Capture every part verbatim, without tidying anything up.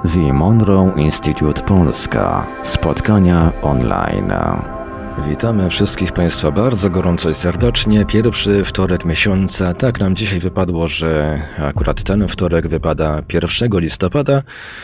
The Monroe Institute Polska. Spotkania online. Witamy wszystkich Państwa bardzo gorąco i serdecznie. Pierwszy wtorek miesiąca. Tak nam dzisiaj wypadło, że akurat ten wtorek wypada pierwszego listopada.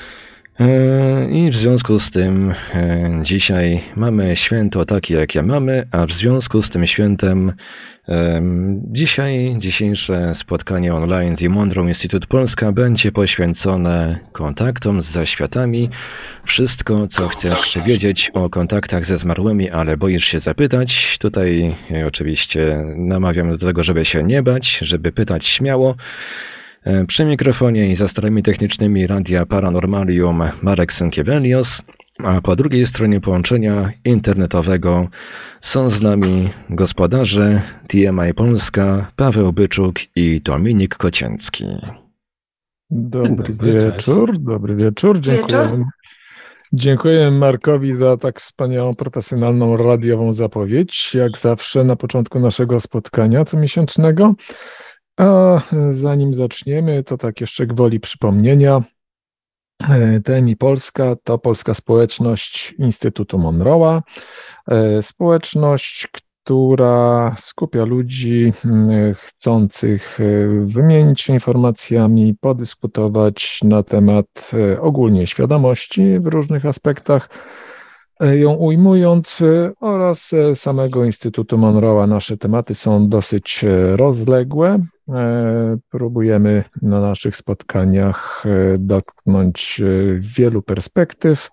I w związku z tym dzisiaj mamy święto takie, jakie mamy, a w związku z tym świętem dzisiaj, dzisiejsze spotkanie online The Monroe Institute Polska będzie poświęcone kontaktom z zaświatami. Wszystko, co chcesz wiedzieć o kontaktach ze zmarłymi, ale boisz się zapytać, tutaj oczywiście namawiam do tego, żeby się nie bać, żeby pytać śmiało. Przy mikrofonie i za starami technicznymi Radia Paranormalium Marek Sękiewelios, a po drugiej stronie połączenia internetowego są z nami gospodarze T M I Polska, Paweł Byczuk i Dominik Kocięcki. Dobry, dobry wieczór, cześć. dobry wieczór. Dziękuję. Dziękuję Markowi za tak wspaniałą, profesjonalną, radiową zapowiedź, jak zawsze na początku naszego spotkania comiesięcznego. A zanim zaczniemy, to tak jeszcze gwoli przypomnienia. T M I Polska to Polska Społeczność Instytutu Monroe'a. Społeczność, która skupia ludzi chcących wymienić się informacjami, podyskutować na temat ogólnie świadomości w różnych aspektach, ją ujmując, oraz samego Instytutu Monroe'a. Nasze tematy są dosyć rozległe. Próbujemy na naszych spotkaniach dotknąć wielu perspektyw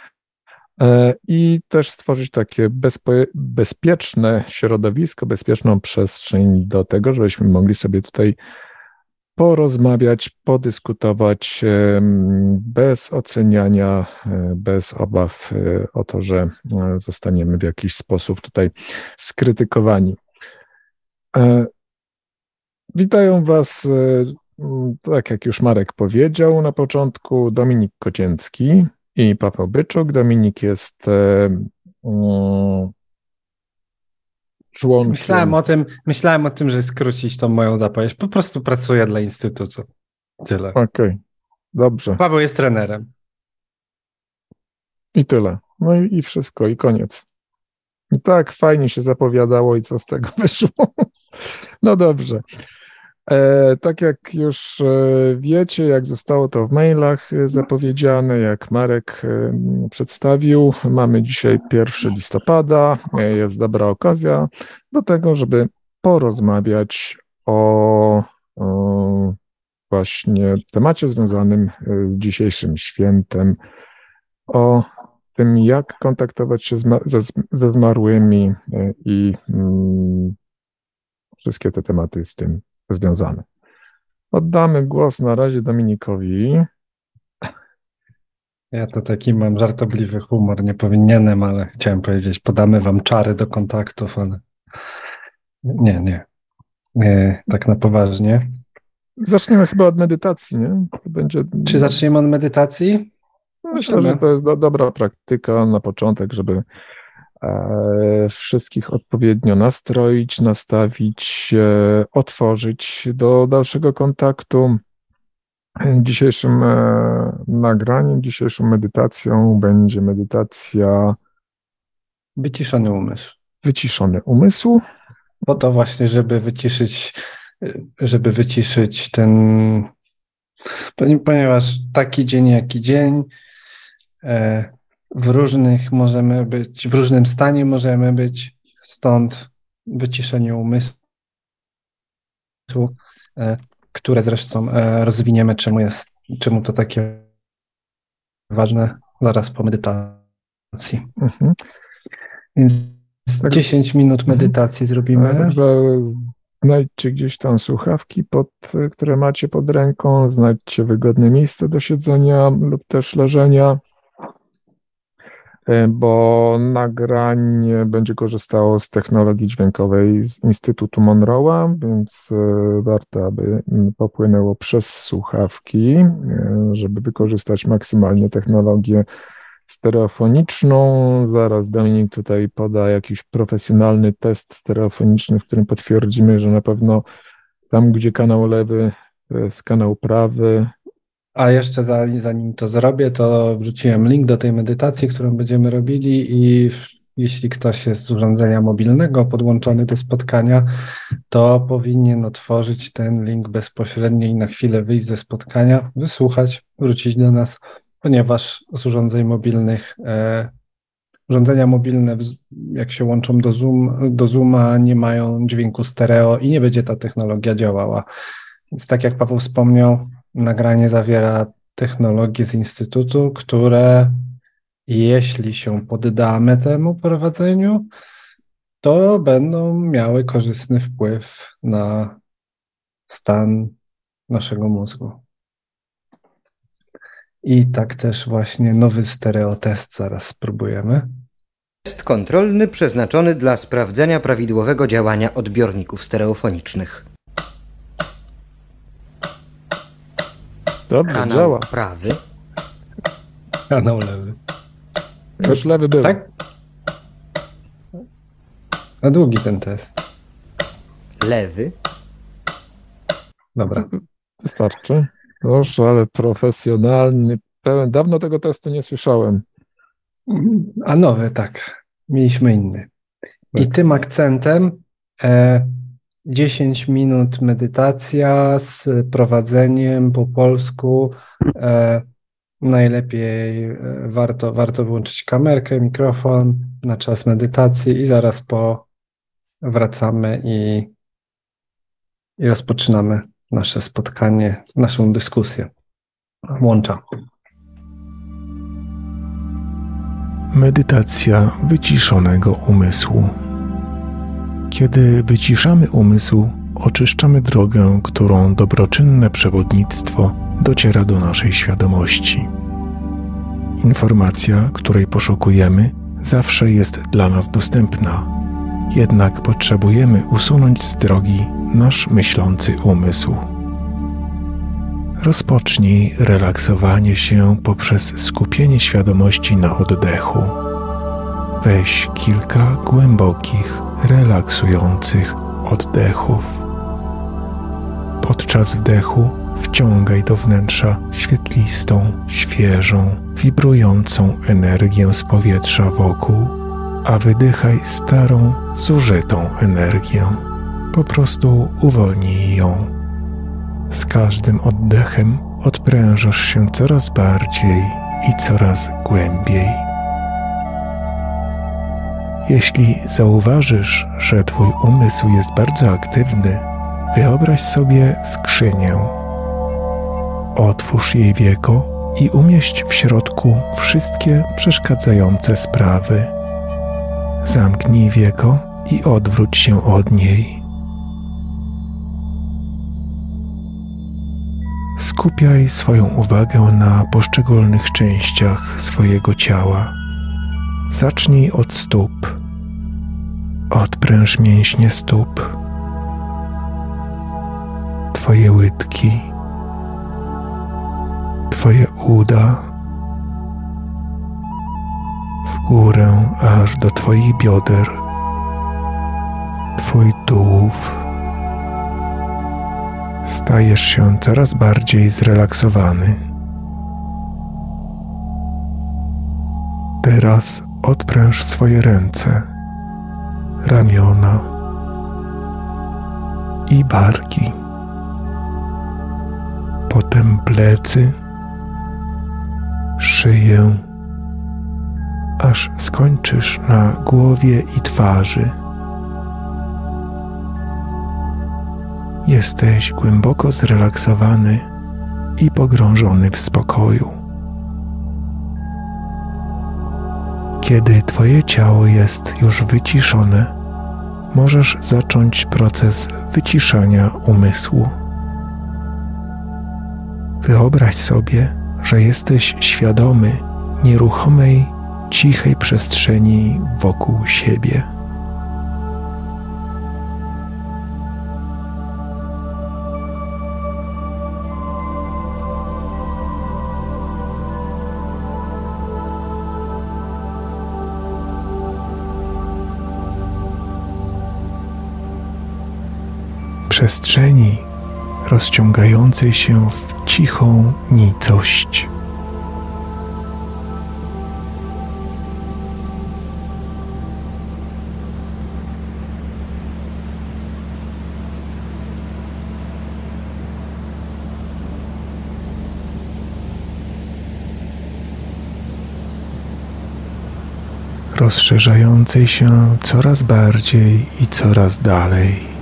i też stworzyć takie bezpo- bezpieczne środowisko, bezpieczną przestrzeń do tego, żebyśmy mogli sobie tutaj porozmawiać, podyskutować bez oceniania, bez obaw o to, że zostaniemy w jakiś sposób tutaj skrytykowani. Witają Was, tak jak już Marek powiedział na początku, Dominik Kocięcki i Paweł Byczuk. Dominik jest członkiem... Myślałem o tym, myślałem o tym, że skrócić tą moją zapowiedź. Po prostu pracuję dla Instytutu. Tyle. Okej, okay. Dobrze. Paweł jest trenerem. I tyle. No i, i wszystko, i koniec. I tak fajnie się zapowiadało i co z tego wyszło. No dobrze. E, tak jak już e, wiecie, jak zostało to w mailach zapowiedziane, jak Marek e, przedstawił, mamy dzisiaj pierwszego listopada, e, jest dobra okazja do tego, żeby porozmawiać o, o właśnie temacie związanym z dzisiejszym świętem, o tym, jak kontaktować się z, ze, ze zmarłymi e, i mm, wszystkie te tematy z tym związane. Oddamy głos na razie Dominikowi. Ja to taki mam żartobliwy humor, nie powinienem, ale chciałem powiedzieć, podamy wam czary do kontaktów, ale nie, nie, nie tak na poważnie. Zaczniemy chyba od medytacji, nie? To będzie... Czy zaczniemy od medytacji? Myślę, Myślę, że to jest do, dobra praktyka na początek, żeby e, wszystkich odpowiednio nastroić, nastawić, e, otworzyć do dalszego kontaktu. Dzisiejszym e, nagraniem, dzisiejszą medytacją będzie medytacja Wyciszony umysł. Wyciszony umysł. Po to właśnie, żeby wyciszyć, żeby wyciszyć ten, ponieważ taki dzień, jaki dzień, w różnych możemy być, w różnym stanie możemy być, stąd wyciszenie umysłu, które zresztą rozwiniemy, czemu jest, czemu to takie ważne, zaraz po medytacji. Mhm. Więc tak, dziesięć minut medytacji zrobimy. Także znajdźcie gdzieś tam słuchawki, pod, które macie pod ręką, znajdźcie wygodne miejsce do siedzenia lub też leżenia, bo nagranie będzie korzystało z technologii dźwiękowej z Instytutu Monroe'a, więc warto, aby popłynęło przez słuchawki, żeby wykorzystać maksymalnie technologię stereofoniczną. Zaraz Dominik tutaj poda jakiś profesjonalny test stereofoniczny, w którym potwierdzimy, że na pewno tam, gdzie kanał lewy to jest kanał prawy, A jeszcze zanim to zrobię, to wrzuciłem link do tej medytacji, którą będziemy robili i w, jeśli ktoś jest z urządzenia mobilnego podłączony do spotkania, to powinien otworzyć ten link bezpośrednio i na chwilę wyjść ze spotkania, wysłuchać, wrócić do nas, ponieważ z urządzeń mobilnych, e, urządzenia mobilne, jak się łączą do, Zoom, do Zooma, nie mają dźwięku stereo i nie będzie ta technologia działała. Więc tak jak Paweł wspomniał, nagranie zawiera technologie z Instytutu, które jeśli się poddamy temu prowadzeniu, to będą miały korzystny wpływ na stan naszego mózgu. I tak też właśnie nowy stereotest zaraz spróbujemy. Test kontrolny przeznaczony dla sprawdzenia prawidłowego działania odbiorników stereofonicznych. Dobrze, Kanał działa. prawy. Kanał lewy. Już lewy był. Tak? Na długi ten test. Lewy. Dobra. Wystarczy. Proszę, ale profesjonalny, pełen. Dawno tego testu nie słyszałem. A nowy, tak. Mieliśmy inny. I Tak. tym akcentem e, dziesięć minut medytacja z prowadzeniem po polsku. E, najlepiej e, warto, warto wyłączyć kamerkę, mikrofon na czas medytacji i zaraz po wracamy i, i rozpoczynamy nasze spotkanie, naszą dyskusję. Włączam. Medytacja wyciszonego umysłu. Kiedy wyciszamy umysł, oczyszczamy drogę, którą dobroczynne przewodnictwo dociera do naszej świadomości. Informacja, której poszukujemy, zawsze jest dla nas dostępna, jednak potrzebujemy usunąć z drogi nasz myślący umysł. Rozpocznij relaksowanie się poprzez skupienie świadomości na oddechu. Weź kilka głębokich, relaksujących oddechów. Podczas wdechu wciągaj do wnętrza świetlistą, świeżą, wibrującą energię z powietrza wokół, a wydychaj starą, zużytą energię. Po prostu uwolnij ją. Z każdym oddechem odprężasz się coraz bardziej i coraz głębiej. Jeśli zauważysz, że twój umysł jest bardzo aktywny, wyobraź sobie skrzynię. Otwórz jej wieko i umieść w środku wszystkie przeszkadzające sprawy. Zamknij wieko i odwróć się od niej. Skupiaj swoją uwagę na poszczególnych częściach swojego ciała. Zacznij od stóp. Odpręż mięśnie stóp. Twoje łydki. Twoje uda. W górę aż do twoich bioder. Twój tułów. Stajesz się coraz bardziej zrelaksowany. Teraz odpręż swoje ręce, ramiona i barki. Potem plecy, szyję, aż skończysz na głowie i twarzy. Jesteś głęboko zrelaksowany i pogrążony w spokoju. Kiedy twoje ciało jest już wyciszone, możesz zacząć proces wyciszania umysłu. Wyobraź sobie, że jesteś świadomy nieruchomej, cichej przestrzeni wokół siebie. Przestrzeni, rozciągającej się w cichą nicość. Rozszerzającej się coraz bardziej i coraz dalej.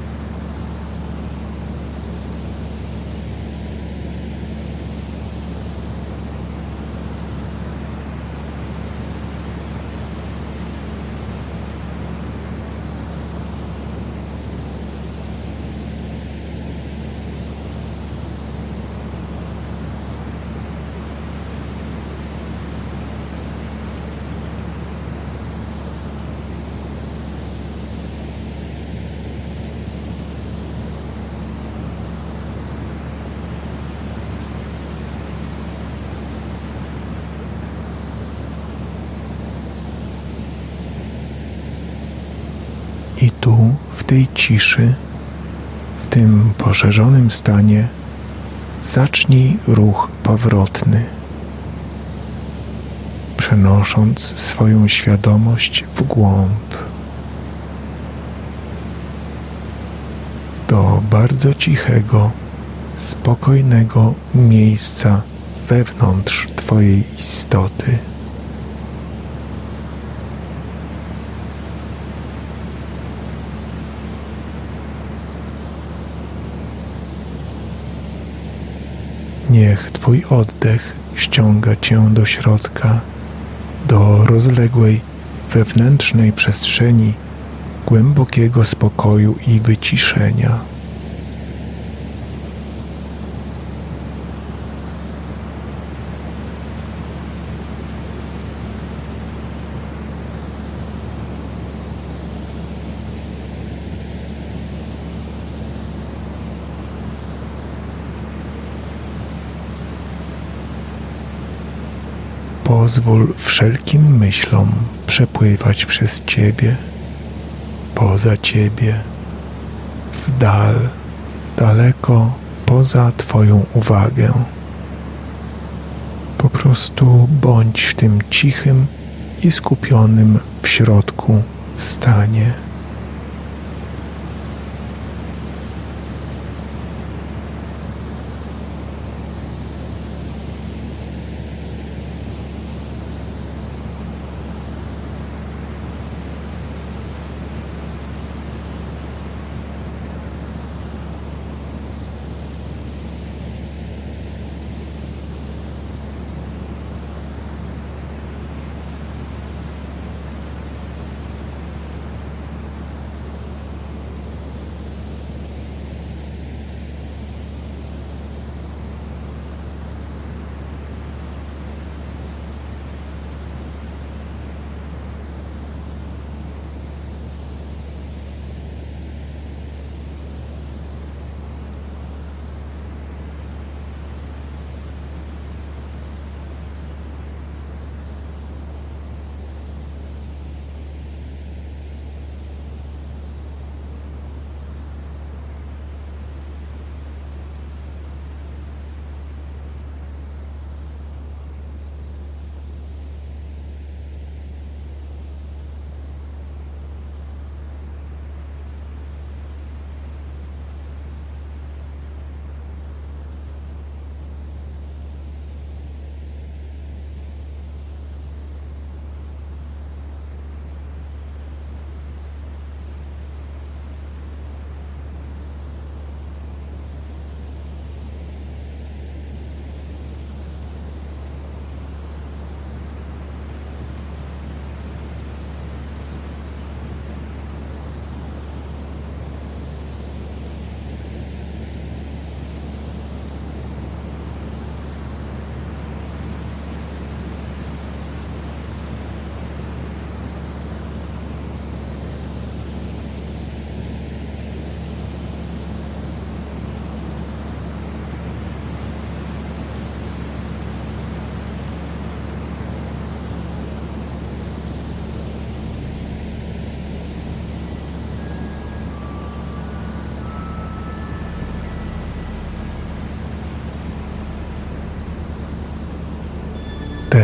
I tu, w tej ciszy, w tym poszerzonym stanie, zacznij ruch powrotny, przenosząc swoją świadomość w głąb, do bardzo cichego, spokojnego miejsca wewnątrz Twojej istoty. Niech Twój oddech ściąga Cię do środka, do rozległej, wewnętrznej przestrzeni głębokiego spokoju i wyciszenia. Pozwól wszelkim myślom przepływać przez Ciebie, poza Ciebie, w dal, daleko poza Twoją uwagę. Po prostu bądź w tym cichym i skupionym w środku stanie.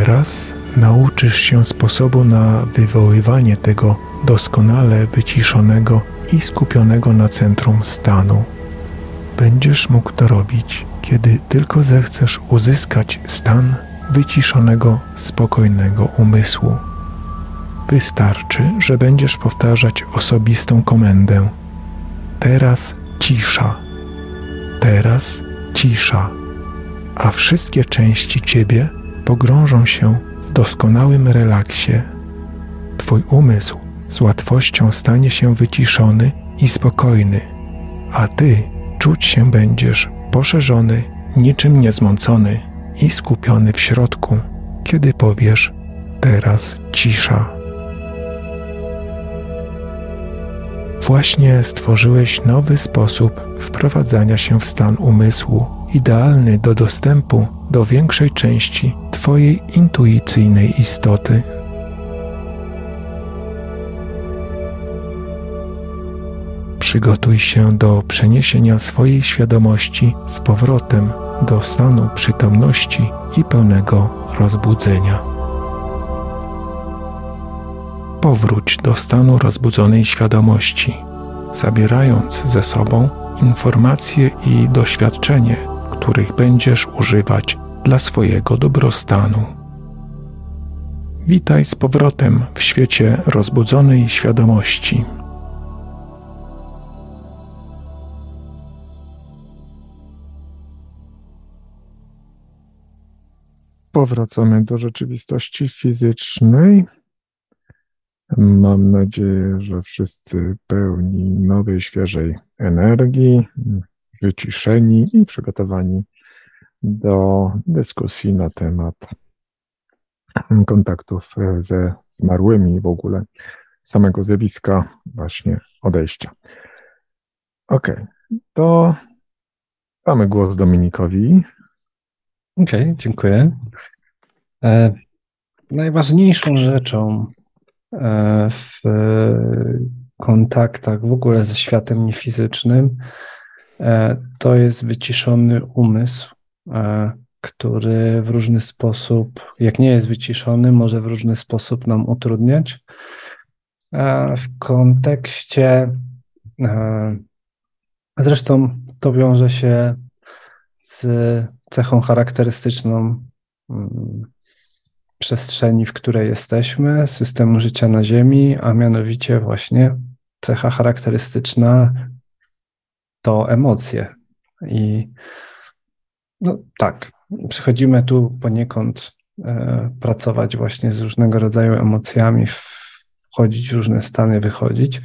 Teraz nauczysz się sposobu na wywoływanie tego doskonale wyciszonego i skupionego na centrum stanu. Będziesz mógł to robić, kiedy tylko zechcesz uzyskać stan wyciszonego, spokojnego umysłu. Wystarczy, że będziesz powtarzać osobistą komendę. Teraz cisza. Teraz cisza. A wszystkie części ciebie pogrążą się w doskonałym relaksie. Twój umysł z łatwością stanie się wyciszony i spokojny, a ty czuć się będziesz poszerzony, niczym niezmącony i skupiony w środku, kiedy powiesz teraz cisza. Właśnie stworzyłeś nowy sposób wprowadzania się w stan umysłu, idealny do dostępu do większej części twojej intuicyjnej istoty. Przygotuj się do przeniesienia swojej świadomości z powrotem do stanu przytomności i pełnego rozbudzenia. Powróć do stanu rozbudzonej świadomości, zabierając ze sobą informacje i doświadczenie, których będziesz używać dla swojego dobrostanu. Witaj z powrotem w świecie rozbudzonej świadomości. Powracamy do rzeczywistości fizycznej. Mam nadzieję, że wszyscy pełni nowej, świeżej energii, wyciszeni i przygotowani do dyskusji na temat kontaktów ze zmarłymi, w ogóle samego zjawiska właśnie odejścia. Ok, to damy głos Dominikowi. Okej, okay, dziękuję. E, najważniejszą rzeczą e, w kontaktach w ogóle ze światem niefizycznym e, to jest wyciszony umysł, e, który w różny sposób, jak nie jest wyciszony, może w różny sposób nam utrudniać. E, w kontekście, e, zresztą to wiąże się z cechą charakterystyczną um, przestrzeni, w której jesteśmy, systemu życia na Ziemi, a mianowicie właśnie cecha charakterystyczna to emocje. I no tak, przychodzimy tu poniekąd e, pracować właśnie z różnego rodzaju emocjami, wchodzić w różne stany, wychodzić.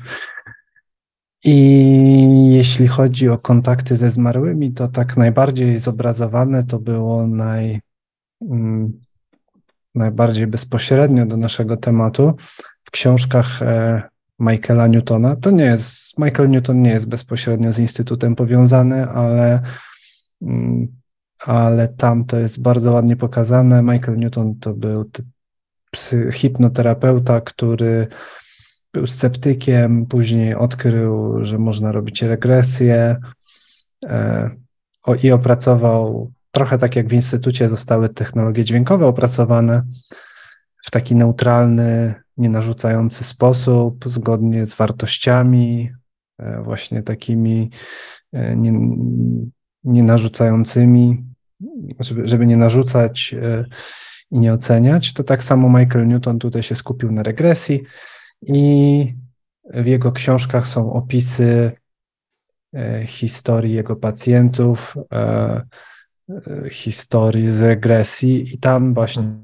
I jeśli chodzi o kontakty ze zmarłymi, to tak najbardziej zobrazowane to było naj, mm, najbardziej bezpośrednio do naszego tematu w książkach e, Michaela Newtona. To nie jest, Michael Newton nie jest bezpośrednio z Instytutem powiązany, ale, mm, ale tam to jest bardzo ładnie pokazane. Michael Newton to był t- psy, hipnoterapeuta, który był sceptykiem, później odkrył, że można robić regresję e, o, i opracował, trochę tak jak w Instytucie zostały technologie dźwiękowe opracowane w taki neutralny, nienarzucający sposób, zgodnie z wartościami, e, właśnie takimi e, nie, nienarzucającymi, żeby, żeby nie narzucać e, i nie oceniać. To tak samo Michael Newton tutaj się skupił na regresji. I w jego książkach są opisy e, historii jego pacjentów, e, e, historii z regresji i tam właśnie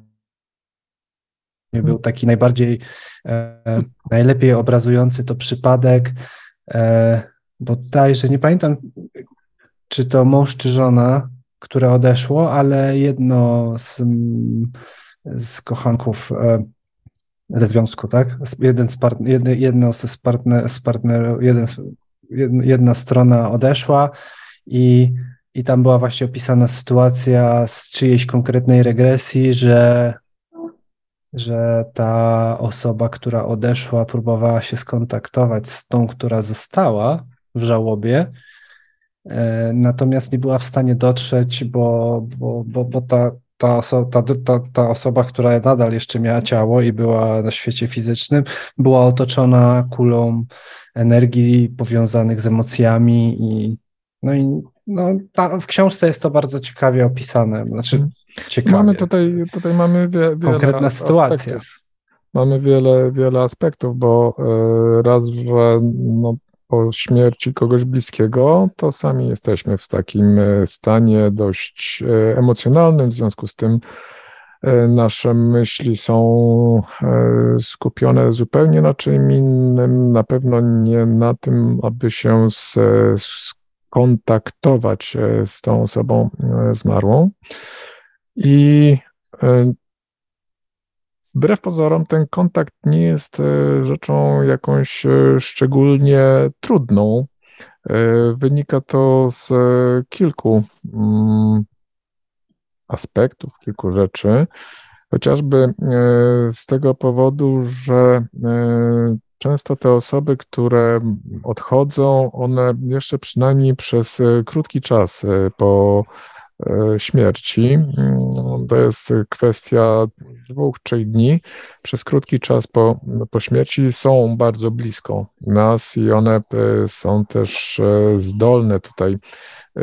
był taki najbardziej, e, najlepiej obrazujący to przypadek, e, bodajże nie pamiętam, czy to mąż, czy żona, które odeszło, ale jedno z, z kochanków e, ze związku, tak? Jeden z part, jedno, jedno z partner, z partnerów, jeden, jedna strona odeszła i, i tam była właśnie opisana sytuacja z czyjejś konkretnej regresji, że, że ta osoba, która odeszła, próbowała się skontaktować z tą, która została w żałobie, natomiast nie była w stanie dotrzeć, bo, bo, bo, bo ta ta, oso- ta, ta, ta osoba, która nadal jeszcze miała ciało i była na świecie fizycznym, była otoczona kulą energii powiązanych z emocjami i no i no, ta, w książce jest to bardzo ciekawie opisane, znaczy ciekawie. Mamy tutaj, tutaj mamy wie, wiele Konkretna sytuacja. aspektów. Mamy wiele, wiele aspektów, bo e, raz, że no, po śmierci kogoś bliskiego, to sami jesteśmy w takim e, stanie dość e, emocjonalnym, w związku z tym e, nasze myśli są e, skupione zupełnie na czym innym, na pewno nie na tym, aby się z, skontaktować e, z tą osobą e, zmarłą. I e, wbrew pozorom ten kontakt nie jest e, rzeczą jakąś e, szczególnie trudną. E, Wynika to z e, kilku mm, aspektów, kilku rzeczy, chociażby e, z tego powodu, że e, często te osoby, które odchodzą, one jeszcze przynajmniej przez e, krótki czas e, po e, śmierci, mm, to jest kwestia dwóch, trzech dni, przez krótki czas po, po śmierci są bardzo blisko nas i one e, są też e, zdolne tutaj e,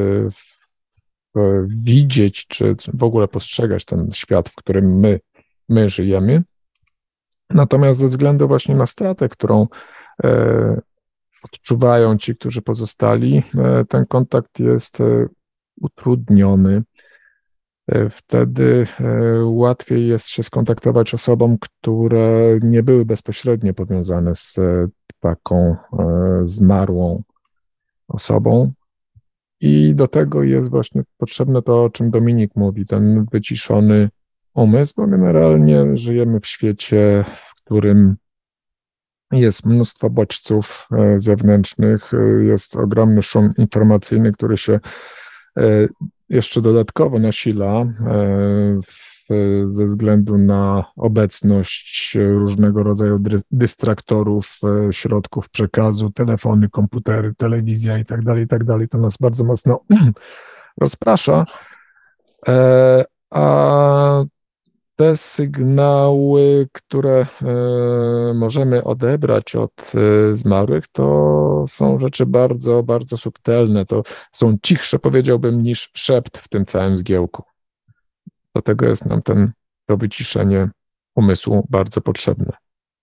e, widzieć, czy w ogóle postrzegać ten świat, w którym my, my żyjemy. Natomiast ze względu właśnie na stratę, którą e, odczuwają ci, którzy pozostali, e, ten kontakt jest e, utrudniony. E, Wtedy e, łatwiej jest się skontaktować osobom, które nie były bezpośrednio powiązane z e, taką e, zmarłą osobą. I do tego jest właśnie potrzebne to, o czym Dominik mówi, ten wyciszony umysł, bo generalnie żyjemy w świecie, w którym jest mnóstwo bodźców e, zewnętrznych, e, jest ogromny szum informacyjny, który się e, jeszcze dodatkowo nasila e, w, ze względu na obecność różnego rodzaju dry- dystraktorów, e, środków przekazu, telefony, komputery, telewizja i tak dalej, i tak dalej. To nas bardzo mocno rozprasza. E, a te sygnały, które e, możemy odebrać od e, zmarłych, to są rzeczy bardzo, bardzo subtelne. To są cichsze, powiedziałbym, niż szept w tym całym zgiełku. Dlatego jest nam ten, to wyciszenie umysłu bardzo potrzebne.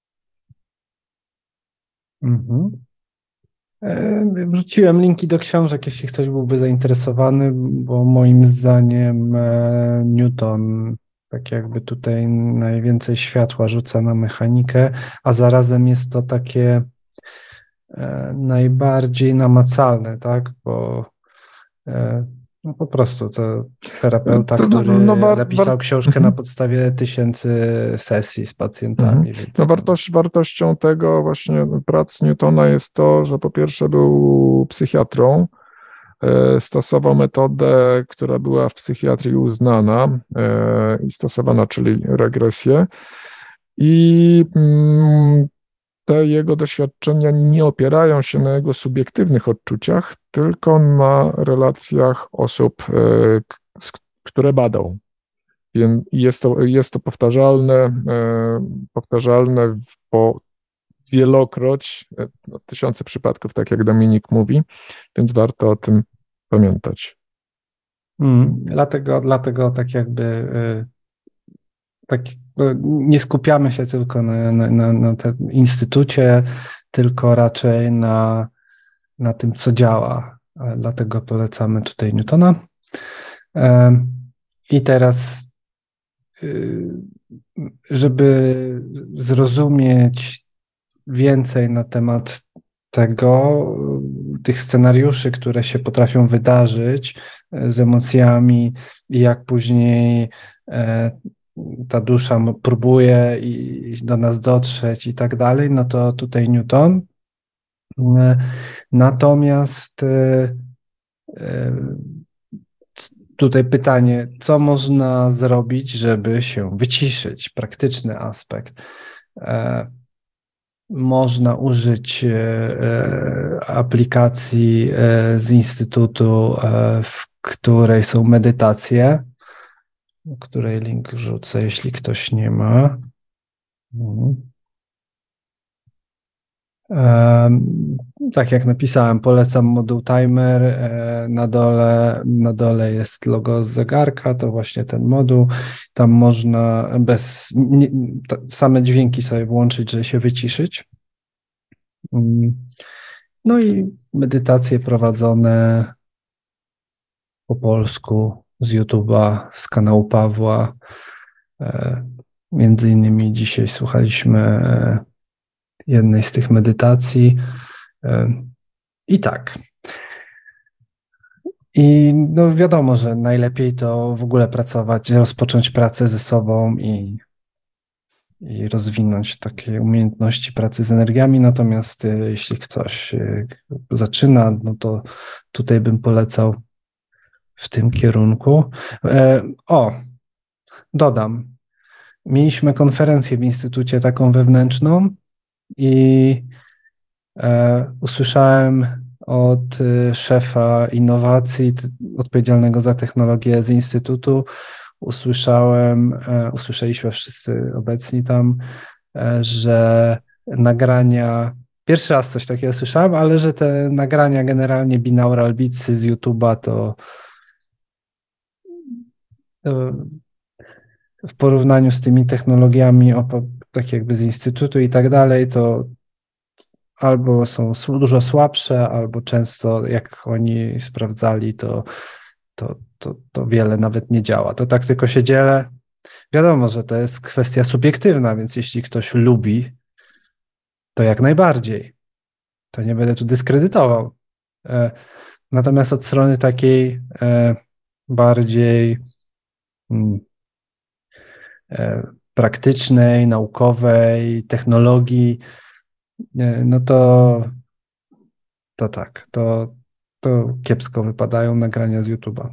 Mhm. E, Wrzuciłem linki do książek, jeśli ktoś byłby zainteresowany, bo moim zdaniem e, Newton tak jakby tutaj najwięcej światła rzuca na mechanikę, a zarazem jest to takie e, najbardziej namacalne, tak? Bo e, no po prostu to terapeuta, To, no, który no, war- napisał war- książkę Mhm. na podstawie tysięcy sesji z pacjentami. Więc No wartość, wartością tego właśnie prac Newtona jest to, że po pierwsze był psychiatrą, e, stosował metodę, która była w psychiatrii uznana e, i stosowana, czyli regresję. I mm, te jego doświadczenia nie opierają się na jego subiektywnych odczuciach, tylko na relacjach osób, e, k- z- które badał. Więc jest to, jest to powtarzalne, e, powtarzalne w- po wielokroć, e, no, tysiące przypadków, tak jak Dominik mówi, więc warto o tym pamiętać. Mm, dlatego, dlatego tak jakby y, tak, y, nie skupiamy się tylko na, na, na, na tym instytucie, tylko raczej na, na tym, co działa. E, Dlatego polecamy tutaj Newtona. E, I teraz, y, żeby zrozumieć więcej na temat tego, tych scenariuszy, które się potrafią wydarzyć e, z emocjami i jak później e, ta dusza m- próbuje i, i do nas dotrzeć i tak dalej, no to tutaj Newton. E, Natomiast e, e, c- tutaj pytanie, co można zrobić, żeby się wyciszyć? Praktyczny aspekt. E, Można użyć e, e, aplikacji e, z Instytutu, e, w której są medytacje. o której link rzucę, jeśli ktoś nie ma. Mhm. Tak jak napisałem, polecam moduł timer, na dole, na dole jest logo zegarka, to właśnie ten moduł, tam można bez, nie, same dźwięki sobie włączyć, żeby się wyciszyć. No i medytacje prowadzone po polsku z YouTube'a, z kanału Pawła. Między innymi dzisiaj słuchaliśmy jednej z tych medytacji. I tak. I no wiadomo, że najlepiej to w ogóle pracować, rozpocząć pracę ze sobą i, i rozwinąć takie umiejętności pracy z energiami. Natomiast jeśli ktoś zaczyna, no to tutaj bym polecał w tym kierunku. O, dodam. Mieliśmy konferencję w Instytucie taką wewnętrzną i e, usłyszałem od szefa innowacji odpowiedzialnego za technologię z Instytutu, usłyszałem, e, usłyszeliśmy wszyscy obecni tam, e, że nagrania, pierwszy raz coś takiego słyszałem, ale że te nagrania generalnie binaural beatsy z YouTube'a to, to w porównaniu z tymi technologiami, tak jakby z Instytutu i tak dalej, to albo są dużo słabsze, albo często jak oni sprawdzali, to, to, to, to wiele nawet nie działa. To tak tylko się dzielę. Wiadomo, że to jest kwestia subiektywna, więc jeśli ktoś lubi, to jak najbardziej. To nie będę tu dyskredytował. Natomiast od strony takiej bardziej praktycznej, naukowej, technologii, no to, to tak, to, to kiepsko wypadają nagrania z YouTube'a.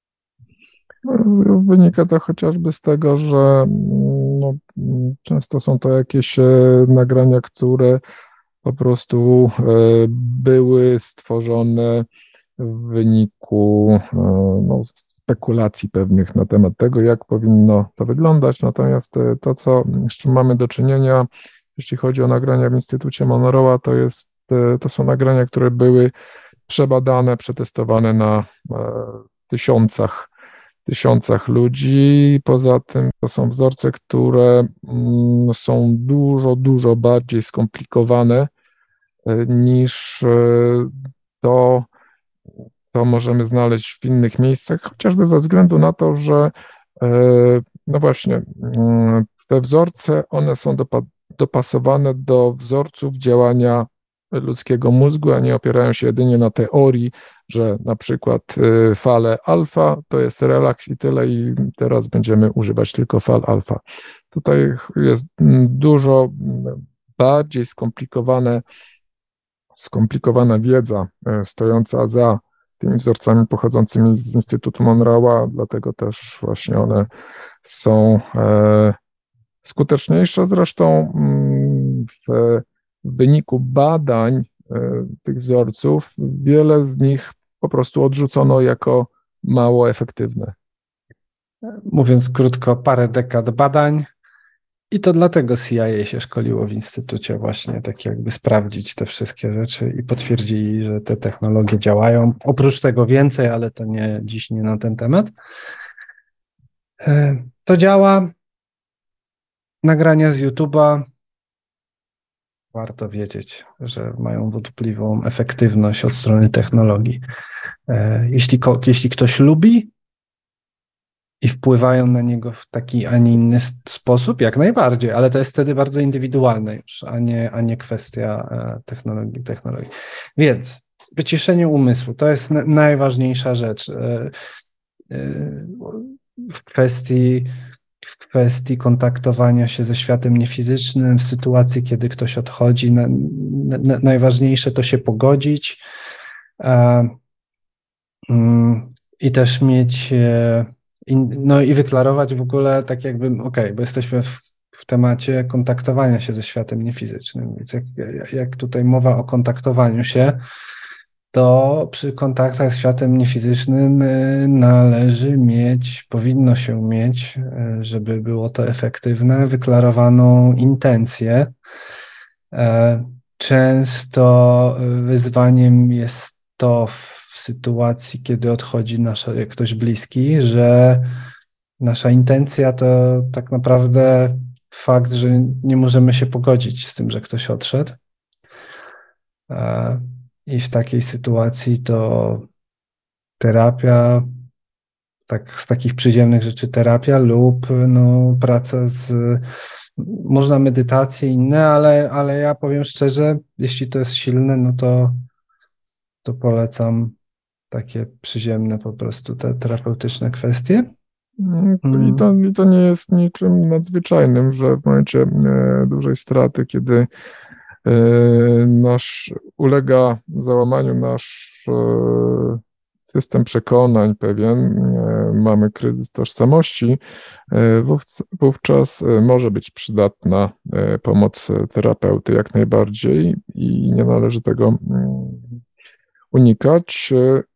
Wynika to chociażby z tego, że no, często są to jakieś nagrania, które po prostu były stworzone w wyniku no, spekulacji pewnych na temat tego, jak powinno to wyglądać. Natomiast to, co, z czym mamy do czynienia, jeśli chodzi o nagrania w Instytucie Monroe'a, to jest, to są nagrania, które były przebadane, przetestowane na tysiącach, tysiącach ludzi. Poza tym to są wzorce, które są dużo, dużo bardziej skomplikowane niż to, co możemy znaleźć w innych miejscach, chociażby ze względu na to, że no właśnie, te wzorce, one są dopasowane do wzorców działania ludzkiego mózgu, a nie opierają się jedynie na teorii, że na przykład fale alfa to jest relaks i tyle i teraz będziemy używać tylko fal alfa. Tutaj jest dużo bardziej skomplikowane, skomplikowana wiedza stojąca za tymi wzorcami pochodzącymi z Instytutu Monroe'a, dlatego też właśnie one są skuteczniejsze. Zresztą w wyniku badań tych wzorców wiele z nich po prostu odrzucono jako mało efektywne. Mówiąc krótko, parę dekad badań i to dlatego C I A się szkoliło w Instytucie właśnie, tak jakby sprawdzić te wszystkie rzeczy i potwierdzili, że te technologie działają. Oprócz tego więcej, ale to nie dziś nie na ten temat. To działa. Nagrania z YouTube'a. Warto wiedzieć, że mają wątpliwą efektywność od strony technologii. Jeśli, jeśli ktoś lubi i wpływają na niego w taki, a nie inny sposób, jak najbardziej, ale to jest wtedy bardzo indywidualne już, a nie, a nie kwestia technologii, technologii. Więc wyciszenie umysłu to jest najważniejsza rzecz w kwestii w kwestii kontaktowania się ze światem niefizycznym, w sytuacji, kiedy ktoś odchodzi. Na, na, najważniejsze to się pogodzić a, mm, i też mieć, in, no i wyklarować w ogóle tak jakby, okej, okay, bo jesteśmy w, w temacie kontaktowania się ze światem niefizycznym, więc jak, jak tutaj mowa o kontaktowaniu się, to przy kontaktach z światem niefizycznym należy mieć, powinno się mieć, żeby było to efektywne, wyklarowaną intencję. Często wyzwaniem jest to w sytuacji, kiedy odchodzi nasz ktoś bliski, że nasza intencja to tak naprawdę fakt, że nie możemy się pogodzić z tym, że ktoś odszedł. I w takiej sytuacji to terapia, tak, z takich przyziemnych rzeczy terapia lub no, praca z, można medytacje inne, ale, ale ja powiem szczerze, jeśli to jest silne, no to, to polecam takie przyziemne po prostu te terapeutyczne kwestie. I to, i to nie jest niczym nadzwyczajnym, że w momencie e, dużej straty, kiedy e, nasz ulega załamaniu nasz e, system przekonań pewien, e, mamy kryzys tożsamości, e, wówczas, wówczas może być przydatna e, pomoc terapeuty jak najbardziej i nie należy tego mm, unikać.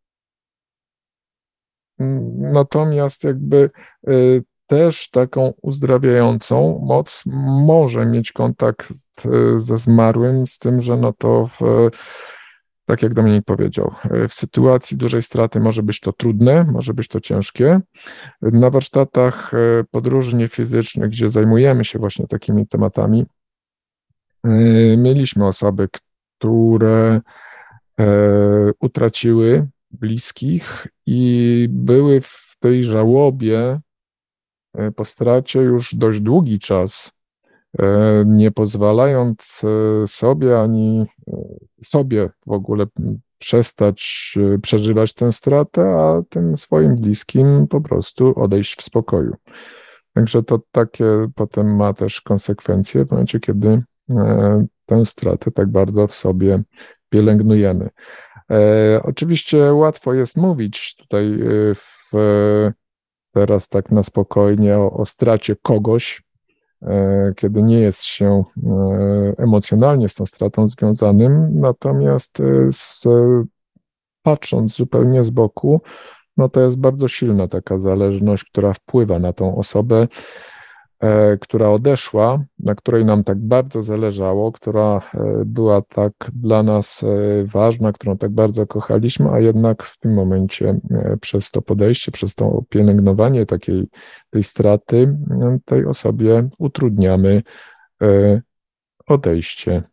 Natomiast jakby y, też taką uzdrawiającą moc może mieć kontakt y, ze zmarłym, z tym, że no to w, tak jak Dominik powiedział, w sytuacji dużej straty może być to trudne, może być to ciężkie. Na warsztatach y, podróży niefizycznych, gdzie zajmujemy się właśnie takimi tematami, y, mieliśmy osoby, które y, utraciły bliskich i były w tej żałobie po stracie już dość długi czas, nie pozwalając sobie ani sobie w ogóle przestać przeżywać tę stratę, a tym swoim bliskim po prostu odejść w spokoju. Także to takie potem ma też konsekwencje w momencie, kiedy tę stratę tak bardzo w sobie pielęgnujemy. E, oczywiście łatwo jest mówić tutaj w, teraz tak na spokojnie o, o stracie kogoś, e, kiedy nie jest się e, emocjonalnie z tą stratą związanym, natomiast z, patrząc zupełnie z boku, no to jest bardzo silna taka zależność, która wpływa na tą osobę, e, która odeszła, na której nam tak bardzo zależało, która e, była tak dla nas e, ważna, którą tak bardzo kochaliśmy, a jednak w tym momencie e, przez to podejście, przez to pielęgnowanie takiej tej straty, e, tej osobie utrudniamy e, odejście.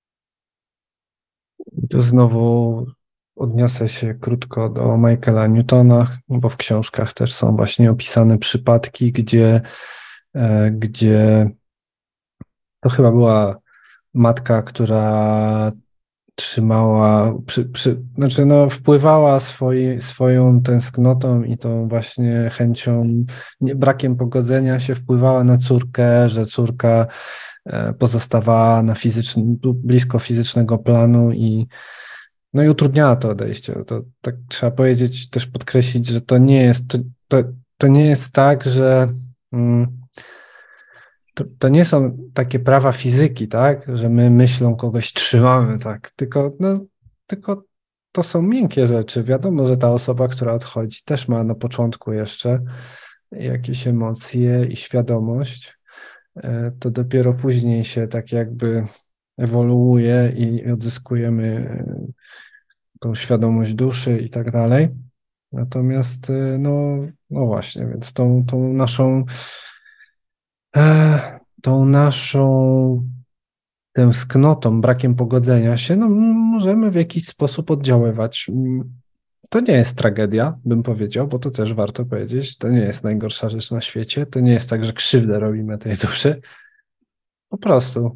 I tu znowu odniosę się krótko do Michaela Newtona, bo w książkach też są właśnie opisane przypadki, gdzie gdzie to chyba była matka, która trzymała, przy, przy, znaczy no wpływała swoi, swoją tęsknotą i tą właśnie chęcią, nie, brakiem pogodzenia się wpływała na córkę, że córka pozostawała na fizyczny, blisko fizycznego planu i no i utrudniała to odejście. To tak trzeba powiedzieć, też podkreślić, że to nie jest, to, to, to nie jest tak, że mm, To, to nie są takie prawa fizyki, tak, że my myślą kogoś trzymamy, tak, tylko, no, tylko to są miękkie rzeczy. Wiadomo, że ta osoba, która odchodzi, też ma na początku jeszcze jakieś emocje i świadomość. To dopiero później się tak jakby ewoluuje i odzyskujemy tą świadomość duszy i tak dalej. Natomiast, no, no właśnie, więc tą, tą naszą tą naszą tęsknotą, brakiem pogodzenia się, no możemy w jakiś sposób oddziaływać. To nie jest tragedia, bym powiedział, bo to też warto powiedzieć, to nie jest najgorsza rzecz na świecie, to nie jest tak, że krzywdę robimy tej duszy. Po prostu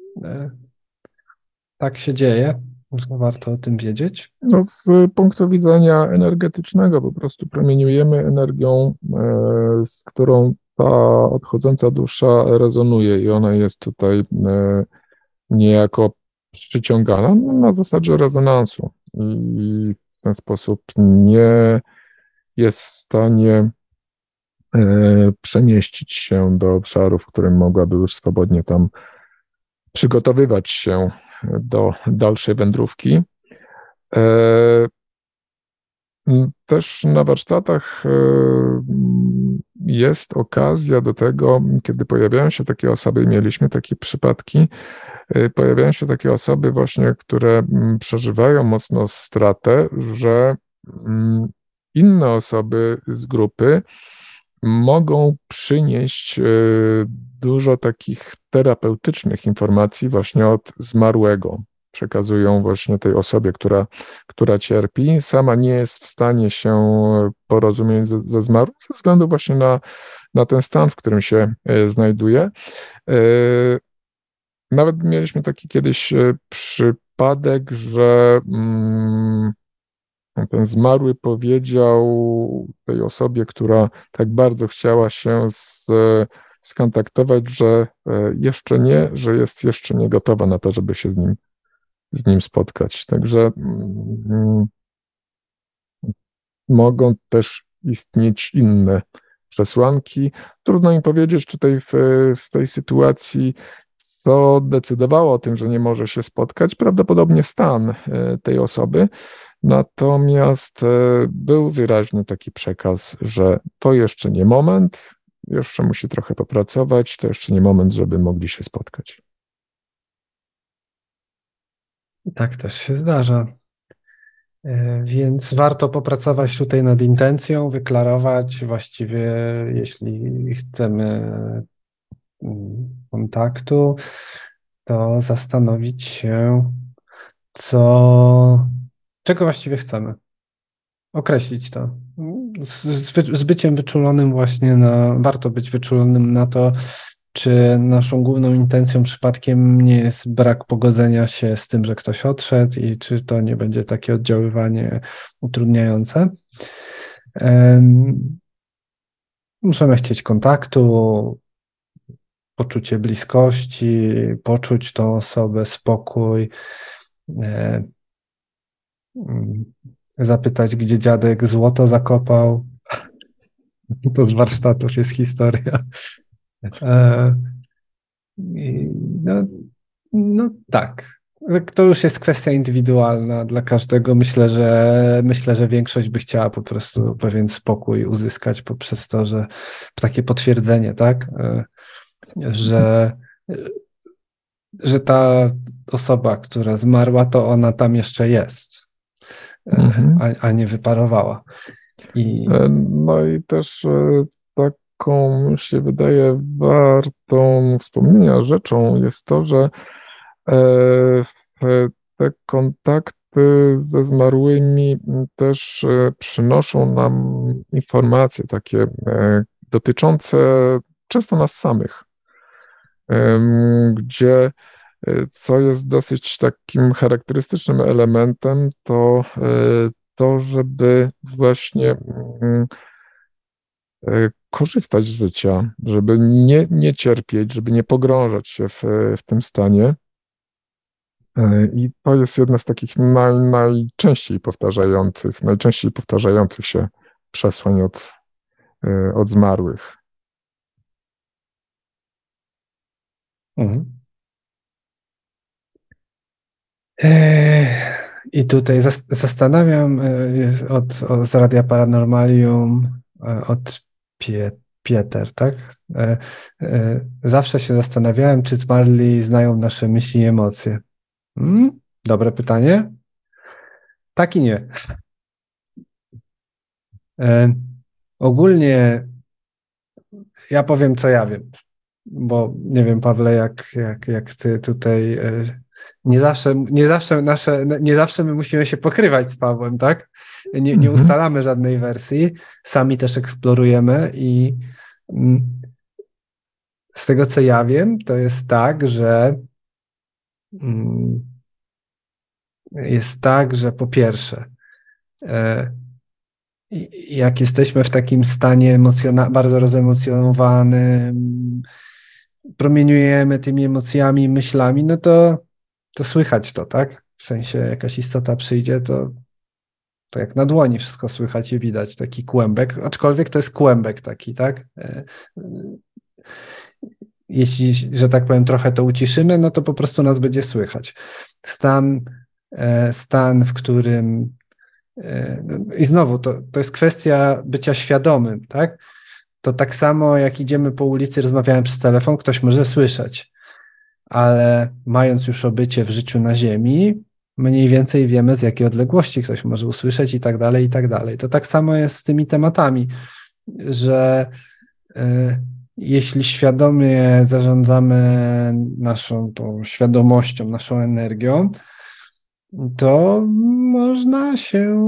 tak się dzieje, warto o tym wiedzieć. No, z punktu widzenia energetycznego po prostu promieniujemy energią, z którą ta odchodząca dusza rezonuje i ona jest tutaj niejako przyciągana na zasadzie rezonansu i w ten sposób nie jest w stanie przemieścić się do obszaru, w którym mogłaby już swobodnie tam przygotowywać się do dalszej wędrówki. Też na warsztatach jest okazja do tego, kiedy pojawiają się takie osoby, mieliśmy takie przypadki, pojawiają się takie osoby właśnie, które przeżywają mocno stratę, że inne osoby z grupy mogą przynieść dużo takich terapeutycznych informacji właśnie od zmarłego. Przekazują właśnie tej osobie, która, która cierpi. Sama nie jest w stanie się porozumieć ze, ze zmarłym ze względu właśnie na, na ten stan, w którym się znajduje. Nawet mieliśmy taki kiedyś przypadek, że ten zmarły powiedział tej osobie, która tak bardzo chciała się z, skontaktować, że jeszcze nie, że jest jeszcze nie gotowa na to, żeby się z nim, z nim spotkać. Także mm, mogą też istnieć inne przesłanki. Trudno mi powiedzieć tutaj w, w tej sytuacji, co decydowało o tym, że nie może się spotkać. Prawdopodobnie stan tej osoby. Natomiast był wyraźny taki przekaz, że to jeszcze nie moment, jeszcze musi trochę popracować, to jeszcze nie moment, żeby mogli się spotkać. Tak też się zdarza. Więc warto popracować tutaj nad intencją, wyklarować właściwie, jeśli chcemy kontaktu, to zastanowić się, co, czego właściwie chcemy. Określić to. Z, z byciem wyczulonym właśnie na, warto być wyczulonym na to, czy naszą główną intencją przypadkiem nie jest brak pogodzenia się z tym, że ktoś odszedł i czy to nie będzie takie oddziaływanie utrudniające. Um, możemy chcieć kontaktu, poczucie bliskości, poczuć tą osobę, spokój, e, zapytać, gdzie dziadek złoto zakopał. To z warsztatów jest historia. E, no, no tak. To już jest kwestia indywidualna dla każdego. Myślę, że myślę, że większość by chciała po prostu pewien spokój uzyskać poprzez to, że takie potwierdzenie, tak? E, że, że ta osoba, która zmarła, to ona tam jeszcze jest, mhm. a, a nie wyparowała. I... No i też taką, mi się wydaje, wartą wspomnienia rzeczą jest to, że te kontakty ze zmarłymi też przynoszą nam informacje takie dotyczące często nas samych, gdzie co jest dosyć takim charakterystycznym elementem, to to, żeby właśnie korzystać z życia, żeby nie, nie cierpieć, żeby nie pogrążać się w, w tym stanie. I to jest jedna z takich naj, najczęściej powtarzających, najczęściej powtarzających się przesłań od, od zmarłych. Mhm. I tutaj zastanawiam od, od z Radia Paranormalium, od Pie, Pieter, tak? Zawsze się zastanawiałem, czy zmarli znają nasze myśli i emocje. Hmm? Dobre pytanie. Tak i nie. Ogólnie ja powiem, co ja wiem, bo nie wiem, Pawle, jak, jak, jak ty tutaj... Nie zawsze, nie, zawsze nasze, nie zawsze my musimy się pokrywać z Pawłem, tak? Nie, nie ustalamy żadnej wersji, sami też eksplorujemy i z tego, co ja wiem, to jest tak, że jest tak, że po pierwsze, jak jesteśmy w takim stanie emocjona- bardzo rozemocjonowanym, promieniujemy tymi emocjami, myślami, no to to słychać to, tak? W sensie jakaś istota przyjdzie, to, to jak na dłoni wszystko słychać i widać, taki kłębek, aczkolwiek to jest kłębek taki, tak? Jeśli, że tak powiem, trochę to uciszymy, no to po prostu nas będzie słychać. Stan stan, w którym i znowu to, to jest kwestia bycia świadomym, tak? To tak samo jak idziemy po ulicy, rozmawiamy przez telefon, ktoś może słyszeć, ale mając już obycie w życiu na ziemi, mniej więcej wiemy, z jakiej odległości ktoś może usłyszeć i tak dalej, i tak dalej. To tak samo jest z tymi tematami, że y, jeśli świadomie zarządzamy naszą tą świadomością, naszą energią, to można się,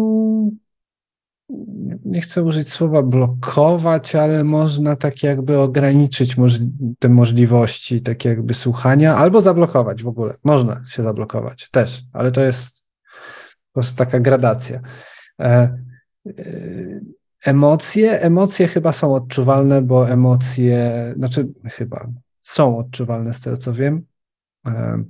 nie chcę użyć słowa blokować, ale można tak jakby ograniczyć moż- te możliwości tak jakby słuchania, albo zablokować w ogóle. Można się zablokować też, ale to jest po prostu taka gradacja. E, e, emocje, emocje chyba są odczuwalne, bo emocje, znaczy chyba są odczuwalne z tego co wiem. E,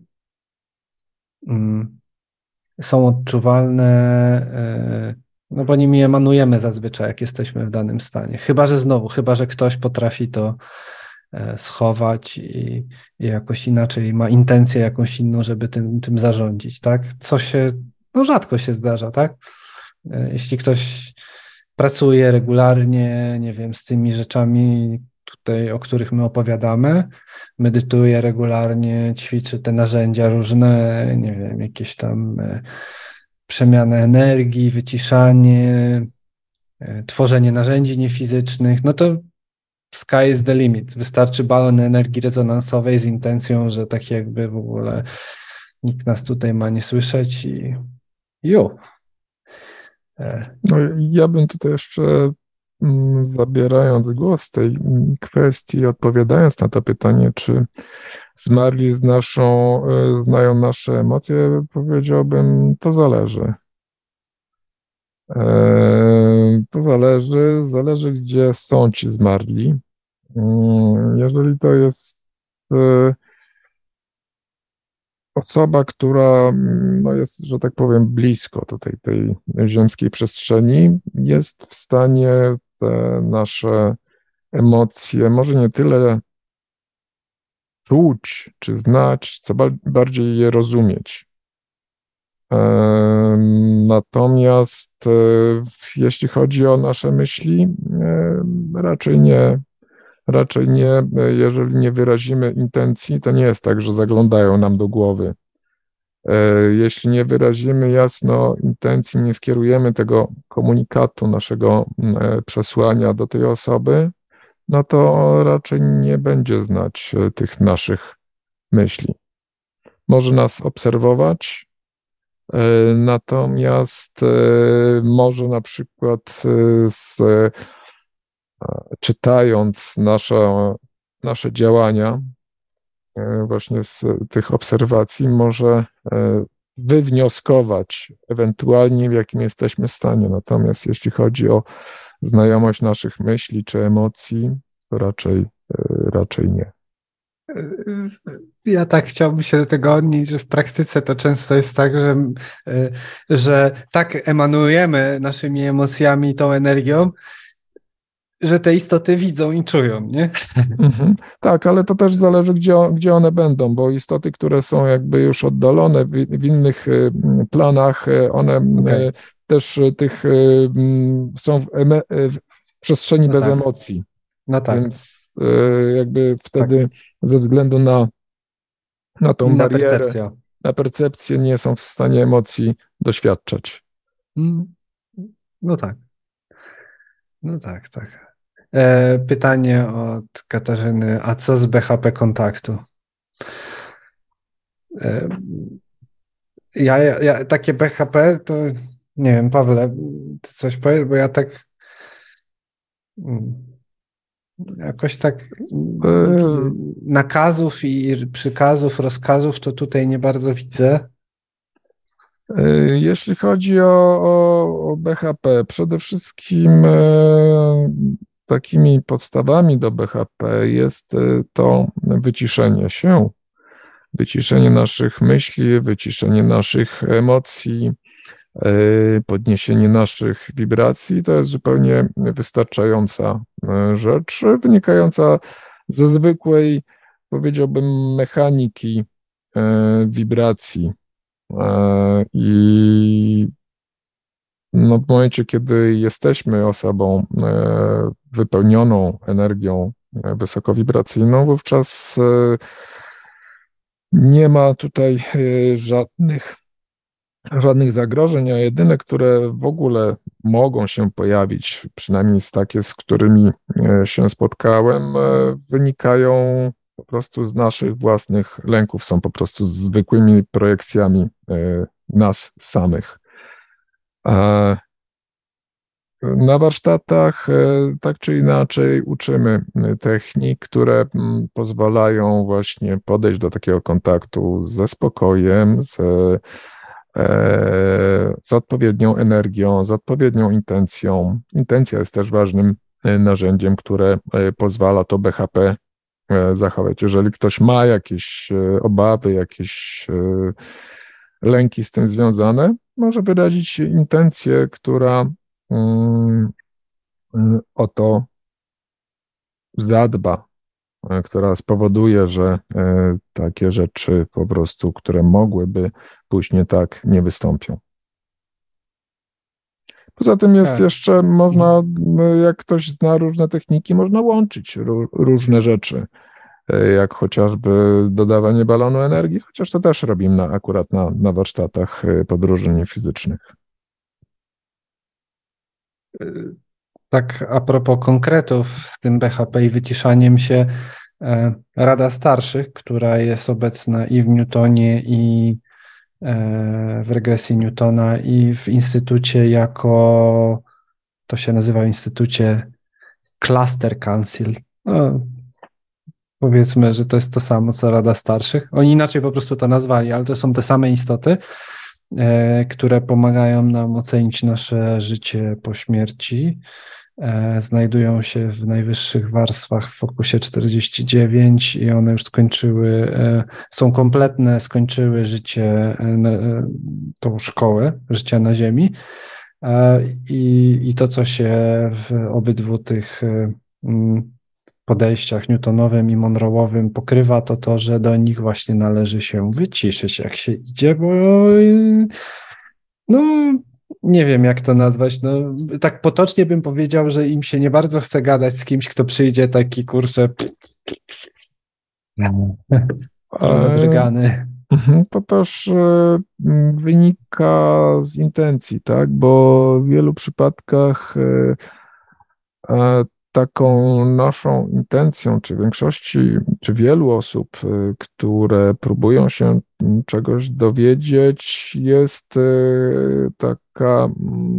mm, są odczuwalne, no bo nimi emanujemy zazwyczaj, jak jesteśmy w danym stanie. Chyba, że znowu, chyba, że ktoś potrafi to schować i, i jakoś inaczej ma intencję jakąś inną, żeby tym, tym zarządzić, tak? Co się, no rzadko się zdarza, tak? Jeśli ktoś pracuje regularnie, nie wiem, z tymi rzeczami tutaj, o których my opowiadamy, medytuje regularnie, ćwiczy te narzędzia różne, nie wiem, jakieś tam przemianę energii, wyciszanie, tworzenie narzędzi niefizycznych, no to sky is the limit. Wystarczy balon energii rezonansowej z intencją, że tak jakby w ogóle nikt nas tutaj ma nie słyszeć i ju. No, ja bym tutaj jeszcze zabierając głos tej kwestii, odpowiadając na to pytanie, czy zmarli z naszą, znają nasze emocje, powiedziałbym, to zależy. To zależy, zależy gdzie są ci zmarli. Jeżeli to jest osoba, która no jest, że tak powiem, blisko tutaj tej ziemskiej przestrzeni, jest w stanie te nasze emocje, może nie tyle czuć czy znać, co bardziej je rozumieć. Natomiast jeśli chodzi o nasze myśli, raczej nie. Raczej nie, jeżeli nie wyrazimy intencji, to nie jest tak, że zaglądają nam do głowy. Jeśli nie wyrazimy jasno intencji, nie skierujemy tego komunikatu, naszego przesłania do tej osoby, no to raczej nie będzie znać tych naszych myśli. Może nas obserwować, natomiast może na przykład z czytając nasze, nasze działania, właśnie z tych obserwacji, może wywnioskować ewentualnie, w jakim jesteśmy stanie. Natomiast jeśli chodzi o znajomość naszych myśli czy emocji, to raczej, raczej nie. Ja tak chciałbym się do tego odnieść, że w praktyce to często jest tak, że, że tak emanujemy naszymi emocjami, tą energią, że te istoty widzą i czują, nie? Mhm. Tak, ale to też zależy, gdzie, gdzie one będą, bo istoty, które są jakby już oddalone w, w innych planach, one okay. też tych są w, eme, w przestrzeni no bez tak. emocji. No tak. Więc jakby wtedy tak. ze względu na, na tą Inna barierę, percepcja. na percepcję nie są w stanie emocji doświadczać. No tak. No tak, tak. E, pytanie od Katarzyny, a co z B H P kontaktu? E, ja, ja takie B H P to nie wiem, Pawle, ty coś powiesz, bo ja tak jakoś tak e... nakazów i przykazów, rozkazów to tutaj nie bardzo widzę. Jeśli chodzi o, o, o B H P, przede wszystkim e, takimi podstawami do B H P jest to wyciszenie się, wyciszenie naszych myśli, wyciszenie naszych emocji, e, podniesienie naszych wibracji. To jest zupełnie wystarczająca rzecz, wynikająca ze zwykłej, powiedziałbym, mechaniki e, wibracji. I no w momencie, kiedy jesteśmy osobą wypełnioną energią wysokowibracyjną, wówczas nie ma tutaj żadnych, żadnych zagrożeń, a jedyne, które w ogóle mogą się pojawić, przynajmniej takie, z którymi się spotkałem, wynikają po prostu z naszych własnych lęków, są po prostu zwykłymi projekcjami nas samych. Na warsztatach tak czy inaczej uczymy technik, które pozwalają właśnie podejść do takiego kontaktu ze spokojem, z, z odpowiednią energią, z odpowiednią intencją. Intencja jest też ważnym narzędziem, które pozwala to B H P zachować. Jeżeli ktoś ma jakieś obawy, jakieś lęki z tym związane, może wyrazić intencję, która o to zadba, która spowoduje, że takie rzeczy po prostu, które mogłyby pójść nie tak, nie wystąpią. Poza tym jest tak. jeszcze, można, jak ktoś zna różne techniki, można łączyć różne rzeczy, jak chociażby dodawanie balonu energii, chociaż to też robimy na, akurat na, na warsztatach podróży niefizycznych. Tak, a propos konkretów w tym B H P i wyciszaniem się, Rada Starszych, która jest obecna i w Newtonie, i w regresji Newtona, i w instytucie jako, to się nazywa w instytucie Cluster Council. No, powiedzmy, że to jest to samo, co Rada Starszych. Oni inaczej po prostu to nazwali, ale to są te same istoty, które pomagają nam ocenić nasze życie po śmierci. Znajdują się w najwyższych warstwach w Fokusie czterdzieści dziewięć i one już skończyły, są kompletne, skończyły życie, tą szkołę życia na Ziemi. I, i to, co się w obydwu tych podejściach newtonowym i monroe'owym pokrywa, to to, że do nich właśnie należy się wyciszyć, jak się idzie, bo no nie wiem, jak to nazwać, no tak potocznie bym powiedział, że im się nie bardzo chce gadać z kimś, kto przyjdzie taki, kurczę, zadrgany. To też wynika z intencji, tak, bo w wielu przypadkach taką naszą intencją, czy większości, czy wielu osób, które próbują się czegoś dowiedzieć, jest taka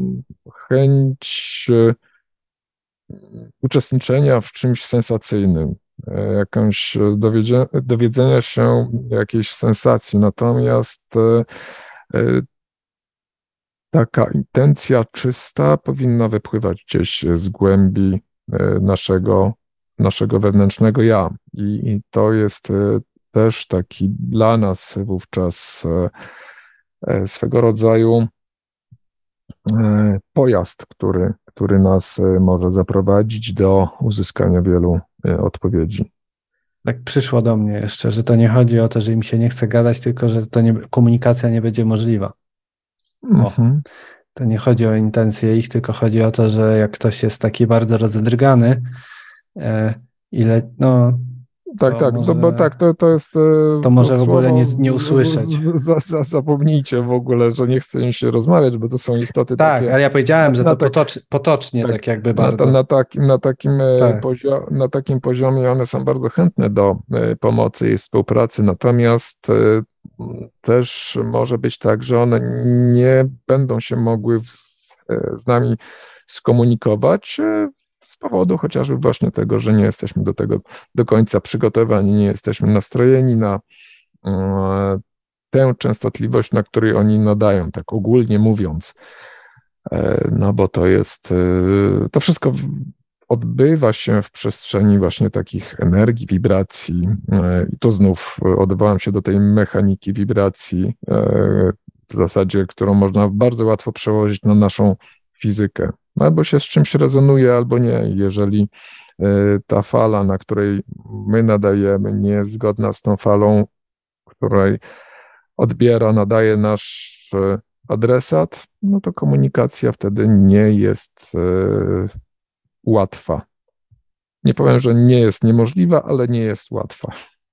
chęć uczestniczenia w czymś sensacyjnym, jakąś dowiedzie, dowiedzenia się jakiejś sensacji. Natomiast taka intencja czysta powinna wypływać gdzieś z głębi naszego, naszego wewnętrznego ja. I, I to jest też taki dla nas wówczas swego rodzaju pojazd, który, który nas może zaprowadzić do uzyskania wielu odpowiedzi. Tak przyszło do mnie jeszcze, że to nie chodzi o to, że im się nie chce gadać, tylko że to nie, komunikacja nie będzie możliwa. Mhm. To nie chodzi o intencje ich, tylko chodzi o to, że jak ktoś jest taki bardzo rozdrgany, ile, no... Tak, tak, może, no bo tak, to, to jest... To, to może w ogóle nie, nie usłyszeć. Z, z, z, zapomnijcie w ogóle, że nie chce im się rozmawiać, bo to są istoty tak, takie... Tak, ale ja powiedziałem, że to tak, potocz, potocznie tak, tak jakby bardzo. Na, na, takim, na, takim tak. pozio, na takim poziomie one są bardzo chętne do pomocy i współpracy, natomiast też może być tak, że one nie będą się mogły z, z nami skomunikować, z powodu chociażby właśnie tego, że nie jesteśmy do tego do końca przygotowani, nie jesteśmy nastrojeni na e, tę częstotliwość, na której oni nadają, tak ogólnie mówiąc. E, no bo to jest, e, to wszystko odbywa się w przestrzeni właśnie takich energii, wibracji e, i tu znów odwołam się do tej mechaniki wibracji, e, w zasadzie, którą można bardzo łatwo przełożyć na naszą fizykę. Albo się z czymś rezonuje, albo nie. Jeżeli ta fala, na której my nadajemy, nie jest zgodna z tą falą, której odbiera, nadaje nasz adresat, no to komunikacja wtedy nie jest łatwa. Nie powiem, że nie jest niemożliwa, ale nie jest łatwa.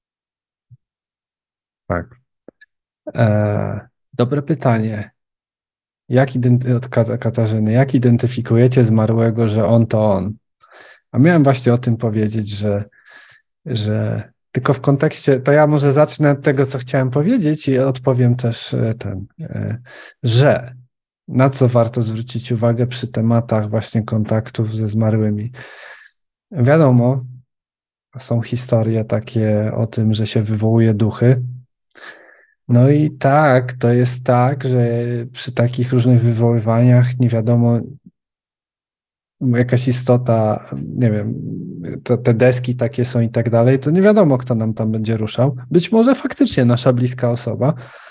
Tak. E, dobre pytanie. Jak identy- od Kat- Katarzyny, jak identyfikujecie zmarłego, że on to on? A miałem właśnie o tym powiedzieć, że, że tylko w kontekście, to ja może zacznę od tego, co chciałem powiedzieć i odpowiem też ten, że na co warto zwrócić uwagę przy tematach właśnie kontaktów ze zmarłymi. Wiadomo, są historie takie o tym, że się wywołuje duchy. No i tak, to jest tak, że przy takich różnych wywoływaniach nie wiadomo, jakaś istota, nie wiem, to, te deski takie są i tak dalej, to nie wiadomo, kto nam tam będzie ruszał. Być może faktycznie nasza bliska osoba.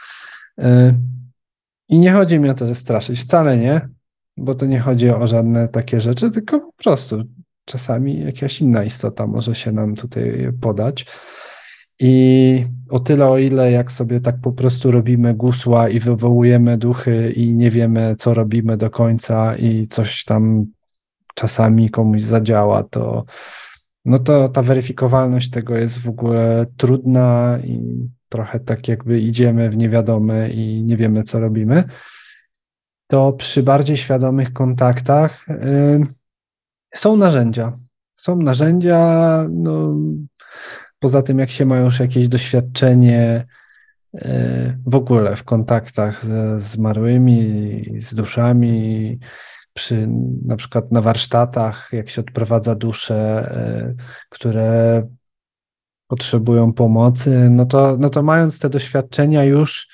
I nie chodzi mi o to, że straszyć, wcale nie, bo to nie chodzi o żadne takie rzeczy, tylko po prostu czasami jakaś inna istota może się nam tutaj podać. I o tyle, o ile jak sobie tak po prostu robimy gusła i wywołujemy duchy i nie wiemy, co robimy do końca i coś tam czasami komuś zadziała, to no to ta weryfikowalność tego jest w ogóle trudna i trochę tak jakby idziemy w niewiadome i nie wiemy, co robimy. To przy bardziej świadomych kontaktach yy, są narzędzia. Są narzędzia, no poza tym, jak się ma już jakieś doświadczenie w ogóle w kontaktach ze zmarłymi, z duszami, przy na przykład na warsztatach, jak się odprowadza dusze, które potrzebują pomocy, no to, no to mając te doświadczenia już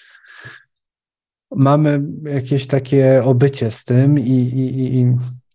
mamy jakieś takie obycie z tym i, i, i,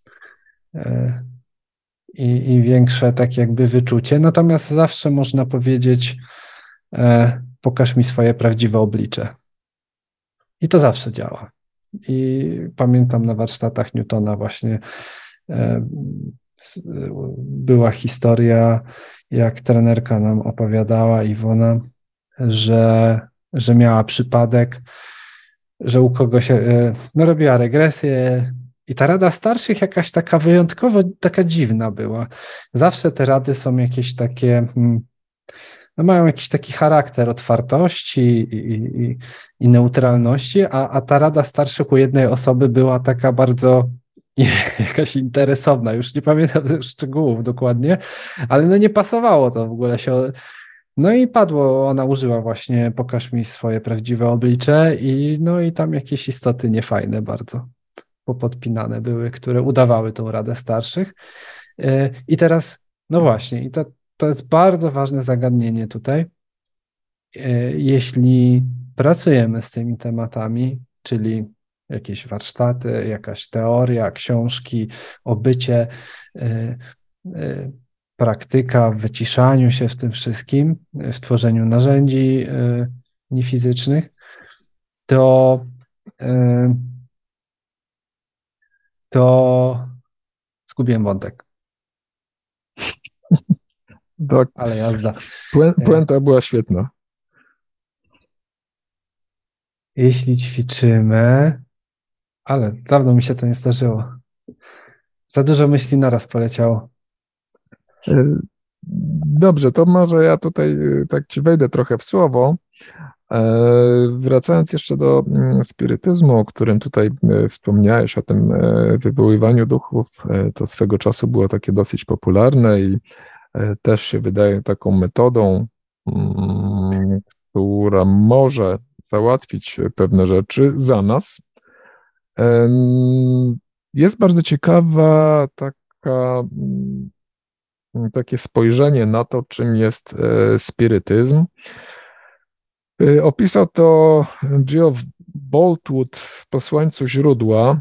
i, i większe tak jakby wyczucie. Natomiast zawsze można powiedzieć, e, pokaż mi swoje prawdziwe oblicze. I to zawsze działa. I pamiętam na warsztatach Newtona właśnie e, była historia, jak trenerka nam opowiadała, Iwona, że, że miała przypadek, że u kogoś e, no, robiła regresję. I ta rada starszych jakaś taka wyjątkowo, taka dziwna była. Zawsze te rady są jakieś takie, no mają jakiś taki charakter otwartości i, i, i neutralności, a, a ta rada starszych u jednej osoby była taka bardzo nie, jakaś interesowna. Już nie pamiętam szczegółów dokładnie, ale no nie pasowało to w ogóle się. No i padło, ona użyła właśnie pokaż mi swoje prawdziwe oblicze i no i tam jakieś istoty niefajne bardzo popodpinane były, które udawały tą radę starszych. I teraz, no właśnie, i to, to jest bardzo ważne zagadnienie tutaj. Jeśli pracujemy z tymi tematami, czyli jakieś warsztaty, jakaś teoria, książki, obycie, praktyka w wyciszaniu się w tym wszystkim, w tworzeniu narzędzi niefizycznych, to to zgubiłem wątek. Tak. Ale jazda. Puenta była świetna. Jeśli ćwiczymy, ale dawno mi się to nie zdarzyło. Za dużo myśli naraz poleciało. Dobrze, to może ja tutaj tak ci wejdę trochę w słowo. Wracając jeszcze do spirytyzmu, o którym tutaj wspomniałeś, o tym wywoływaniu duchów, to swego czasu było takie dosyć popularne i też się wydaje taką metodą, która może załatwić pewne rzeczy za nas. Jest bardzo ciekawa taka, takie spojrzenie na to, czym jest spirytyzm. Opisał to Geoff Boltwood w Posłańcu Źródła,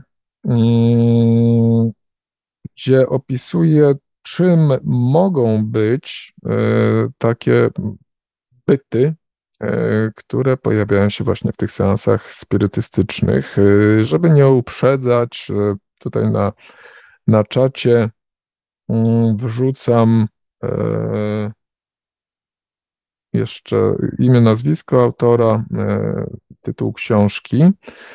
gdzie opisuje, czym mogą być takie byty, które pojawiają się właśnie w tych seansach spirytystycznych. Żeby nie uprzedzać, tutaj na, na czacie wrzucam jeszcze imię, nazwisko autora, tytuł książki.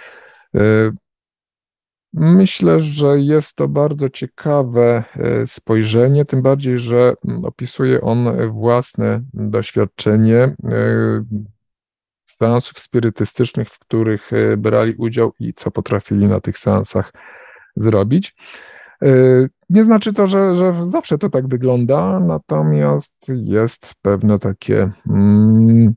Myślę, że jest to bardzo ciekawe spojrzenie, tym bardziej, że opisuje on własne doświadczenie seansów spirytystycznych, w których brali udział i co potrafili na tych seansach zrobić. Nie znaczy to, że, że zawsze to tak wygląda, natomiast jest pewne takie, mm,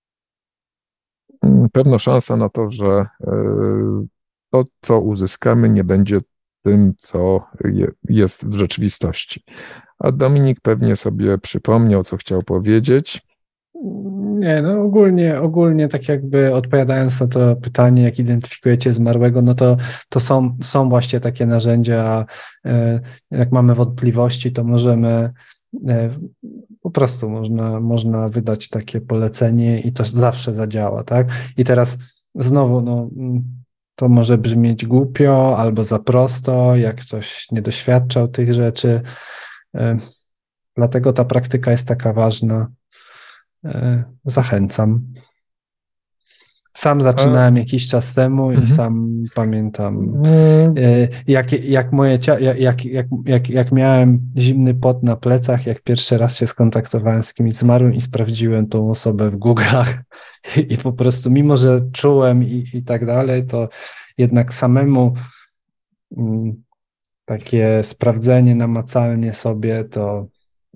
pewna szansa na to, że to, co uzyskamy, nie będzie tym, co je, jest w rzeczywistości. A Dominik pewnie sobie przypomniał, co chciał powiedzieć. Nie, no ogólnie, ogólnie tak jakby odpowiadając na to pytanie, jak identyfikujecie zmarłego, no to, to są, są właśnie takie narzędzia, jak mamy wątpliwości, to możemy po prostu można, można wydać takie polecenie i to zawsze zadziała, tak? I teraz znowu, no to może brzmieć głupio albo za prosto, jak ktoś nie doświadczał tych rzeczy, dlatego ta praktyka jest taka ważna. Zachęcam. Sam zaczynałem jakiś czas temu i mhm. sam pamiętam, jak, jak moje cia- jak, jak, jak, jak miałem zimny pot na plecach, jak pierwszy raz się skontaktowałem z kimś zmarłym i sprawdziłem tą osobę w Google'ach i, i po prostu, mimo że czułem i, i tak dalej, to jednak samemu m, takie sprawdzenie namacalnie sobie to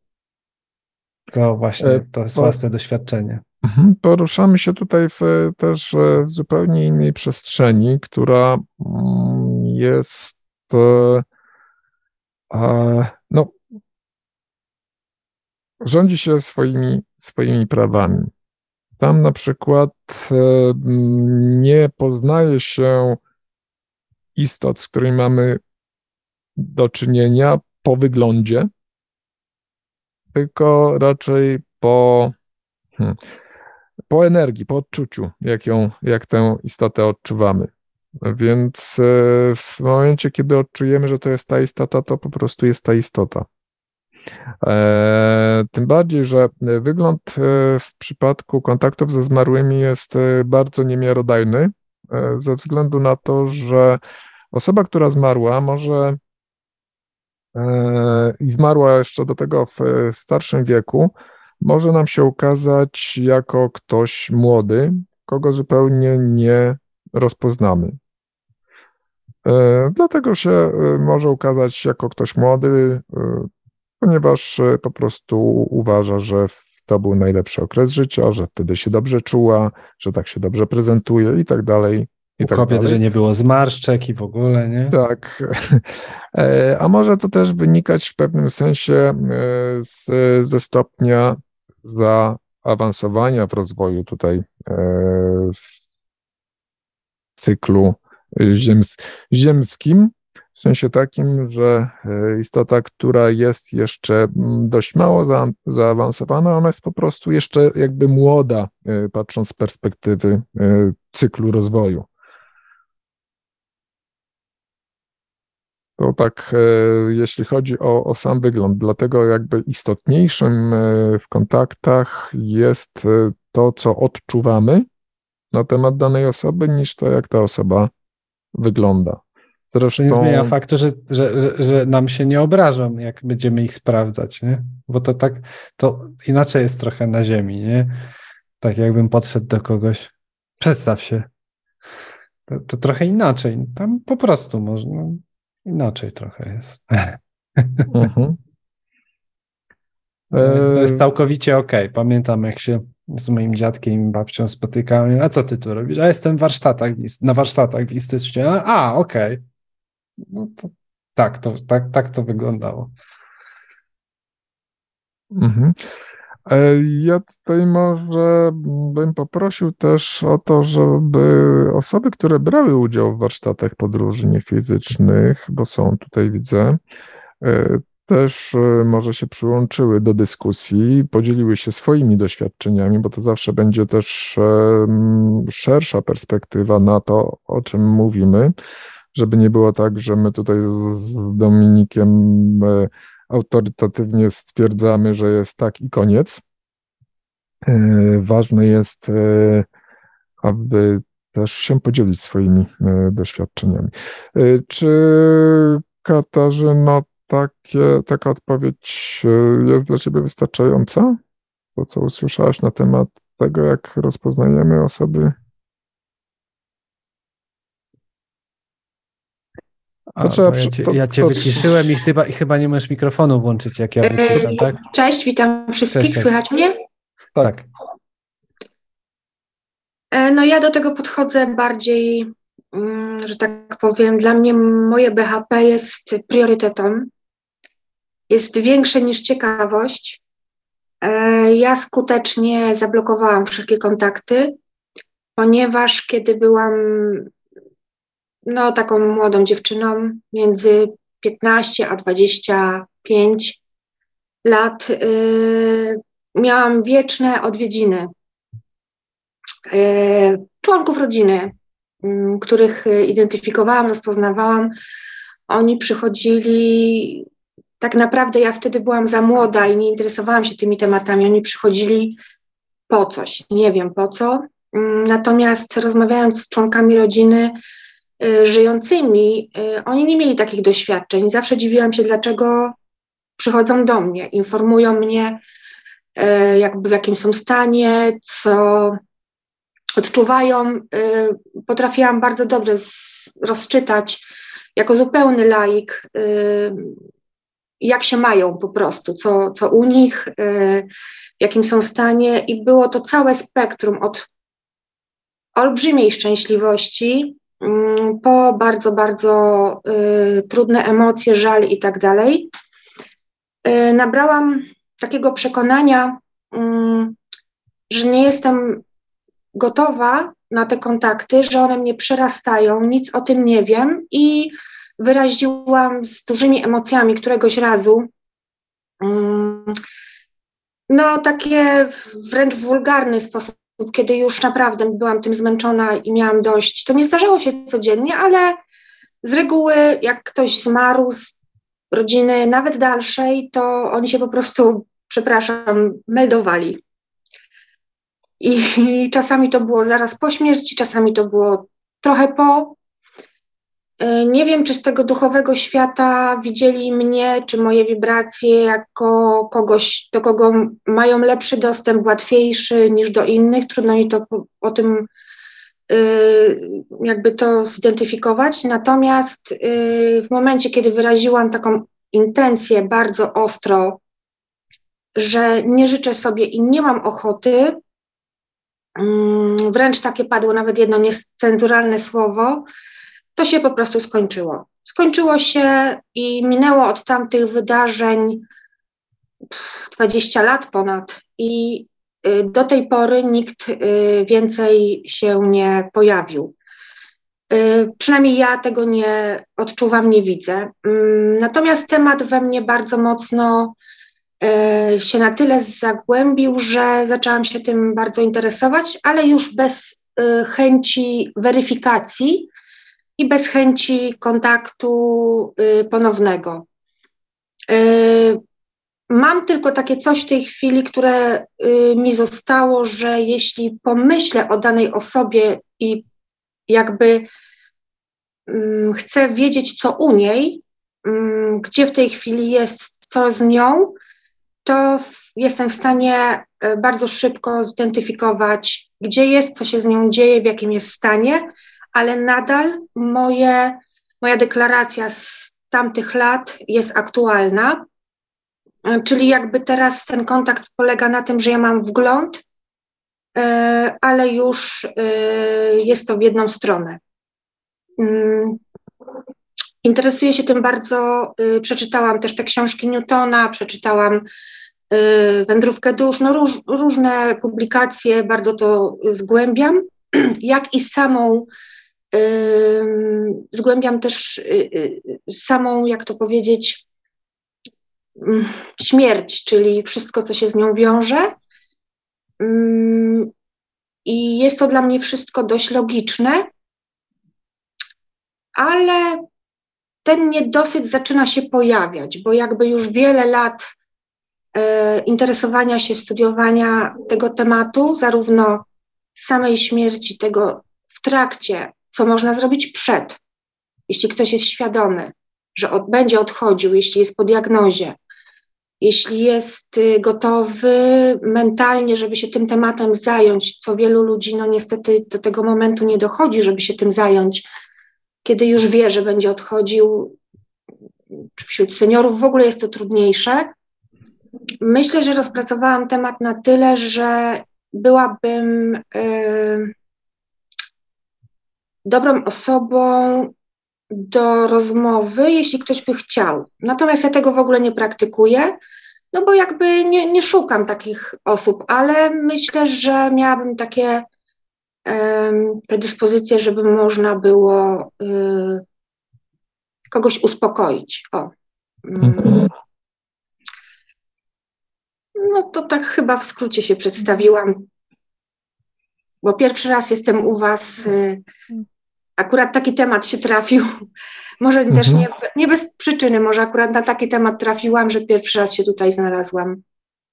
To właśnie, to jest własne doświadczenie. Poruszamy się tutaj w, też w zupełnie innej przestrzeni, która jest no, rządzi się swoimi, swoimi prawami. Tam na przykład nie poznaje się istot, z którymi mamy do czynienia po wyglądzie, tylko raczej po, hmm, po energii, po odczuciu, jak, ją, jak tę istotę odczuwamy. Więc w momencie, kiedy odczujemy, że to jest ta istota, to po prostu jest ta istota. E, tym bardziej, że wygląd w przypadku kontaktów ze zmarłymi jest bardzo niemiarodajny, ze względu na to, że osoba, która zmarła, może i zmarła jeszcze do tego w starszym wieku, może nam się ukazać jako ktoś młody, kogo zupełnie nie rozpoznamy. Dlatego się może ukazać jako ktoś młody, ponieważ po prostu uważa, że to był najlepszy okres życia, że wtedy się dobrze czuła, że tak się dobrze prezentuje i tak dalej. U tak kobiet, dalej. Że nie było zmarszczek i w ogóle, nie? Tak. A może to też wynikać w pewnym sensie z, ze stopnia zaawansowania w rozwoju tutaj w cyklu ziems, ziemskim, w sensie takim, że istota, która jest jeszcze dość mało za, zaawansowana, ona jest po prostu jeszcze jakby młoda, patrząc z perspektywy cyklu rozwoju. To tak, jeśli chodzi o, o sam wygląd, dlatego jakby istotniejszym w kontaktach jest to, co odczuwamy na temat danej osoby, niż to, jak ta osoba wygląda. Zresztą nie zmienia faktu, że, że, że, że nam się nie obrażą, jak będziemy ich sprawdzać, nie? Bo to tak, to inaczej jest trochę na ziemi, nie? Tak jakbym podszedł do kogoś, przedstaw się. To, to trochę inaczej. Tam po prostu można, inaczej trochę jest. Uh-huh. To jest całkowicie okej. Okay. Pamiętam, jak się z moim dziadkiem i babcią spotykałem, a co ty tu robisz? A jestem w warsztatach, na warsztatach w Istycznie. A, a okej. Okay. No to tak, to, tak, tak to wyglądało. Mhm. Ja tutaj może bym poprosił też o to, żeby osoby, które brały udział w warsztatach podróży niefizycznych, bo są tutaj, widzę, też może się przyłączyły do dyskusji, podzieliły się swoimi doświadczeniami, bo to zawsze będzie też szersza perspektywa na to, o czym mówimy, żeby nie było tak, że my tutaj z Dominikiem autorytatywnie stwierdzamy, że jest tak i koniec. ważne jest, aby też się podzielić swoimi doświadczeniami. Czy Katarzyno, takie, taka odpowiedź jest dla Ciebie wystarczająca? To, co usłyszałaś na temat tego, jak rozpoznajemy osoby? A, Znaczy, bo ja cię, to- ja cię to- wyciszyłem i chyba, i chyba nie możesz mikrofonu włączyć, jak ja wyciszam, tak? Cześć, witam wszystkich. Cześć. Słychać mnie? Tak. E, No ja do tego podchodzę bardziej, mm, że tak powiem, dla mnie moje B H P jest priorytetem. Jest większe niż ciekawość. E, Ja skutecznie zablokowałam wszelkie kontakty, ponieważ kiedy byłam no, taką młodą dziewczyną, między piętnaście a dwadzieścia pięć lat, y, miałam wieczne odwiedziny y, członków rodziny, y, których identyfikowałam, rozpoznawałam. Oni przychodzili, tak naprawdę ja wtedy byłam za młoda i nie interesowałam się tymi tematami. Oni przychodzili po coś, nie wiem po co. Y, Natomiast rozmawiając z członkami rodziny y, żyjącymi, y, oni nie mieli takich doświadczeń. Zawsze dziwiłam się, dlaczego przychodzą do mnie, informują mnie, y, jakby w jakim są stanie, co odczuwają. Y, Potrafiłam bardzo dobrze z, rozczytać jako zupełny laik, y, jak się mają po prostu, co, co u nich, y, w jakim są stanie, i było to całe spektrum od olbrzymiej szczęśliwości y, po bardzo, bardzo y, trudne emocje, żal i tak dalej. Y, Nabrałam takiego przekonania, y, że nie jestem gotowa na te kontakty, że one mnie przerastają, nic o tym nie wiem, i wyraziłam z dużymi emocjami któregoś razu mm, no takie wręcz wulgarny sposób, kiedy już naprawdę byłam tym zmęczona i miałam dość. To nie zdarzało się codziennie, ale z reguły jak ktoś zmarł z rodziny, nawet dalszej, to oni się po prostu, przepraszam, meldowali. I, I czasami to było zaraz po śmierci, czasami to było trochę po. Y, Nie wiem, czy z tego duchowego świata widzieli mnie, czy moje wibracje jako kogoś, do kogo mają lepszy dostęp, łatwiejszy niż do innych. Trudno mi to po, o tym y, jakby to zidentyfikować. Natomiast y, w momencie, kiedy wyraziłam taką intencję bardzo ostro, że nie życzę sobie i nie mam ochoty, wręcz takie padło nawet jedno niecenzuralne słowo, to się po prostu skończyło. Skończyło się i minęło od tamtych wydarzeń dwadzieścia lat ponad, i do tej pory nikt więcej się nie pojawił. Przynajmniej ja tego nie odczuwam, nie widzę. Natomiast temat we mnie bardzo mocno się na tyle zagłębił, że zaczęłam się tym bardzo interesować, ale już bez chęci weryfikacji i bez chęci kontaktu ponownego. Mam tylko takie coś w tej chwili, które mi zostało, że jeśli pomyślę o danej osobie i jakby chcę wiedzieć, co u niej, gdzie w tej chwili jest, co z nią, to jestem w stanie bardzo szybko zidentyfikować, gdzie jest, co się z nią dzieje, w jakim jest stanie, ale nadal moje, moja deklaracja z tamtych lat jest aktualna. Czyli jakby teraz ten kontakt polega na tym, że ja mam wgląd, ale już jest to w jedną stronę. Interesuję się tym bardzo, przeczytałam też te książki Newtona, przeczytałam Wędrówkę dusz, no róż, różne publikacje, bardzo to zgłębiam, jak i samą, zgłębiam też samą, jak to powiedzieć, śmierć, czyli wszystko, co się z nią wiąże. I jest to dla mnie wszystko dość logiczne, ale ten niedosyt zaczyna się pojawiać, bo jakby już wiele lat interesowania się, studiowania tego tematu, zarówno samej śmierci, tego w trakcie, co można zrobić przed, jeśli ktoś jest świadomy, że od, będzie odchodził, jeśli jest po diagnozie, jeśli jest gotowy mentalnie, żeby się tym tematem zająć, co wielu ludzi, no niestety do tego momentu nie dochodzi, żeby się tym zająć, kiedy już wie, że będzie odchodził. Wśród seniorów w ogóle jest to trudniejsze. Myślę, że rozpracowałam temat na tyle, że byłabym y, dobrą osobą do rozmowy, jeśli ktoś by chciał. Natomiast ja tego w ogóle nie praktykuję, no bo jakby nie, nie szukam takich osób, ale myślę, że miałabym takie y, predyspozycje, żeby można było y, kogoś uspokoić. O. Mhm. No to tak chyba w skrócie się przedstawiłam, bo pierwszy raz jestem u was, y, akurat taki temat się trafił, może Mhm. też nie, nie bez przyczyny, może akurat na taki temat trafiłam, że pierwszy raz się tutaj znalazłam.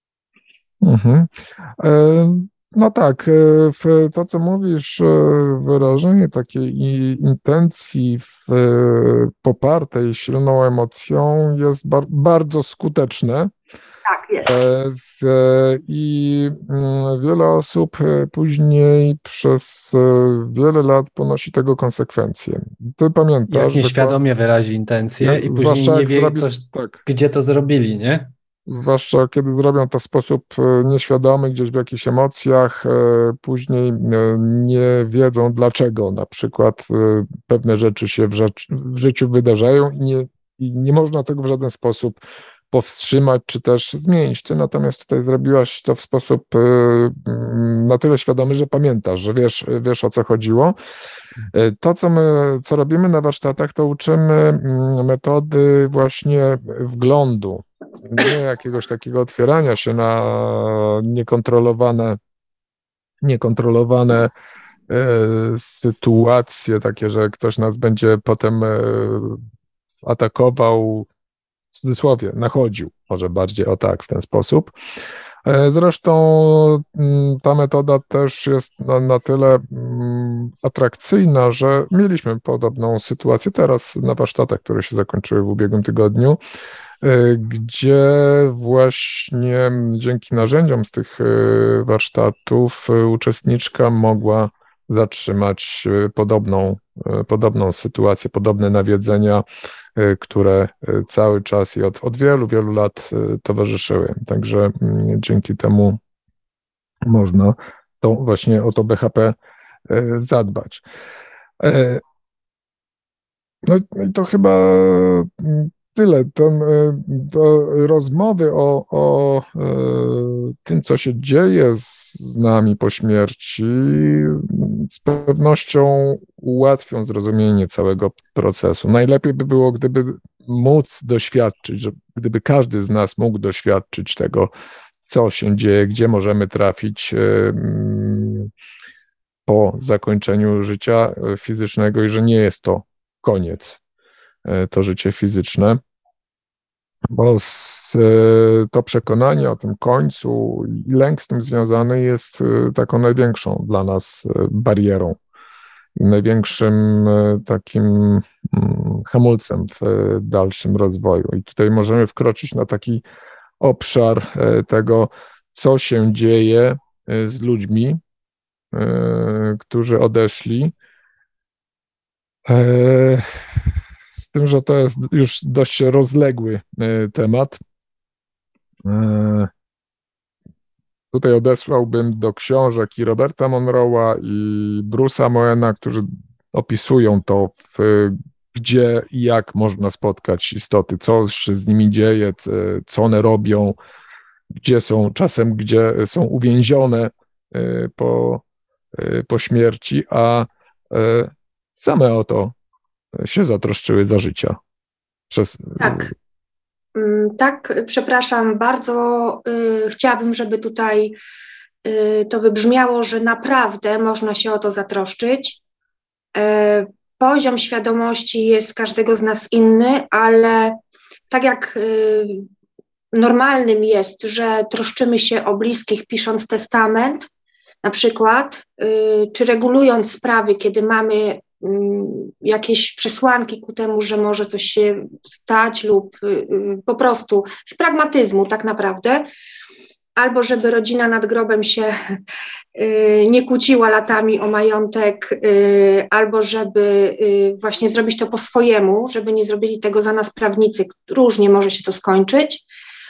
Mhm. E, No tak, e, w to co mówisz, e, wyrażenie takiej i- intencji w, e, popartej silną emocją jest bar bardzo skuteczne. Tak, jest. E, w- I mm, wiele osób e, później przez e, wiele lat ponosi tego konsekwencje. Ty pamiętasz, Jak dokładnie- nieświadomie wyrazi intencje Ja- i później zwłaszcza nie jak wie, zrobi- coś, tak. gdzie to zrobili, nie? Zwłaszcza kiedy zrobią to w sposób e, nieświadomy, gdzieś w jakichś emocjach, e, później e, nie wiedzą dlaczego na przykład e, pewne rzeczy się w, rzecz, w życiu wydarzają i nie, i nie można tego w żaden sposób powstrzymać czy też zmienić. Ty natomiast tutaj zrobiłaś to w sposób e, mm, na tyle świadomy, że pamiętasz, że wiesz, wiesz o co chodziło. E, To, co my, co robimy na warsztatach, to uczymy mm, metody właśnie wglądu, nie jakiegoś takiego otwierania się na niekontrolowane, niekontrolowane e, sytuacje, takie, że ktoś nas będzie potem e, atakował, w cudzysłowie, nachodził, może bardziej o tak, w ten sposób. E, Zresztą mm, ta metoda też jest na, na tyle mm, atrakcyjna, że mieliśmy podobną sytuację teraz na warsztatach, które się zakończyły w ubiegłym tygodniu, e, gdzie właśnie dzięki narzędziom z tych e, warsztatów e, uczestniczka mogła zatrzymać e, podobną, e, podobną sytuację, podobne nawiedzenia, e, które e, cały czas i od, od wielu, wielu lat e, towarzyszyły. Także mm, dzięki temu można to właśnie o to B H P e, zadbać. E, No no i to chyba mm, tyle. Ten, e, to rozmowy o, o e, tym, co się dzieje z, z nami po śmierci, z pewnością ułatwią zrozumienie całego procesu. Najlepiej by było, gdyby móc doświadczyć, że gdyby każdy z nas mógł doświadczyć tego, co się dzieje, gdzie możemy trafić e, mm, po zakończeniu życia e, fizycznego i że nie jest to koniec, e, to życie fizyczne, bo z, e, to przekonanie o tym końcu i lęk z tym związany jest e, taką największą dla nas e, barierą i największym e, takim mm, hamulcem w e, dalszym rozwoju. I tutaj możemy wkroczyć na taki obszar e, tego, co się dzieje e, z ludźmi, e, którzy odeszli. E, Z tym, że to jest już dość rozległy e, temat. E, Tutaj odesłałbym do książek i Roberta Monroe'a i Bruce'a Moena, którzy opisują to, w, gdzie i jak można spotkać istoty, co się z nimi dzieje, c- co one robią, gdzie są, czasem gdzie są uwięzione e, po, e, po śmierci, a e, same o to się zatroszczyły za życia. Przez, Tak. Mm, Tak, przepraszam bardzo. y, Chciałabym, żeby tutaj y, to wybrzmiało, że naprawdę można się o to zatroszczyć. E, Poziom świadomości jest każdego z nas inny, ale tak jak y, normalnym jest, że troszczymy się o bliskich, pisząc testament, na przykład, czy regulując sprawy, kiedy mamy jakieś przesłanki ku temu, że może coś się stać lub po prostu z pragmatyzmu tak naprawdę, albo żeby rodzina nad grobem się nie kłóciła latami o majątek, albo żeby właśnie zrobić to po swojemu, żeby nie zrobili tego za nas prawnicy, różnie może się to skończyć,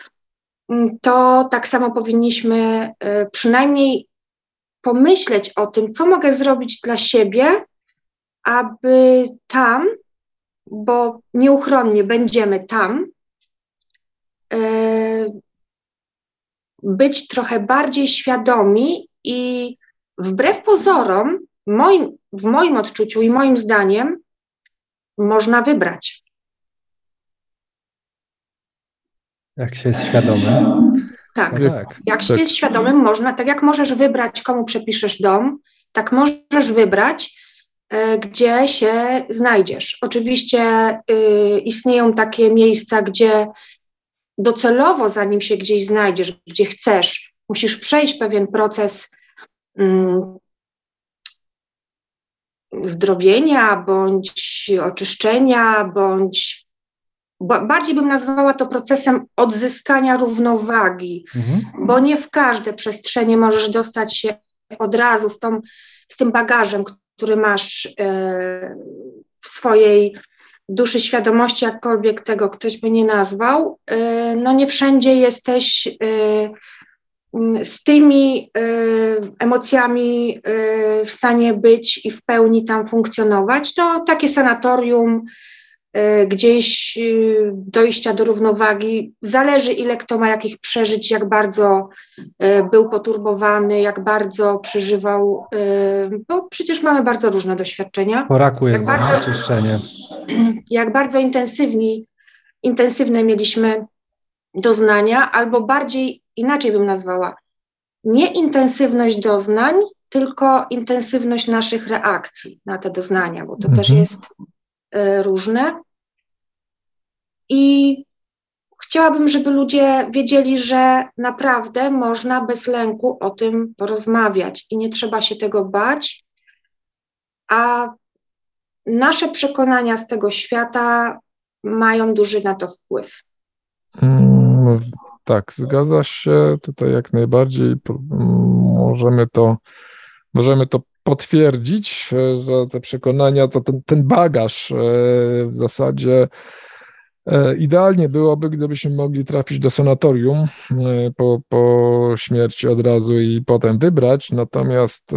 to tak samo powinniśmy przynajmniej pomyśleć o tym, co mogę zrobić dla siebie, aby tam, bo nieuchronnie będziemy tam, być trochę bardziej świadomi i wbrew pozorom, moim, w moim odczuciu i moim zdaniem, można wybrać. Jak się jest świadomym. Tak, No tak. jak się tak. jest świadomym, można, tak jak możesz wybrać, komu przepiszesz dom, tak możesz wybrać, y, gdzie się znajdziesz. Oczywiście y, istnieją takie miejsca, gdzie docelowo, zanim się gdzieś znajdziesz, gdzie chcesz, musisz przejść pewien proces um, zdrowienia, bądź oczyszczenia, bądź ba, bardziej bym nazwała to procesem odzyskania równowagi, mhm. bo nie w każde przestrzenie możesz dostać się od razu z, tą, z tym bagażem, który masz e, w swojej duszy, świadomości, jakkolwiek tego ktoś by nie nazwał, no nie wszędzie jesteś z tymi emocjami w stanie być i w pełni tam funkcjonować. No takie sanatorium, gdzieś dojścia do równowagi, zależy ile kto ma jakich przeżyć, jak bardzo był poturbowany, jak bardzo przeżywał, bo przecież mamy bardzo różne doświadczenia. Po raku jest jak bardzo, oczyszczenie. Jak bardzo intensywni, intensywne mieliśmy doznania, albo bardziej inaczej bym nazwała, nie intensywność doznań, tylko intensywność naszych reakcji na te doznania, bo to mhm. też jest y, różne. I chciałabym, żeby ludzie wiedzieli, że naprawdę można bez lęku o tym porozmawiać i nie trzeba się tego bać, a nasze przekonania z tego świata mają duży na to wpływ. No, tak, zgadza się. Tutaj jak najbardziej możemy to, możemy to potwierdzić, że te przekonania, to ten, ten bagaż w zasadzie idealnie byłoby, gdybyśmy mogli trafić do sanatorium po, po śmierci od razu i potem wybrać, natomiast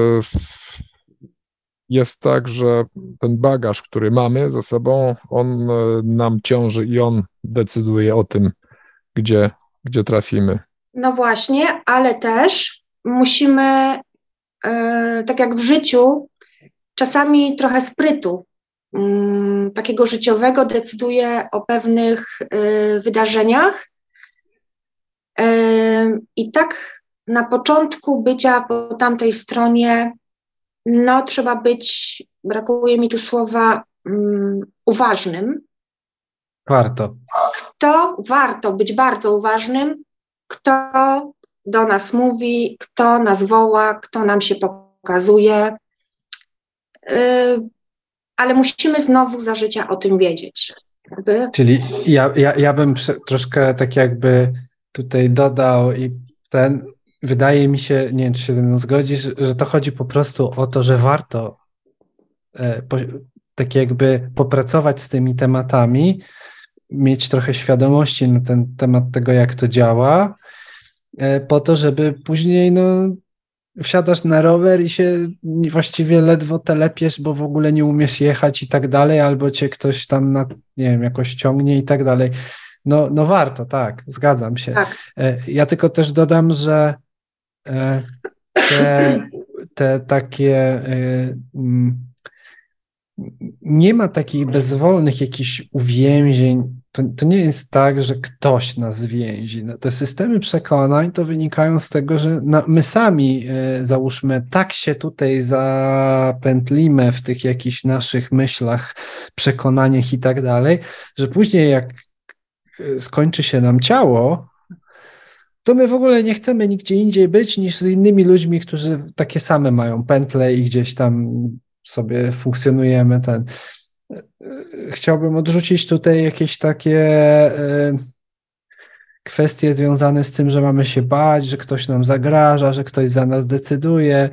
jest tak, że ten bagaż, który mamy ze sobą, on nam ciąży i on decyduje o tym, gdzie, gdzie trafimy. No właśnie, ale też musimy, yy, tak jak w życiu, czasami trochę sprytu, yy, takiego życiowego decyduje o pewnych yy, wydarzeniach. Yy, I tak na początku bycia po tamtej stronie, no trzeba być, brakuje mi tu słowa, um, uważnym. Warto. Kto warto być bardzo uważnym, kto do nas mówi, kto nas woła, kto nam się pokazuje, yy, ale musimy znowu za życia o tym wiedzieć. Jakby. Czyli ja, ja, ja bym troszkę tak jakby tutaj dodał i ten... Wydaje mi się, nie wiem, czy się ze mną zgodzisz, że to chodzi po prostu o to, że warto e, po, tak jakby popracować z tymi tematami, mieć trochę świadomości na ten temat tego, jak to działa, e, po to, żeby później no, wsiadasz na rower i się właściwie ledwo telepiesz, bo w ogóle nie umiesz jechać i tak dalej, albo cię ktoś tam, na, nie wiem, jakoś ciągnie i tak dalej. No, no warto, tak, zgadzam się. Tak. E, ja tylko też dodam, że Te, te takie nie ma takich bezwolnych jakichś uwięzień. To, to nie jest tak, że ktoś nas więzi. No, te systemy przekonań to wynikają z tego, że na, my sami załóżmy tak się tutaj zapętlimy w tych jakichś naszych myślach, przekonaniach i tak dalej, że później jak skończy się nam ciało, to my w ogóle nie chcemy nigdzie indziej być niż z innymi ludźmi, którzy takie same mają pętle i gdzieś tam sobie funkcjonujemy. Ten. Chciałbym odrzucić tutaj jakieś takie kwestie związane z tym, że mamy się bać, że ktoś nam zagraża, że ktoś za nas decyduje.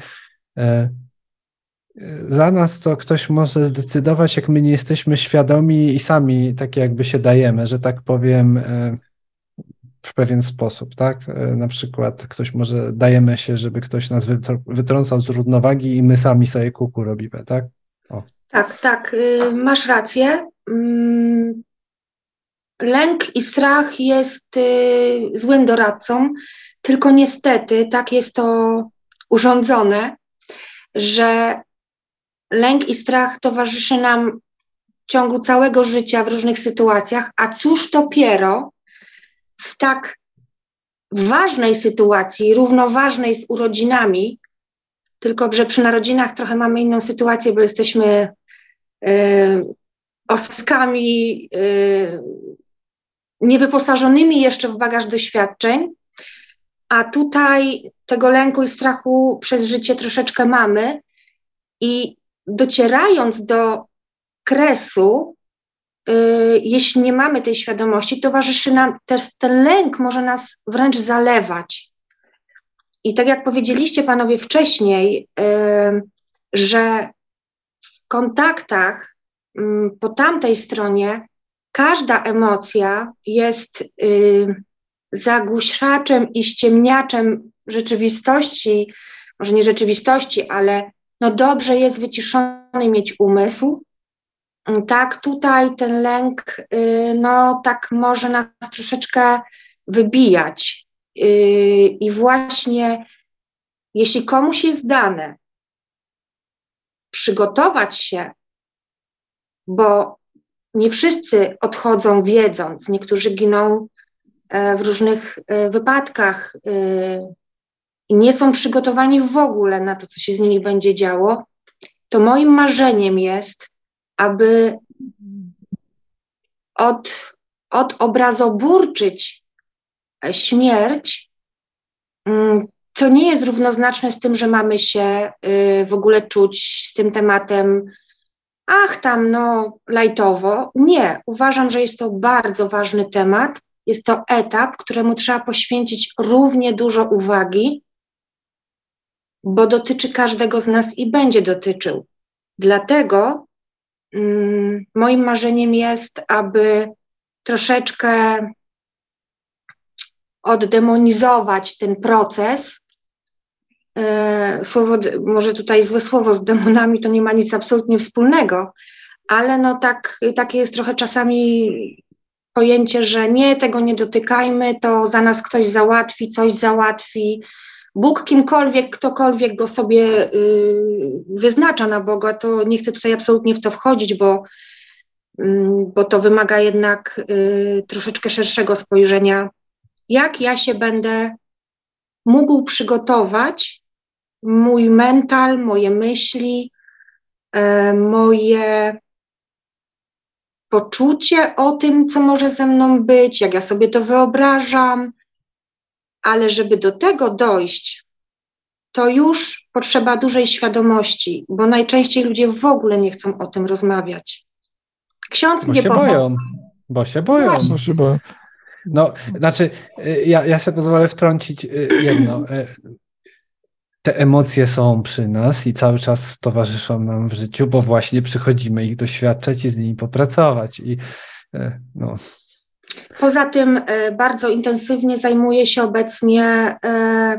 Za nas to ktoś może zdecydować, jak my nie jesteśmy świadomi i sami tak jakby się dajemy, że tak powiem, w pewien sposób, tak? Na przykład ktoś może, dajemy się, żeby ktoś nas wytrącał z równowagi i my sami sobie kuku robimy, tak? O. Tak, tak, masz rację. Lęk i strach jest złym doradcą, tylko niestety tak jest to urządzone, że lęk i strach towarzyszy nam w ciągu całego życia w różnych sytuacjach, a cóż dopiero w tak ważnej sytuacji, równoważnej z urodzinami, tylko że przy narodzinach trochę mamy inną sytuację, bo jesteśmy y, oskami y, niewyposażonymi jeszcze w bagaż doświadczeń, a tutaj tego lęku i strachu przez życie troszeczkę mamy i docierając do kresu, Yy, jeśli nie mamy tej świadomości, towarzyszy nam też ten lęk, może nas wręcz zalewać. I tak jak powiedzieliście panowie wcześniej, yy, że w kontaktach yy, po tamtej stronie każda emocja jest yy, zagłuszaczem i ściemniaczem rzeczywistości, może nie rzeczywistości, ale no dobrze jest wyciszony mieć umysł. Tak, tutaj ten lęk, no tak może nas troszeczkę wybijać i właśnie jeśli komuś jest dane przygotować się, bo nie wszyscy odchodzą wiedząc, niektórzy giną w różnych wypadkach i nie są przygotowani w ogóle na to, co się z nimi będzie działo, to moim marzeniem jest, aby od, odobrazoburczyć śmierć, co nie jest równoznaczne z tym, że mamy się w ogóle czuć z tym tematem, ach tam no lajtowo. Nie, uważam, że jest to bardzo ważny temat, jest to etap, któremu trzeba poświęcić równie dużo uwagi, bo dotyczy każdego z nas i będzie dotyczył. Dlatego moim marzeniem jest, aby troszeczkę oddemonizować ten proces. Słowo, może tutaj złe słowo z demonami to nie ma nic absolutnie wspólnego, ale no tak, takie jest trochę czasami pojęcie, że nie, tego nie dotykajmy, to za nas ktoś załatwi, coś załatwi. Bóg kimkolwiek, ktokolwiek go sobie y, wyznacza na Boga, to nie chcę tutaj absolutnie w to wchodzić, bo, y, bo to wymaga jednak y, troszeczkę szerszego spojrzenia. Jak ja się będę mógł przygotować, mój mental, moje myśli, y, moje poczucie o tym, co może ze mną być, jak ja sobie to wyobrażam, ale żeby do tego dojść, to już potrzeba dużej świadomości, bo najczęściej ludzie w ogóle nie chcą o tym rozmawiać. Ksiądz bo mnie się pomógł. boją, bo się boją. Właśnie. No, chyba. No, znaczy, ja, ja sobie pozwolę wtrącić jedno. Te emocje są przy nas i cały czas towarzyszą nam w życiu, bo właśnie przychodzimy ich doświadczać i z nimi popracować. I no... Poza tym y, bardzo intensywnie zajmuję się obecnie y,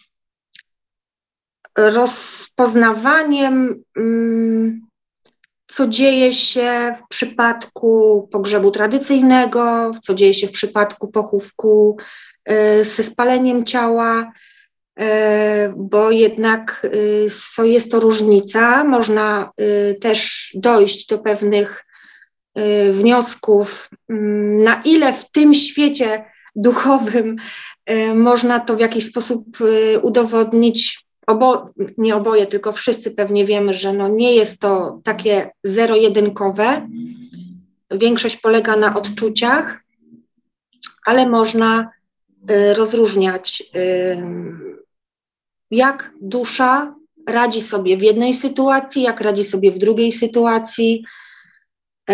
rozpoznawaniem, y, co dzieje się w przypadku pogrzebu tradycyjnego, co dzieje się w przypadku pochówku y, ze spaleniem ciała, y, bo jednak y, jest to różnica. Można y, też dojść do pewnych wniosków, na ile w tym świecie duchowym można to w jakiś sposób udowodnić, obo, nie oboje, tylko wszyscy pewnie wiemy, że no nie jest to takie zero-jedynkowe. Większość polega na odczuciach ale można y, rozróżniać, y, jak dusza radzi sobie w jednej sytuacji, jak radzi sobie w drugiej sytuacji. Y,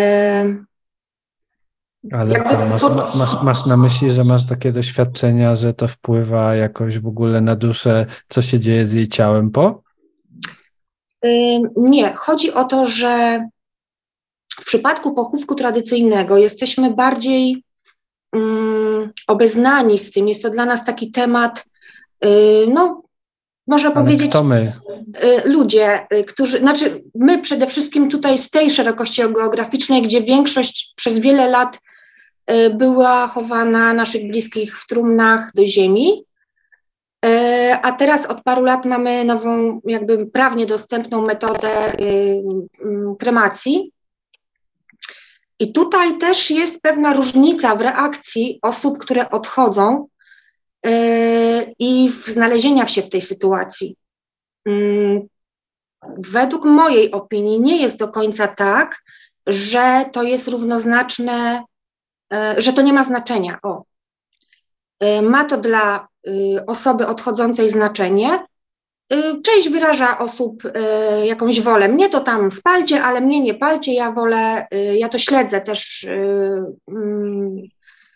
Ale jakby co, masz, pod- ma- masz, masz na myśli, że masz takie doświadczenia, że to wpływa jakoś w ogóle na duszę, co się dzieje z jej ciałem po? y, nie, chodzi o to, że w przypadku pochówku tradycyjnego jesteśmy bardziej um, obeznani z tym. Jest to dla nas taki temat, y, no, można Ale powiedzieć, kto my? y, ludzie, y, którzy, znaczy my przede wszystkim tutaj z tej szerokości geograficznej, gdzie większość przez wiele lat y, była chowana naszych bliskich w trumnach do ziemi, y, a teraz od paru lat mamy nową, jakby prawnie dostępną metodę y, y, kremacji. I tutaj też jest pewna różnica w reakcji osób, które odchodzą yy, i w znalezienia się w tej sytuacji. Yy, według mojej opinii nie jest do końca tak, że to jest równoznaczne, yy, że to nie ma znaczenia. O. Yy, ma to dla yy, osoby odchodzącej znaczenie. Część wyraża osób y, jakąś wolę. Mnie to tam spalcie, ale mnie nie palcie, ja wolę, y, ja to śledzę też y, y,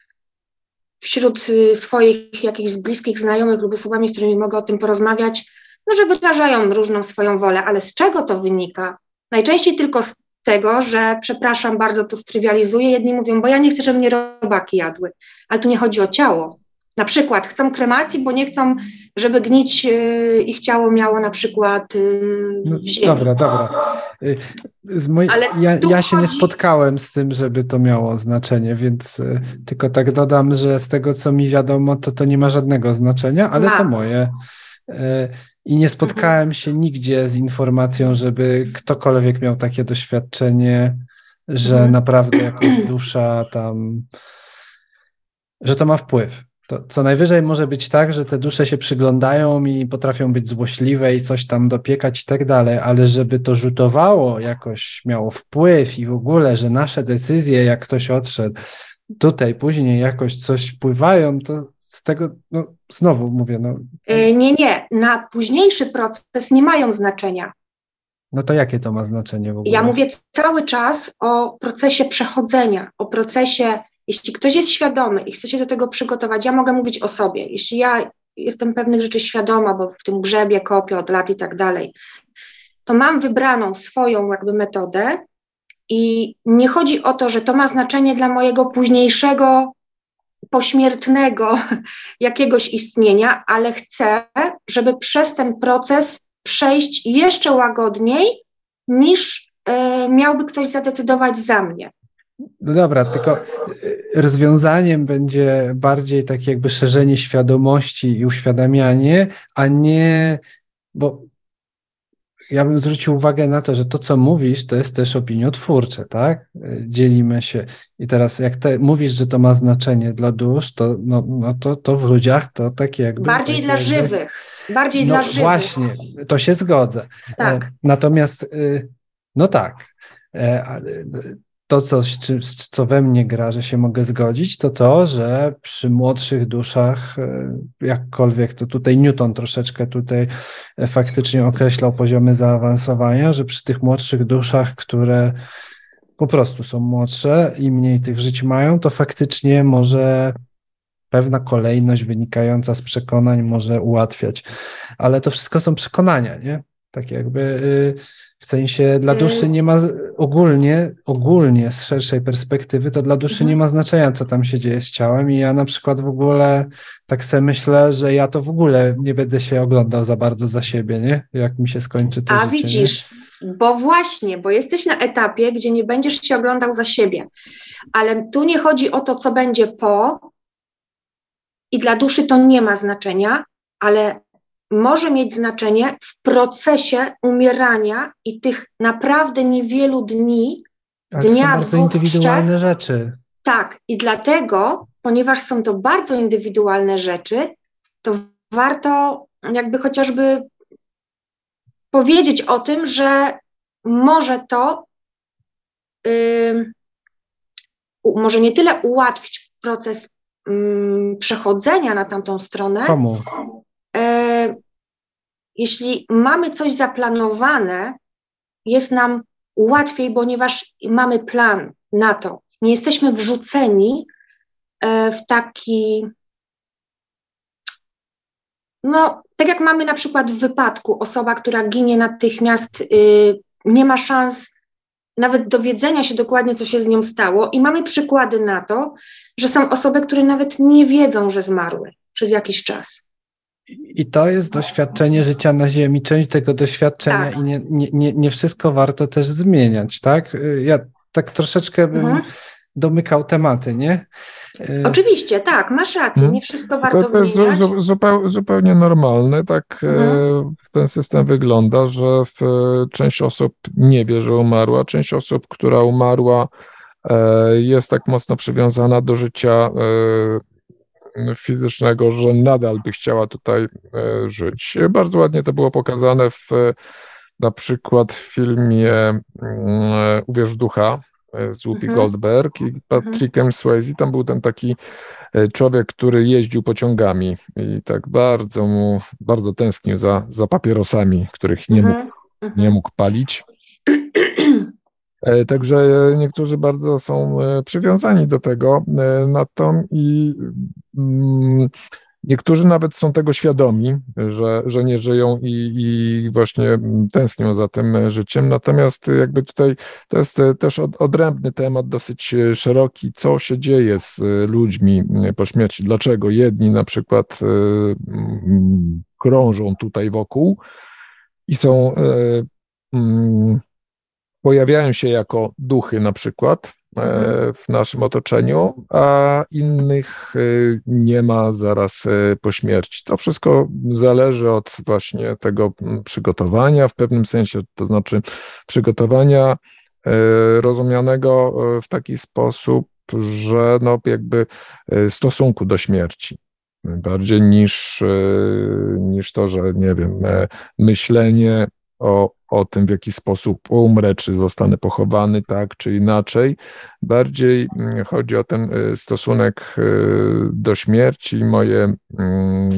wśród swoich jakichś bliskich znajomych lub osobami, z którymi mogę o tym porozmawiać, no, że wyrażają różną swoją wolę, ale z czego to wynika? Najczęściej tylko z tego, że, przepraszam, bardzo to strywializuję, jedni mówią, bo ja nie chcę, żeby mnie robaki jadły, ale tu nie chodzi o ciało. Na przykład chcą kremacji, bo nie chcą, żeby gnić y, ich ciało miało na przykład y, No, w ziemi. dobra, dobra. Y, Z moj... Ale ja, tu ja się nie chodzi- spotkałem z tym, żeby to miało znaczenie, więc y, tylko tak dodam, że z tego, co mi wiadomo, to to nie ma żadnego znaczenia, ale Ma. to moje. Y, I nie spotkałem Mhm. się nigdzie z informacją, żeby ktokolwiek miał takie doświadczenie, że Mhm. naprawdę jakaś dusza tam, że to ma wpływ. To co najwyżej może być tak, że te dusze się przyglądają i potrafią być złośliwe i coś tam dopiekać i tak dalej, ale żeby to rzutowało, jakoś miało wpływ i w ogóle, że nasze decyzje, jak ktoś odszedł, tutaj później jakoś coś wpływają, to z tego, no znowu mówię, no, Y, nie, nie, na późniejszy proces nie mają znaczenia. no to jakie to ma znaczenie w ogóle? Ja mówię cały czas o procesie przechodzenia, o procesie, jeśli ktoś jest świadomy i chce się do tego przygotować, ja mogę mówić o sobie. Jeśli ja jestem pewnych rzeczy świadoma, bo w tym grzebie kopię od lat i tak dalej, to mam wybraną swoją jakby metodę i nie chodzi o to, że to ma znaczenie dla mojego późniejszego, pośmiertnego jakiegoś istnienia, ale chcę, żeby przez ten proces przejść jeszcze łagodniej, niż y, miałby ktoś zadecydować za mnie. No dobra, tylko y, rozwiązaniem będzie bardziej takie jakby szerzenie świadomości i uświadamianie, a nie, bo ja bym zwrócił uwagę na to, że to, co mówisz, to jest też opiniotwórcze, tak? Y, Dzielimy się. I teraz jak te, mówisz, że to ma znaczenie dla dusz, to, no, no to, to w ludziach to takie jakby... Bardziej takie dla jakby, żywych, bardziej no dla żywych. właśnie, to się zgodzę. Tak. E, Natomiast, y, no tak, e, a, y, to, co, z czym- z- co we mnie gra, że się mogę zgodzić, to to, że przy młodszych duszach, e, jakkolwiek to tutaj Newton troszeczkę tutaj e, faktycznie określał poziomy zaawansowania, że przy tych młodszych duszach, które po prostu są młodsze i mniej tych żyć mają, to faktycznie może pewna kolejność wynikająca z przekonań może ułatwiać. Ale to wszystko są przekonania, nie? Tak jakby y, w sensie dla duszy nie ma z- ogólnie, ogólnie z szerszej perspektywy, to dla duszy Mhm. nie ma znaczenia, co tam się dzieje z ciałem i ja na przykład w ogóle tak sobie myślę, że ja to w ogóle nie będę się oglądał za bardzo za siebie, nie? Jak mi się skończy to A życie, nie? widzisz, bo właśnie, bo jesteś na etapie, gdzie nie będziesz się oglądał za siebie, ale tu nie chodzi o to, co będzie po i dla duszy to nie ma znaczenia, ale może mieć znaczenie w procesie umierania i tych naprawdę niewielu dni, Ale to są dnia, bardzo dwóch, indywidualne trzech. rzeczy. Tak, i dlatego, ponieważ są to bardzo indywidualne rzeczy, to warto jakby chociażby powiedzieć o tym, że może to ym, u- może nie tyle ułatwić proces mm, przechodzenia na tamtą stronę, Komu? e, jeśli mamy coś zaplanowane, jest nam łatwiej, ponieważ mamy plan na to. Nie jesteśmy wrzuceni e, w taki, no tak jak mamy na przykład w wypadku, osoba, która ginie natychmiast, y, nie ma szans nawet dowiedzenia się dokładnie, co się z nią stało, i mamy przykłady na to, że są osoby, które nawet nie wiedzą, że zmarły przez jakiś czas. I to jest doświadczenie życia na ziemi, część tego doświadczenia Tak. i nie, nie, nie, nie wszystko warto też zmieniać, tak? Ja tak troszeczkę bym Mhm. domykał tematy, nie? Oczywiście, tak, masz rację, Hmm. nie wszystko warto To, to jest zmieniać. zu, zupeł, zupełnie normalne. Tak Mhm. e, ten system wygląda, że w, część osób nie wie, że umarła, część osób, która umarła, e, jest tak mocno przywiązana do życia e, fizycznego, że nadal by chciała tutaj e, żyć. Bardzo ładnie to było pokazane w na przykład w filmie mm, Uwierz w ducha z Whoopi Mhm. Goldberg i Patrickiem Swayze. Tam był ten taki człowiek, który jeździł pociągami i tak bardzo mu, bardzo tęsknił za, za papierosami, których nie mógł, Mhm. nie mógł palić. E, Także niektórzy bardzo są e, przywiązani do tego, e, na to i mm, niektórzy nawet są tego świadomi, że, że nie żyją i, i właśnie tęsknią za tym życiem. Natomiast jakby tutaj to jest też od, odrębny temat, dosyć szeroki, co się dzieje z ludźmi po śmierci. Dlaczego jedni na przykład mm, krążą tutaj wokół i są mm, pojawiają się jako duchy na przykład e, w naszym otoczeniu, a innych e, nie ma zaraz e, po śmierci. To wszystko zależy od właśnie tego m, przygotowania w pewnym sensie, to znaczy przygotowania e, rozumianego e, w taki sposób, że no jakby e, stosunku do śmierci. Bardziej niż, e, niż to, że nie wiem, e, myślenie o, o tym, w jaki sposób umrę, czy zostanę pochowany, tak, czy inaczej. Bardziej mm, chodzi o ten y, stosunek y, do śmierci, moje mm,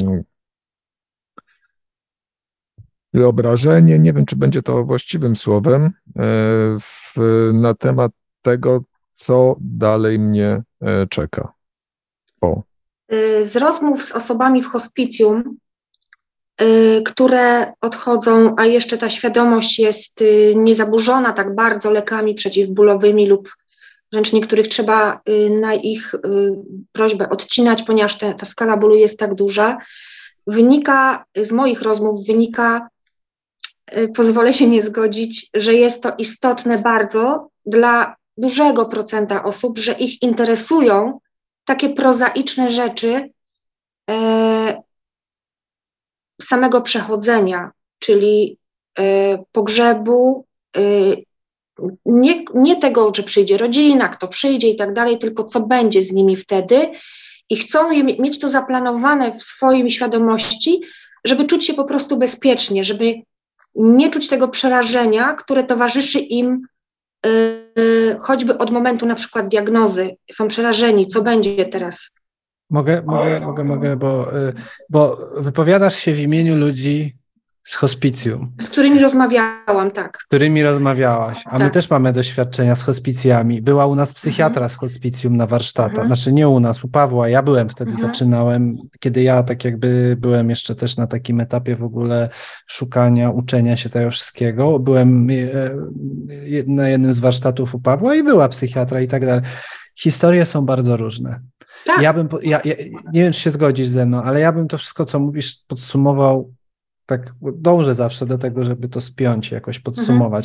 wyobrażenie, nie wiem, czy będzie to właściwym słowem, y, w, na temat tego, co dalej mnie y, czeka. O. Z rozmów z osobami w hospicjum, y, które odchodzą, a jeszcze ta świadomość jest y, niezaburzona tak bardzo lekami przeciwbólowymi lub wręcz niektórych trzeba y, na ich y, prośbę odcinać, ponieważ te, ta skala bólu jest tak duża, wynika, z moich rozmów wynika, y, pozwolę się nie zgodzić, że jest to istotne bardzo dla dużego procenta osób, że ich interesują takie prozaiczne rzeczy e, samego przechodzenia, czyli e, pogrzebu, e, nie, nie tego, że przyjdzie rodzina, kto przyjdzie i tak dalej, tylko co będzie z nimi wtedy, i chcą je, mieć to zaplanowane w swojej świadomości, żeby czuć się po prostu bezpiecznie, żeby nie czuć tego przerażenia, które towarzyszy im Yy, choćby od momentu na przykład diagnozy, są przerażeni, co będzie teraz. Mogę, mogę, mogę, mogę, bo, bo wypowiadasz się w imieniu ludzi z hospicjum. Z którymi rozmawiałam, tak. Z którymi rozmawiałaś, a tak. my też mamy doświadczenia z hospicjami. Była u nas psychiatra z hospicjum na warsztatach, Mhm. znaczy nie u nas, u Pawła, ja byłem wtedy, Mhm. zaczynałem, kiedy ja tak jakby byłem jeszcze też na takim etapie w ogóle szukania, uczenia się tego wszystkiego. Byłem na jednym z warsztatów u Pawła i była psychiatra i tak dalej. Historie są bardzo różne. Tak. Ja bym, ja, ja, nie wiem, czy się zgodzisz ze mną, ale ja bym to wszystko, co mówisz, podsumował, tak dążę zawsze do tego, żeby to spiąć, jakoś podsumować.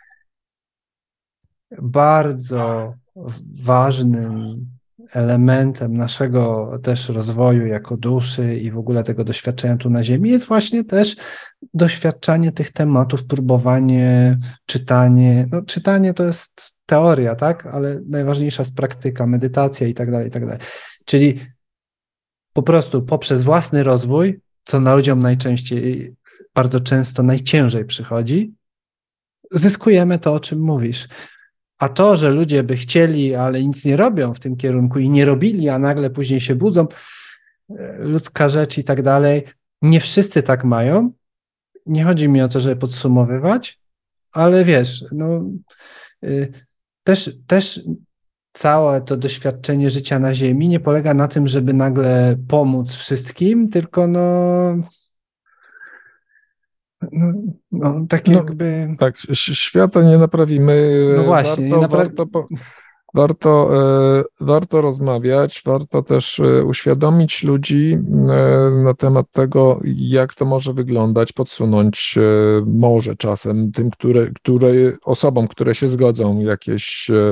Mhm. Bardzo ważnym elementem naszego też rozwoju jako duszy i w ogóle tego doświadczenia tu na ziemi jest właśnie też doświadczanie tych tematów, próbowanie, czytanie. No, czytanie to jest teoria, tak? Ale najważniejsza jest praktyka, medytacja i tak dalej, i tak dalej. Czyli po prostu poprzez własny rozwój, co na ludziom najczęściej, bardzo często najciężej przychodzi, zyskujemy to, o czym mówisz. A to, że ludzie by chcieli, ale nic nie robią w tym kierunku i nie robili, a nagle później się budzą, ludzka rzecz i tak dalej, nie wszyscy tak mają. Nie chodzi mi o to, żeby podsumowywać, ale wiesz, no, y, też, też całe to doświadczenie życia na Ziemi nie polega na tym, żeby nagle pomóc wszystkim, tylko no, no, no tak No, jakby... Tak, świata nie naprawimy. No właśnie, warto, nie naprawi... warto, po, warto, e, warto rozmawiać, warto też e, uświadomić ludzi e, na temat tego, jak to może wyglądać, podsunąć e, może czasem tym, które, które osobom, które się zgodzą, jakieś e,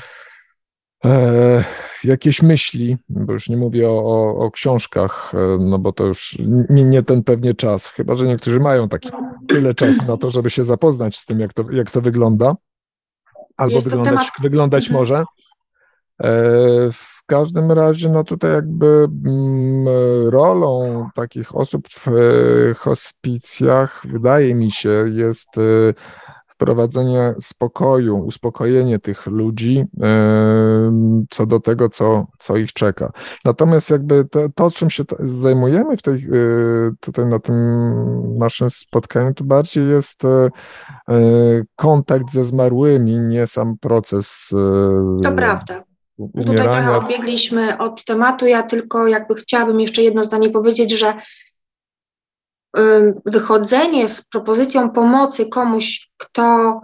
E, jakieś myśli, bo już nie mówię o, o, o książkach, e, no bo to już nie, nie ten pewnie czas, chyba że niektórzy mają taki tyle czasu na to, żeby się zapoznać z tym, jak to, jak to wygląda, albo Jest to wyglądać, temat... wyglądać Mhm. może. E, w każdym razie, no tutaj jakby mm, rolą takich osób w e, hospicjach, wydaje mi się, jest e, wprowadzenie spokoju, uspokojenie tych ludzi e, co do tego, co, co ich czeka. Natomiast jakby to, to czym się zajmujemy w tej, e, tutaj na tym naszym spotkaniu, to bardziej jest e, kontakt ze zmarłymi, nie sam proces e, To prawda. Tutaj umierania. trochę odbiegliśmy od tematu. Ja tylko jakby chciałabym jeszcze jedno zdanie powiedzieć, że wychodzenie z propozycją pomocy komuś, kto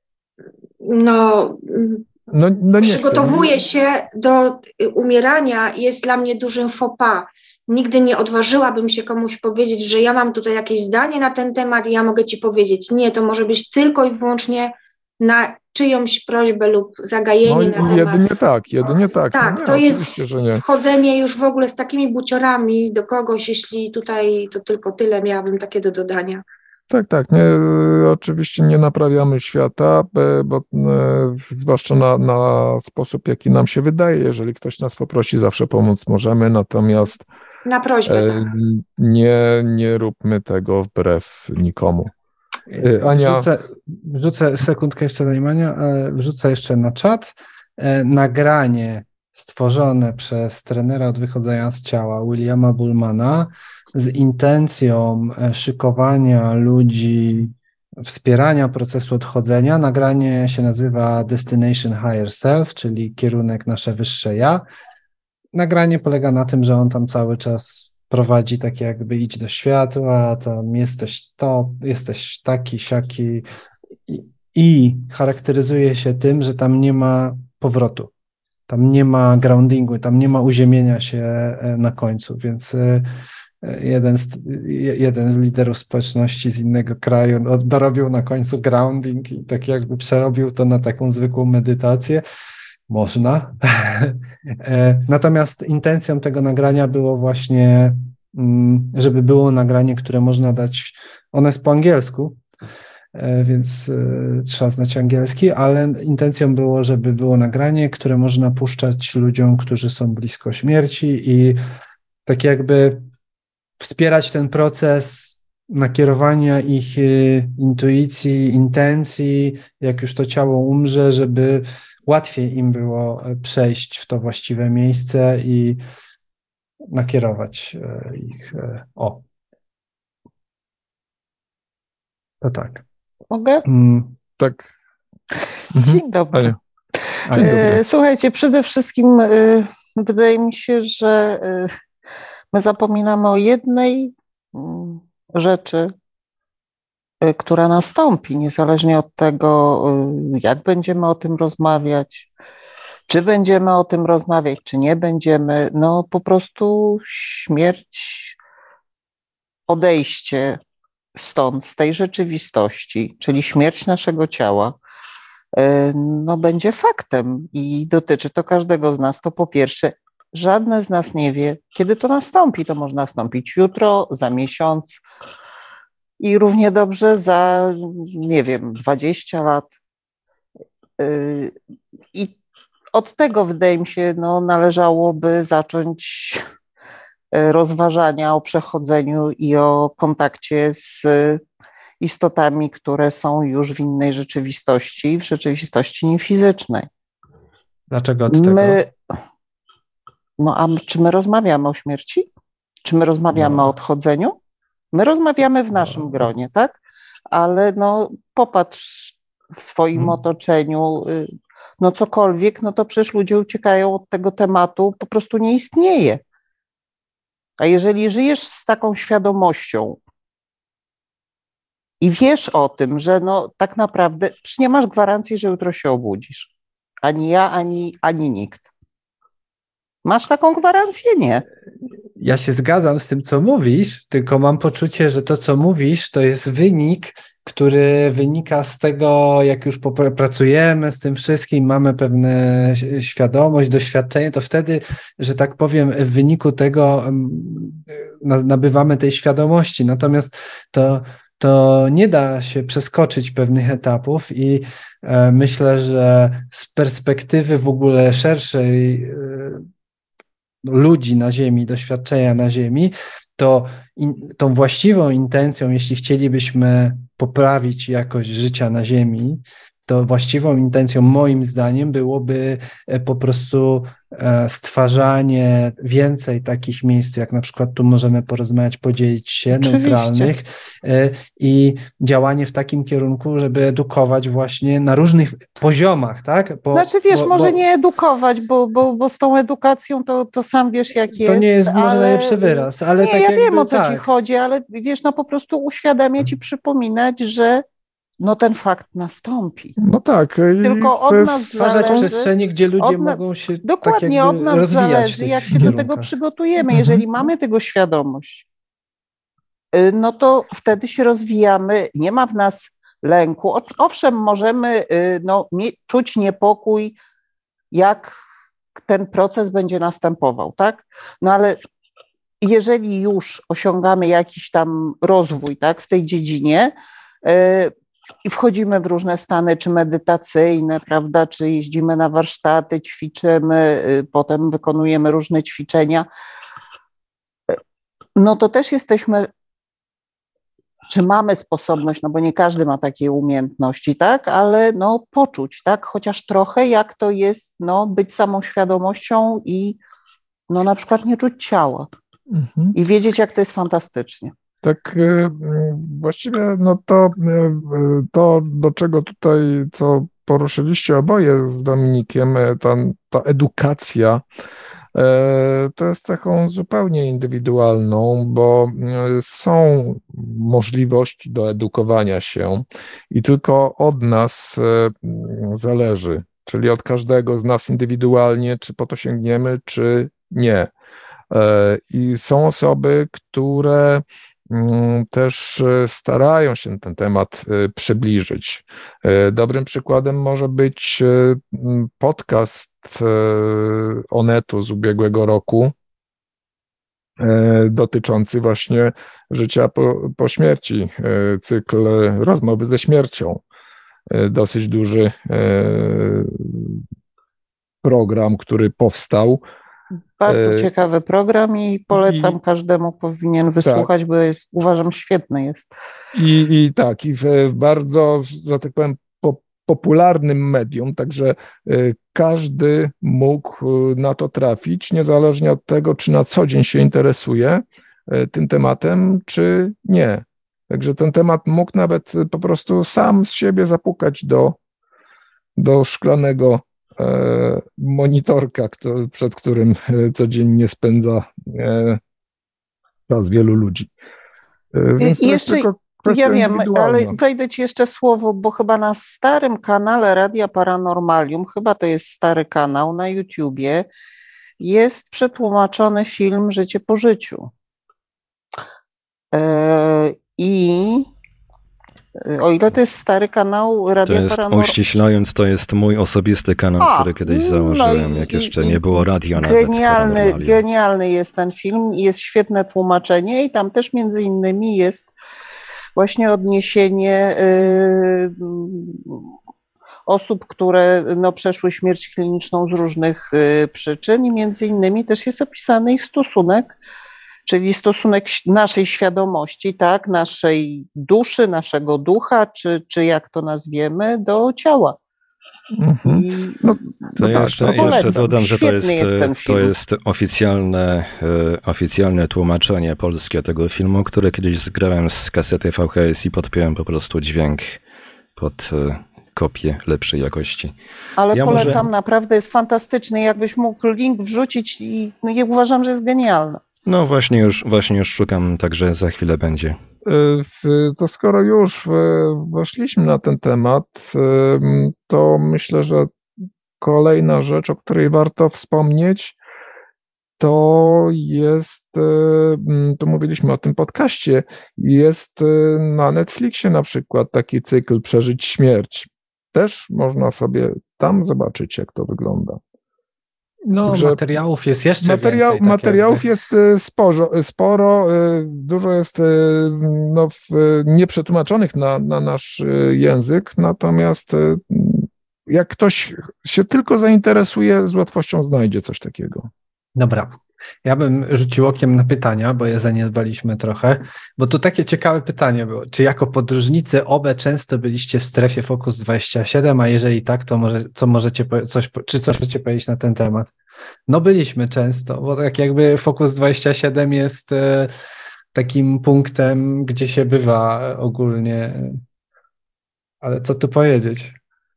no, No, no nie przygotowuje chcę. się do umierania, jest dla mnie dużym faux pas. Nigdy nie odważyłabym się komuś powiedzieć, że ja mam tutaj jakieś zdanie na ten temat i ja mogę ci powiedzieć. Nie, to może być tylko i wyłącznie na czyjąś prośbę lub zagajenie No, na temat. jedynie tak, jedynie tak. Tak, no nie, to jest oczywiście, że nie. wchodzenie już w ogóle z takimi buciorami do kogoś, jeśli tutaj to tylko tyle miałabym takie do dodania. Tak, tak, nie, oczywiście nie naprawiamy świata, e, bo e, zwłaszcza na, na sposób, jaki nam się wydaje. Jeżeli ktoś nas poprosi, zawsze pomóc możemy, natomiast Na prośbę, e, tak. nie, nie róbmy tego wbrew nikomu. E, Ania, Wrzucę, wrzucę sekundkę jeszcze na Imania, wrzucę jeszcze na czat nagranie stworzone przez trenera od wychodzenia z ciała Williama Bullmana z intencją szykowania ludzi, wspierania procesu odchodzenia. Nagranie się nazywa Destination Higher Self, czyli kierunek nasze wyższe ja. Nagranie polega na tym, że on tam cały czas prowadzi tak jakby idź do światła, tam jesteś to, jesteś taki, siaki i, i charakteryzuje się tym, że tam nie ma powrotu, tam nie ma groundingu, tam nie ma uziemienia się na końcu, więc jeden z, jeden z liderów społeczności z innego kraju no, dorobił na końcu grounding i tak jakby przerobił to na taką zwykłą medytację. Można. Natomiast intencją tego nagrania było właśnie, żeby było nagranie, które można dać, ono jest po angielsku, więc trzeba znać angielski, ale intencją było, żeby było nagranie, które można puszczać ludziom, którzy są blisko śmierci i tak jakby wspierać ten proces nakierowania ich intuicji, intencji, jak już to ciało umrze, żeby łatwiej im było przejść w to właściwe miejsce i nakierować ich. O. To tak. Mogę? Mm. tak. Dzień dobry. Ania. Dzień dobry. Słuchajcie, przede wszystkim y, wydaje mi się, że y, my zapominamy o jednej y, rzeczy, y, która nastąpi, niezależnie od tego, y, jak będziemy o tym rozmawiać, czy będziemy o tym rozmawiać, czy nie będziemy. No po prostu śmierć, odejście stąd, z tej rzeczywistości, czyli śmierć naszego ciała, no będzie faktem i dotyczy to każdego z nas. To po pierwsze, żadne z nas nie wie, kiedy to nastąpi. To może nastąpić jutro, za miesiąc i równie dobrze za, nie wiem, dwadzieścia lat. I od tego, wydaje mi się, no, należałoby zacząć rozważania o przechodzeniu i o kontakcie z istotami, które są już w innej rzeczywistości, w rzeczywistości niefizycznej. Dlaczego od tego? My, no a czy my rozmawiamy o śmierci? Czy my rozmawiamy No. o odchodzeniu? My rozmawiamy w naszym No. gronie, tak? Ale no popatrz w swoim Hmm. otoczeniu, y, no cokolwiek, no to przecież ludzie uciekają od tego tematu, po prostu nie istnieje. A jeżeli żyjesz z taką świadomością i wiesz o tym, że no tak naprawdę przecież nie masz gwarancji, że jutro się obudzisz. Ani ja, ani, ani nikt. Masz taką gwarancję? Nie. Ja się zgadzam z tym, co mówisz, tylko mam poczucie, że to, co mówisz, to jest wynik, który wynika z tego, jak już pracujemy z tym wszystkim, mamy pewne świadomość, doświadczenie, to wtedy, że tak powiem, w wyniku tego nabywamy tej świadomości. Natomiast to, to nie da się przeskoczyć pewnych etapów i e, myślę, że z perspektywy w ogóle szerszej e, ludzi na Ziemi, doświadczenia na Ziemi, to in, tą właściwą intencją, jeśli chcielibyśmy poprawić jakość życia na Ziemi, to właściwą intencją moim zdaniem byłoby po prostu stwarzanie więcej takich miejsc, jak na przykład tu możemy porozmawiać, podzielić się, Oczywiście. neutralnych i działanie w takim kierunku, żeby edukować właśnie na różnych poziomach, tak? Bo, znaczy wiesz, bo, może bo, nie edukować, bo, bo, bo z tą edukacją to, to sam wiesz jak jest. To nie jest może ale, najlepszy wyraz, ale nie, tak ja jakby, wiem o co tak. ci chodzi, ale wiesz, no po prostu uświadamiać i przypominać, że no ten fakt nastąpi. No tak. Tylko od nas stwarzać zależy, przestrzenie, gdzie ludzie od nas, mogą się dokładnie tak od nas rozwijać zależy, jak się do tego przygotujemy. Mhm. Jeżeli mamy tego świadomość, no to wtedy się rozwijamy, nie ma w nas lęku. Owszem, możemy no, czuć niepokój, jak ten proces będzie następował, tak? No ale jeżeli już osiągamy jakiś tam rozwój, tak, w tej dziedzinie, i wchodzimy w różne stany, czy medytacyjne, prawda, czy jeździmy na warsztaty, ćwiczymy, potem wykonujemy różne ćwiczenia, no to też jesteśmy, czy mamy sposobność, no bo nie każdy ma takie umiejętności, tak, ale no poczuć, tak, chociaż trochę jak to jest, no być samą świadomością i no na przykład nie czuć ciała Mhm. i wiedzieć, jak to jest fantastycznie. Tak, właściwie no to, to, do czego tutaj, co poruszyliście oboje z Dominikiem, ta, ta edukacja, to jest cechą zupełnie indywidualną, bo są możliwości do edukowania się i tylko od nas zależy, czyli od każdego z nas indywidualnie, czy po to sięgniemy, czy nie. I są osoby, które też starają się ten temat przybliżyć. Dobrym przykładem może być podcast Onetu z ubiegłego roku dotyczący właśnie życia po, po śmierci, cykl Rozmowy ze śmiercią. Dosyć duży program, który powstał. Bardzo ciekawy program i polecam I, każdemu, powinien wysłuchać, tak. Bo jest, uważam, świetny jest. I, i tak, i w, w bardzo, że tak powiem, po, popularnym medium, także y, każdy mógł na to trafić, niezależnie od tego, czy na co dzień się interesuje y, tym tematem, czy nie. Także ten temat mógł nawet po prostu sam z siebie zapukać do, do szklanego monitorka, który, przed którym codziennie spędza czas wielu ludzi. Więc I jeszcze, ja wiem, ale wejdę ci jeszcze w słowo, bo chyba na starym kanale Radia Paranormalium, chyba to jest stary kanał na YouTubie, jest przetłumaczony film Życie po życiu. I o ile to jest stary kanał Radia To jest, Paranormalium. uściślając, to jest mój osobisty kanał, A, który kiedyś założyłem, no jak i, jeszcze nie było radia genialny, nawet. Genialny jest ten film, jest świetne tłumaczenie i tam też między innymi jest właśnie odniesienie y, osób, które no, przeszły śmierć kliniczną z różnych y, przyczyn i między innymi też jest opisany ich stosunek, czyli stosunek naszej świadomości, tak, naszej duszy, naszego ducha, czy, czy jak to nazwiemy, do ciała. Mhm. I, No, To no tak, jeszcze, no jeszcze polecam. dodam, że to Świetny jest, jest ten to film. jest oficjalne, e, oficjalne tłumaczenie polskie tego filmu, które kiedyś zgrałem z kasety V H S i podpiąłem po prostu dźwięk pod e, kopię lepszej jakości. Ale Ja polecam, może- naprawdę jest fantastyczny. Jakbyś mógł link wrzucić i no, ja uważam, że jest genialny. No właśnie już, właśnie już szukam, także za chwilę będzie. W- To skoro już e, weszliśmy na ten temat, e, to myślę, że kolejna rzecz, o której warto wspomnieć, to jest, e, m, tu mówiliśmy o tym podcaście, jest e, na Netflixie na przykład taki cykl Przeżyć śmierć. Też można sobie tam zobaczyć, jak to wygląda. No, Także materiałów jest jeszcze Materiał, więcej. Tak materiałów jakby. jest e, sporo, sporo e, dużo jest e, no, w, e, nieprzetłumaczonych na, na nasz e, język, natomiast e, jak ktoś się tylko zainteresuje, z łatwością znajdzie coś takiego. Dobra. Ja bym rzucił okiem na pytania, bo je zaniedbaliśmy trochę, bo tu takie ciekawe pytanie było. Czy jako podróżnicy obie często byliście w strefie Focus dwadzieścia siedem, a jeżeli tak, to może, co możecie, powie- coś, czy coś możecie powiedzieć na ten temat? No byliśmy często, bo tak jakby Focus dwadzieścia siedem jest e, takim punktem, gdzie się bywa e, ogólnie. Ale co tu powiedzieć?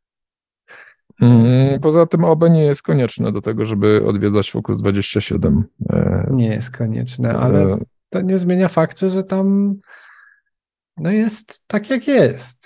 Mm, Poza tym O B E nie jest konieczne do tego, żeby odwiedzać Focus dwadzieścia siedem. E, Nie jest konieczne, ale e, to nie zmienia faktu, że tam no jest tak, jak jest.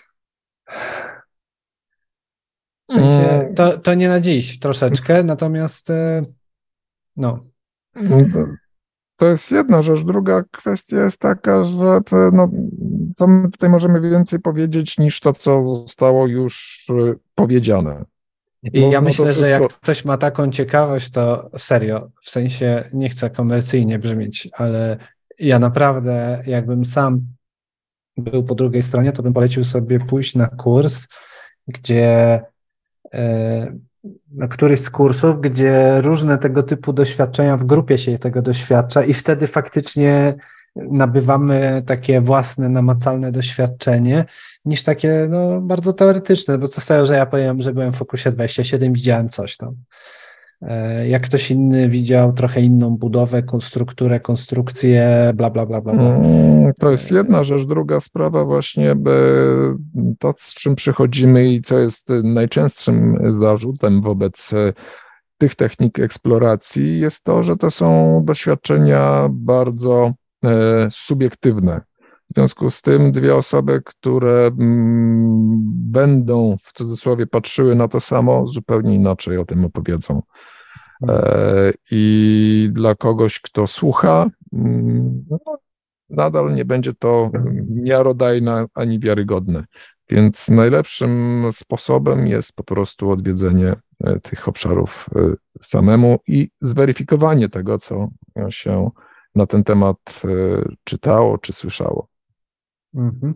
W sensie, Mm. to, to nie na dziś troszeczkę, natomiast e, no, To, to jest jedna rzecz. Druga kwestia jest taka, że to, no, co my tutaj możemy więcej powiedzieć niż to, co zostało już e, powiedziane. i No, ja no to myślę, że jak wszystko- ktoś ma taką ciekawość, to serio, w sensie nie chcę komercyjnie brzmieć, ale ja naprawdę jakbym sam był po drugiej stronie, to bym polecił sobie pójść na kurs, gdzie e, na któryś z kursów, gdzie różne tego typu doświadczenia, w grupie się tego doświadcza i wtedy faktycznie nabywamy takie własne, namacalne doświadczenie, niż takie no, bardzo teoretyczne, bo co z tego, że ja powiem, że byłem w Focusie dwadzieścia siedem, widziałem coś tam. E, Jak ktoś inny widział trochę inną budowę, strukturę, konstrukcję, bla, bla, bla, bla, bla. Mm, To jest jedna rzecz. Druga sprawa właśnie, by to, z czym przychodzimy i co jest najczęstszym zarzutem wobec e, tych technik eksploracji, jest to, że to są doświadczenia bardzo e, subiektywne. W związku z tym dwie osoby, które mm, będą w cudzysłowie patrzyły na to samo, zupełnie inaczej o tym opowiedzą. E, I dla kogoś, kto słucha, mm, no, nadal nie będzie to miarodajne ani wiarygodne. Więc najlepszym sposobem jest po prostu odwiedzenie e, tych obszarów e, samemu i zweryfikowanie tego, co się na ten temat e, czytało czy słyszało. Mhm.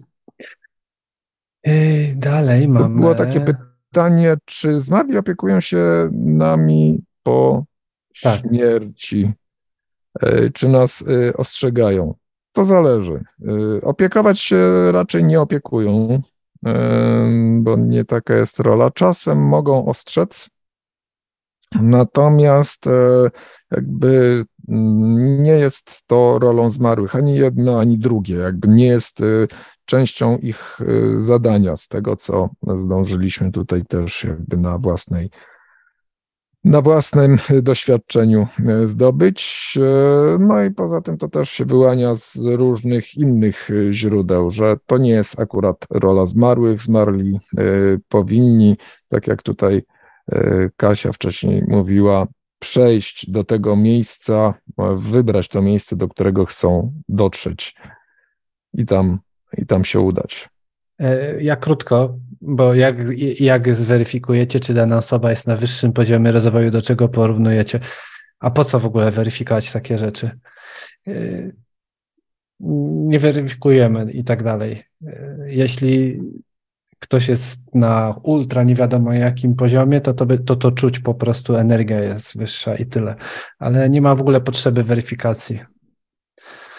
I dalej To mamy... było takie pytanie, czy zmarli opiekują się nami po Tak. śmierci, e, czy nas e, ostrzegają? To zależy. E, Opiekować się raczej nie opiekują, e, bo nie taka jest rola. Czasem mogą ostrzec, natomiast e, jakby mm, nie jest to rolą zmarłych ani jedno, ani drugie. Jakby nie jest e, częścią ich e, zadania, z tego co zdążyliśmy tutaj też jakby na własnej na własnym doświadczeniu e, zdobyć. E, No i poza tym to też się wyłania z różnych innych e, źródeł, że to nie jest akurat rola zmarłych. Zmarli e, powinni, tak jak tutaj e, Kasia wcześniej mówiła, przejść do tego miejsca, e, wybrać to miejsce, do którego chcą dotrzeć i tam, i tam się udać. E, Ja krótko, bo jak, jak zweryfikujecie, czy dana osoba jest na wyższym poziomie rozwoju, do czego porównujecie? A po co w ogóle weryfikować takie rzeczy? E, Nie weryfikujemy i tak dalej. E, Jeśli ktoś jest na ultra nie wiadomo jakim poziomie, to to, by, to to czuć po prostu, energia jest wyższa i tyle. Ale nie ma w ogóle potrzeby weryfikacji.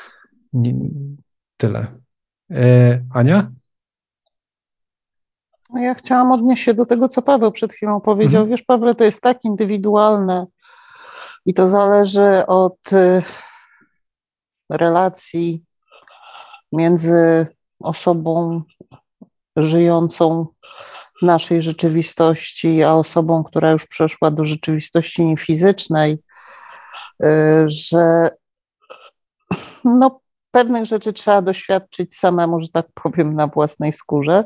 nie, tyle. E, Ania? No ja chciałam odnieść się do tego, co Paweł przed chwilą powiedział. Mhm. Wiesz, Pawle, to jest tak indywidualne i to zależy od y, relacji między osobą żyjącą w naszej rzeczywistości, a osobą, która już przeszła do rzeczywistości niefizycznej, y, że no, pewnych rzeczy trzeba doświadczyć samemu, że tak powiem, na własnej skórze.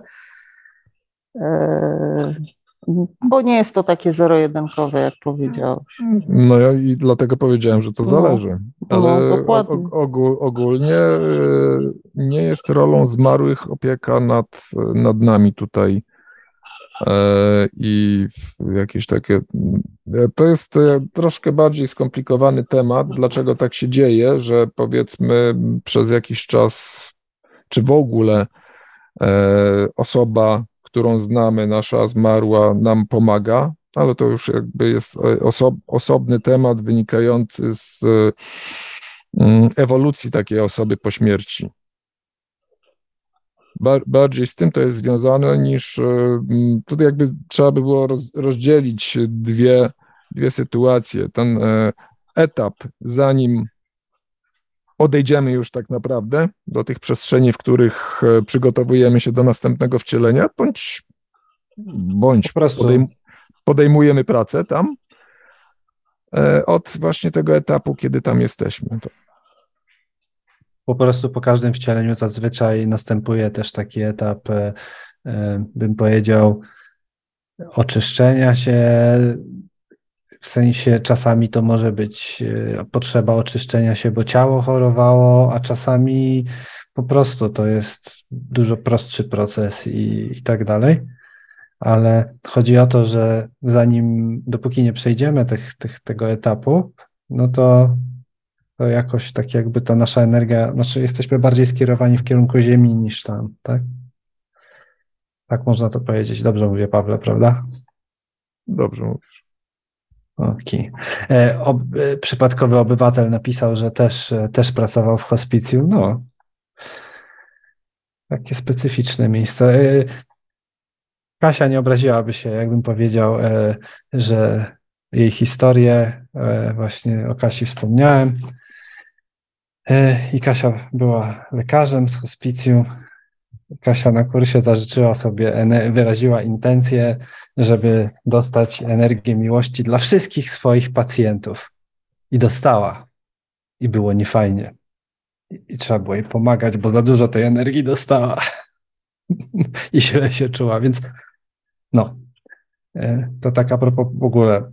Bo nie jest to takie zero-jedynkowe, jak powiedziałeś. No ja i dlatego powiedziałem, że to No, zależy. Ale no, dokładnie. og- ogól, ogólnie y, nie jest rolą zmarłych opieka nad, nad nami tutaj. E, I jakieś takie. e, To jest e, troszkę bardziej skomplikowany temat. Dlaczego tak się dzieje, że powiedzmy przez jakiś czas, czy w ogóle e, osoba, którą znamy, nasza zmarła, nam pomaga, ale to już jakby jest oso- osobny temat wynikający z mm, ewolucji takiej osoby po śmierci. Bar- bardziej z tym to jest związane niż mm, tutaj jakby trzeba by było roz- rozdzielić dwie, dwie sytuacje. Ten e, etap, zanim odejdziemy już tak naprawdę do tych przestrzeni, w których e, przygotowujemy się do następnego wcielenia, bądź, bądź Po prostu. podejm- podejmujemy pracę tam, e, od właśnie tego etapu, kiedy tam jesteśmy. To, Po prostu po każdym wcieleniu zazwyczaj następuje też taki etap, e, e, bym powiedział, oczyszczenia się. W sensie czasami to może być e, potrzeba oczyszczenia się, bo ciało chorowało, a czasami po prostu to jest dużo prostszy proces i, i tak dalej. Ale chodzi o to, że zanim, dopóki nie przejdziemy tych, tych, tego etapu, no to to jakoś tak jakby ta nasza energia, znaczy jesteśmy bardziej skierowani w kierunku Ziemi niż tam, tak? Tak można to powiedzieć. Dobrze mówię, Pawle, prawda? dobrze mówisz. Okej. E, ob, e, przypadkowy obywatel napisał, że też, e, też pracował w hospicjum. No, takie specyficzne miejsce. E, Kasia nie obraziłaby się, jakbym powiedział, e, że jej historię, e, właśnie o Kasi wspomniałem. I Kasia była lekarzem z hospicjum. Kasia na kursie zażyczyła sobie, wyraziła intencję, żeby dostać energię miłości dla wszystkich swoich pacjentów. I dostała. I było niefajnie. I trzeba było jej pomagać, bo za dużo tej energii dostała. I źle się czuła, więc no. To tak a propos w ogóle.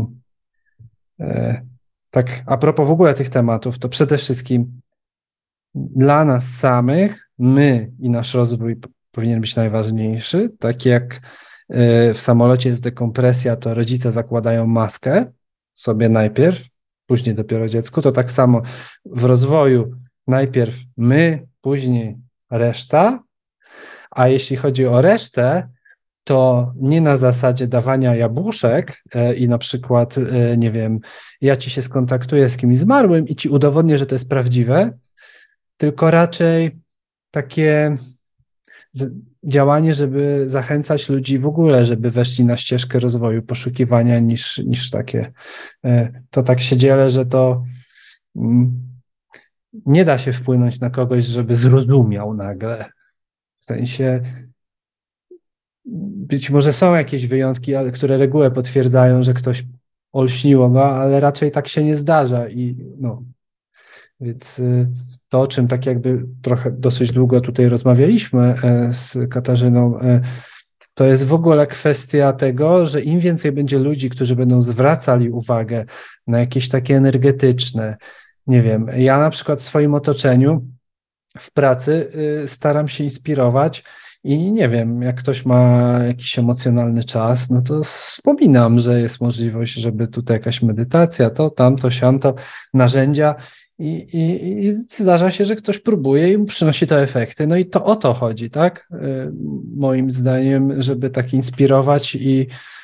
Tak a propos w ogóle tych tematów, to przede wszystkim dla nas samych, my i nasz rozwój powinien być najważniejszy. Tak jak w samolocie jest dekompresja, to rodzice zakładają maskę sobie najpierw, później dopiero dziecku, to tak samo w rozwoju najpierw my, później reszta, a jeśli chodzi o resztę, to nie na zasadzie dawania jabłuszek e, i na przykład, e, nie wiem, ja ci się skontaktuję z kimś zmarłym i ci udowodnię, że to jest prawdziwe, tylko raczej takie z, działanie, żeby zachęcać ludzi w ogóle, żeby weszli na ścieżkę rozwoju, poszukiwania niż, niż takie. E, to tak się dzielę, że to mm, nie da się wpłynąć na kogoś, żeby zrozumiał nagle. W sensie być może są jakieś wyjątki, ale które regułę potwierdzają, że ktoś olśniło go, ale raczej tak się nie zdarza i no, więc to, o czym tak jakby trochę dosyć długo tutaj rozmawialiśmy z Katarzyną, to jest w ogóle kwestia tego, że im więcej będzie ludzi, którzy będą zwracali uwagę na jakieś takie energetyczne, nie wiem, ja na przykład w swoim otoczeniu w pracy staram się inspirować. I nie wiem, jak ktoś ma jakiś emocjonalny czas, no to wspominam, że jest możliwość, żeby tutaj jakaś medytacja, to, tamto, siamto, narzędzia i, i, i zdarza się, że ktoś próbuje i przynosi to efekty. No i to o to chodzi, tak? Moim zdaniem, żeby tak inspirować i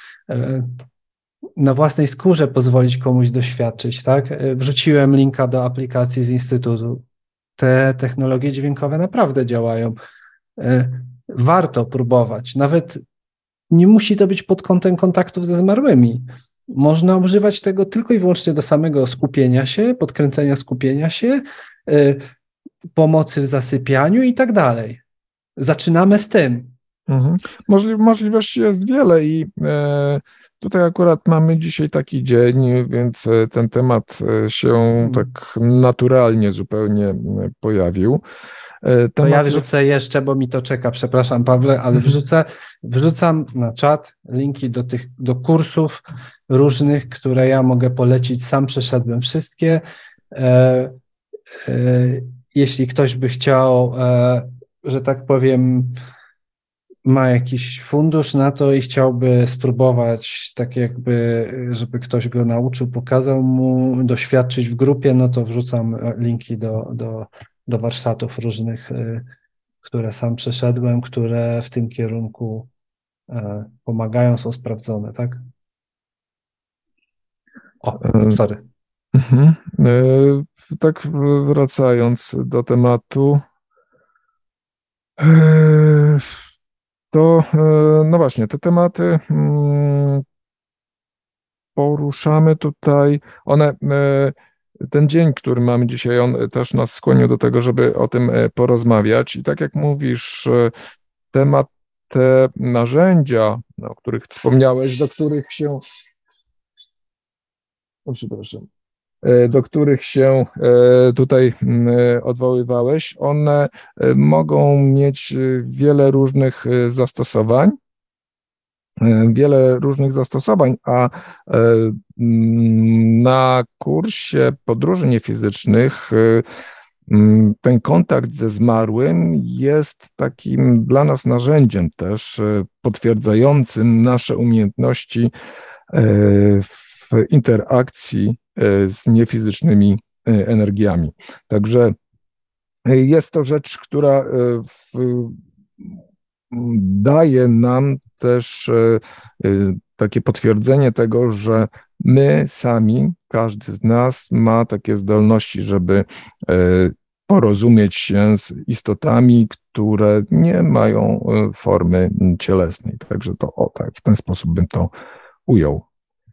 na własnej skórze pozwolić komuś doświadczyć, tak? Wrzuciłem linka do aplikacji z Instytutu te technologie dźwiękowe naprawdę działają. Warto próbować. Nawet nie musi to być pod kątem kontaktów ze zmarłymi. Można używać tego tylko i wyłącznie do samego skupienia się, podkręcenia skupienia się, pomocy w zasypianiu i tak dalej. Zaczynamy z tym. Mhm. Możli- możliwości jest wiele i e, tutaj akurat mamy dzisiaj taki dzień, więc ten temat się hmm. tak naturalnie zupełnie pojawił. E, to ja wrzucę jeszcze, bo mi to czeka, przepraszam Pawle, ale wrzucę, wrzucam na czat linki do tych, do kursów różnych, które ja mogę polecić. Sam przeszedłem wszystkie. E, e, jeśli ktoś by chciał, e, że tak powiem, ma jakiś fundusz na to i chciałby spróbować, tak jakby, żeby ktoś go nauczył, pokazał mu, doświadczyć w grupie, no to wrzucam linki do, do, do warsztatów różnych, które sam przeszedłem, które w tym kierunku pomagają, są sprawdzone, tak? O, sorry. Mhm. Tak wracając do tematu, to no właśnie, te tematy poruszamy tutaj, one, ten dzień, który mamy dzisiaj, on też nas skłonił do tego, żeby o tym porozmawiać i tak jak mówisz, temat, te narzędzia, o których wspomniałeś, do których się, o, przepraszam, do których się tutaj odwoływałeś, one mogą mieć wiele różnych zastosowań, wiele różnych zastosowań, a na kursie podróży niefizycznych ten kontakt ze zmarłym jest takim dla nas narzędziem też potwierdzającym nasze umiejętności w interakcji z niefizycznymi energiami. Także jest to rzecz, która w, daje nam też takie potwierdzenie tego, że my sami, każdy z nas ma takie zdolności, żeby porozumieć się z istotami, które nie mają formy cielesnej. Także to o tak, w ten sposób bym to ujął.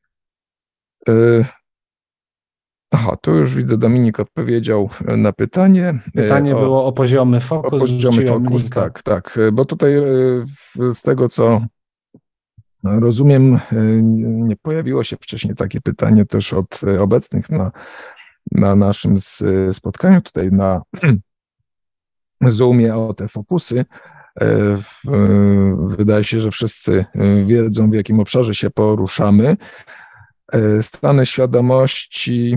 Aha, tu już widzę, Dominik odpowiedział na pytanie. Pytanie o, było o poziomy fokus. O poziomy fokus, tak, tak, bo tutaj z tego, co rozumiem, nie pojawiło się wcześniej takie pytanie też od obecnych na, na naszym spotkaniu tutaj na Zoomie o te fokusy. Wydaje się, że wszyscy wiedzą, w jakim obszarze się poruszamy. Stany świadomości,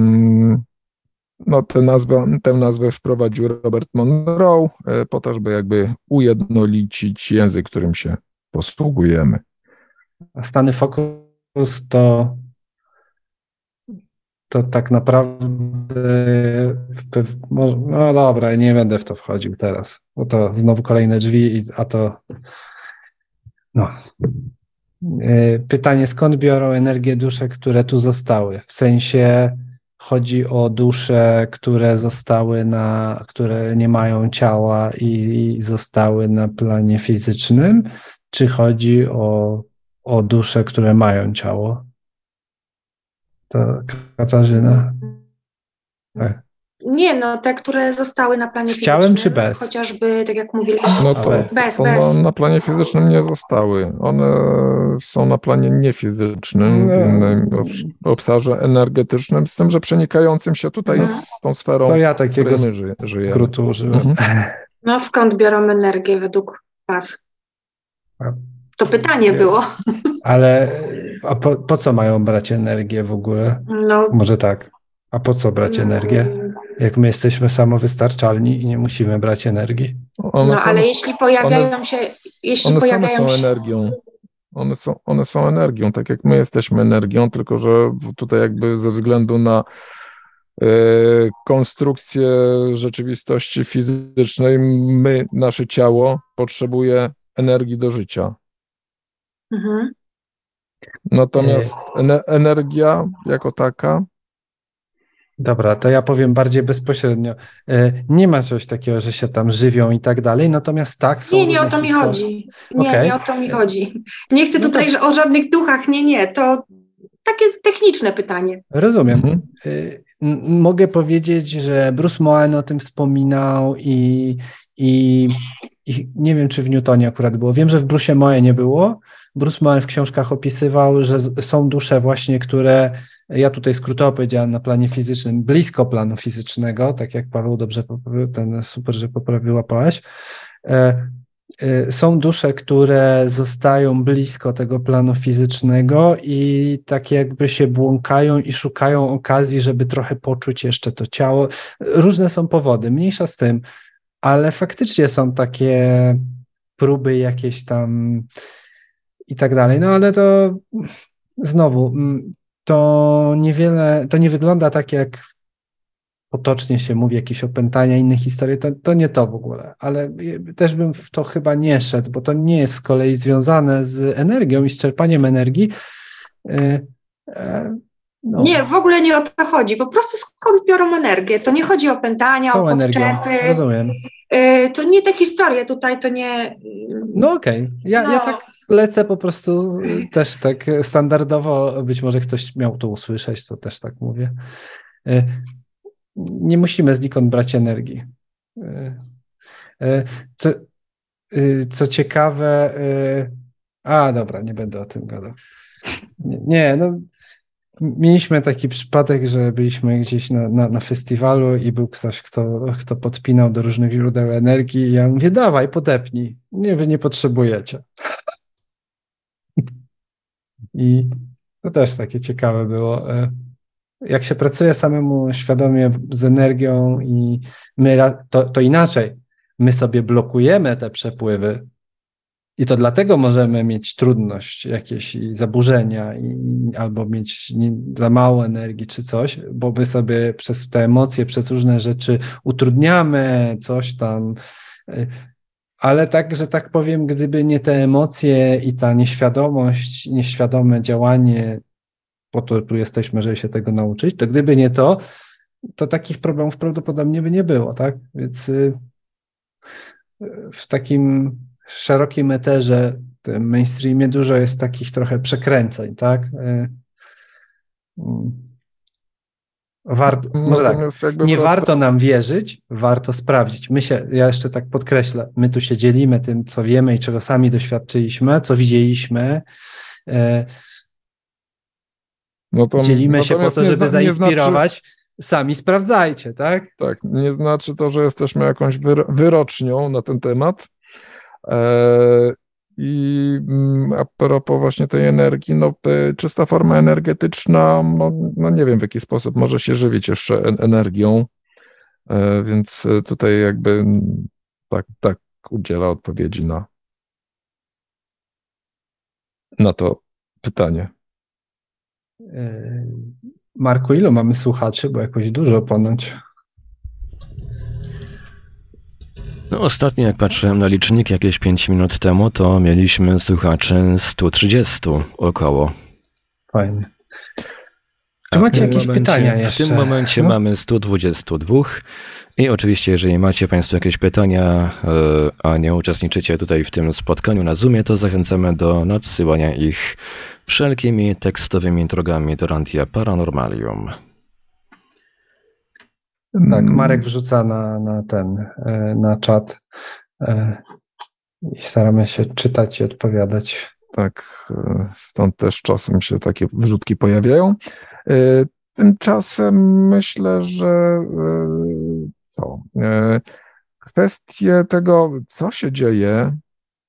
no tę nazwę, tę nazwę wprowadził Robert Monroe po to, żeby jakby ujednolicić język, którym się posługujemy. A stany fokus to, to tak naprawdę, no dobra, nie będę w to wchodził teraz, bo to znowu kolejne drzwi, a to no. Pytanie, skąd biorą energię dusze, które tu zostały? W sensie chodzi o dusze, które zostały na, które nie mają ciała i, i zostały na planie fizycznym, czy chodzi o, o dusze, które mają ciało? To Katarzyna? Tak. Nie, no te, które zostały na planie Z fizycznym. ciałem czy bez? Chociażby, tak jak mówiłeś, no to, bez, bez. To na, na planie fizycznym nie zostały. One są na planie niefizycznym, no. w innym obszarze energetycznym, z tym, że przenikającym się tutaj no. z tą sferą, no ja takiego w której my ży, żyjemy. skrótu użyłem. Mhm. No skąd biorą energię według was? To pytanie było. Ale a po, po co mają brać energię w ogóle? No. Może tak. A po co brać energię? Jak my jesteśmy samowystarczalni i nie musimy brać energii. One no same, ale jeśli pojawiają one, się... Jeśli one pojawiają same są się... energią. One są, one są energią, tak jak my jesteśmy energią, tylko że tutaj jakby ze względu na e, konstrukcję rzeczywistości fizycznej, my, nasze ciało potrzebuje energii do życia. Mhm. Natomiast ene, energia jako taka Dobra, to ja powiem bardziej bezpośrednio. Nie ma czegoś takiego, że się tam żywią i tak dalej, natomiast tak, są Nie, nie o różne to mi historie. chodzi. Nie, Okay. nie o to mi chodzi. Nie chcę No tutaj to... o żadnych duchach, nie, nie, to takie techniczne pytanie. Rozumiem. Mhm. Mogę powiedzieć, że Bruce Moen o tym wspominał i, i, i nie wiem, czy w Newtonie akurat było. Wiem, że w Bruce'ie Moenie było. Bruce Moen w książkach opisywał, że są dusze właśnie, które, ja tutaj skrótowo powiedziałem, na planie fizycznym, blisko planu fizycznego, tak jak Paweł dobrze poprawił, ten super, że poprawił, łapałaś. Są dusze, które zostają blisko tego planu fizycznego i tak jakby się błąkają i szukają okazji, żeby trochę poczuć jeszcze to ciało. Różne są powody, mniejsza z tym, ale faktycznie są takie próby jakieś tam i tak dalej. No ale to znowu, to niewiele, to nie wygląda tak jak potocznie się mówi, jakieś opętania, inne historie, to, to nie to w ogóle, ale też bym w to chyba nie szedł, bo to nie jest z kolei związane z energią i z czerpaniem energii. No. Nie, w ogóle nie o to chodzi, po prostu skąd biorą energię, to nie chodzi o opętania, Są o podczepy, energią. Rozumiem. To nie te historie tutaj, to nie... No okej, okay. ja, no. ja tak lecę po prostu też tak standardowo, być może ktoś miał to usłyszeć, to też tak mówię. Nie musimy znikąd brać energii. Co, co ciekawe, a dobra, nie będę o tym gadał. Nie, nie no mieliśmy taki przypadek, że byliśmy gdzieś na, na, na festiwalu i był ktoś, kto, kto podpinał do różnych źródeł energii i ja mówię, dawaj, podepnij. Nie, wy nie potrzebujecie. I to też takie ciekawe było. Jak się pracuje samemu świadomie z energią i my, to, to inaczej, my sobie blokujemy te przepływy i to dlatego możemy mieć trudność, jakieś zaburzenia i, albo mieć nie, za mało energii czy coś, bo my sobie przez te emocje, przez różne rzeczy utrudniamy coś tam, ale tak, że tak powiem, gdyby nie te emocje i ta nieświadomość, nieświadome działanie, po to tu jesteśmy, żeby się tego nauczyć, to gdyby nie to, to takich problemów prawdopodobnie by nie było, tak? Więc w takim szerokim eterze, tym mainstreamie dużo jest takich trochę przekręceń, tak? Warto, może tak, nie warto nam wierzyć, warto sprawdzić. My się, ja jeszcze tak podkreślę, my tu się dzielimy tym, co wiemy i czego sami doświadczyliśmy, co widzieliśmy. No to, Dzielimy się po to, żeby nie, zainspirować. Nie znaczy, sami sprawdzajcie, tak? Tak, nie znaczy to, że jesteśmy jakąś wyrocznią na ten temat. E, I a propos właśnie tej energii, no czysta forma energetyczna, no, no nie wiem w jaki sposób może się żywić jeszcze energią, e, więc tutaj jakby tak, tak udziela odpowiedzi na, na to pytanie. Marku, ilu mamy słuchaczy? Bo jakoś dużo ponoć. No ostatnio jak patrzyłem na licznik jakieś pięć minut temu, to mieliśmy słuchaczy sto trzydzieści około. Fajnie. Czy macie jakieś momencie, pytania jeszcze? W tym momencie no? mamy sto dwadzieścia dwa i oczywiście jeżeli macie Państwo jakieś pytania, a nie uczestniczycie tutaj w tym spotkaniu na Zoomie, to zachęcamy do nadsyłania ich wszelkimi tekstowymi drogami do Radia Paranormalium. Tak, Marek wrzuca na, na ten, na czat i staramy się czytać i odpowiadać. Tak, stąd też czasem się takie wrzutki pojawiają. Tymczasem myślę, że co? Kwestie tego, co się dzieje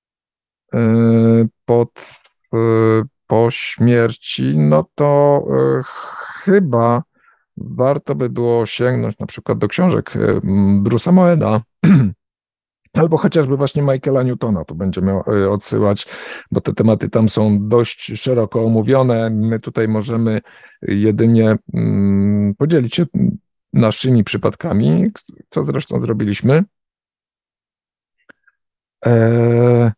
pod, po śmierci, no to chyba warto by było sięgnąć na przykład do książek Bruce'a Moena, albo chociażby właśnie Michaela Newtona, tu będzie miał odsyłać, bo te tematy tam są dość szeroko omówione. My tutaj możemy jedynie mm, podzielić się naszymi przypadkami, co zresztą zrobiliśmy. Eee,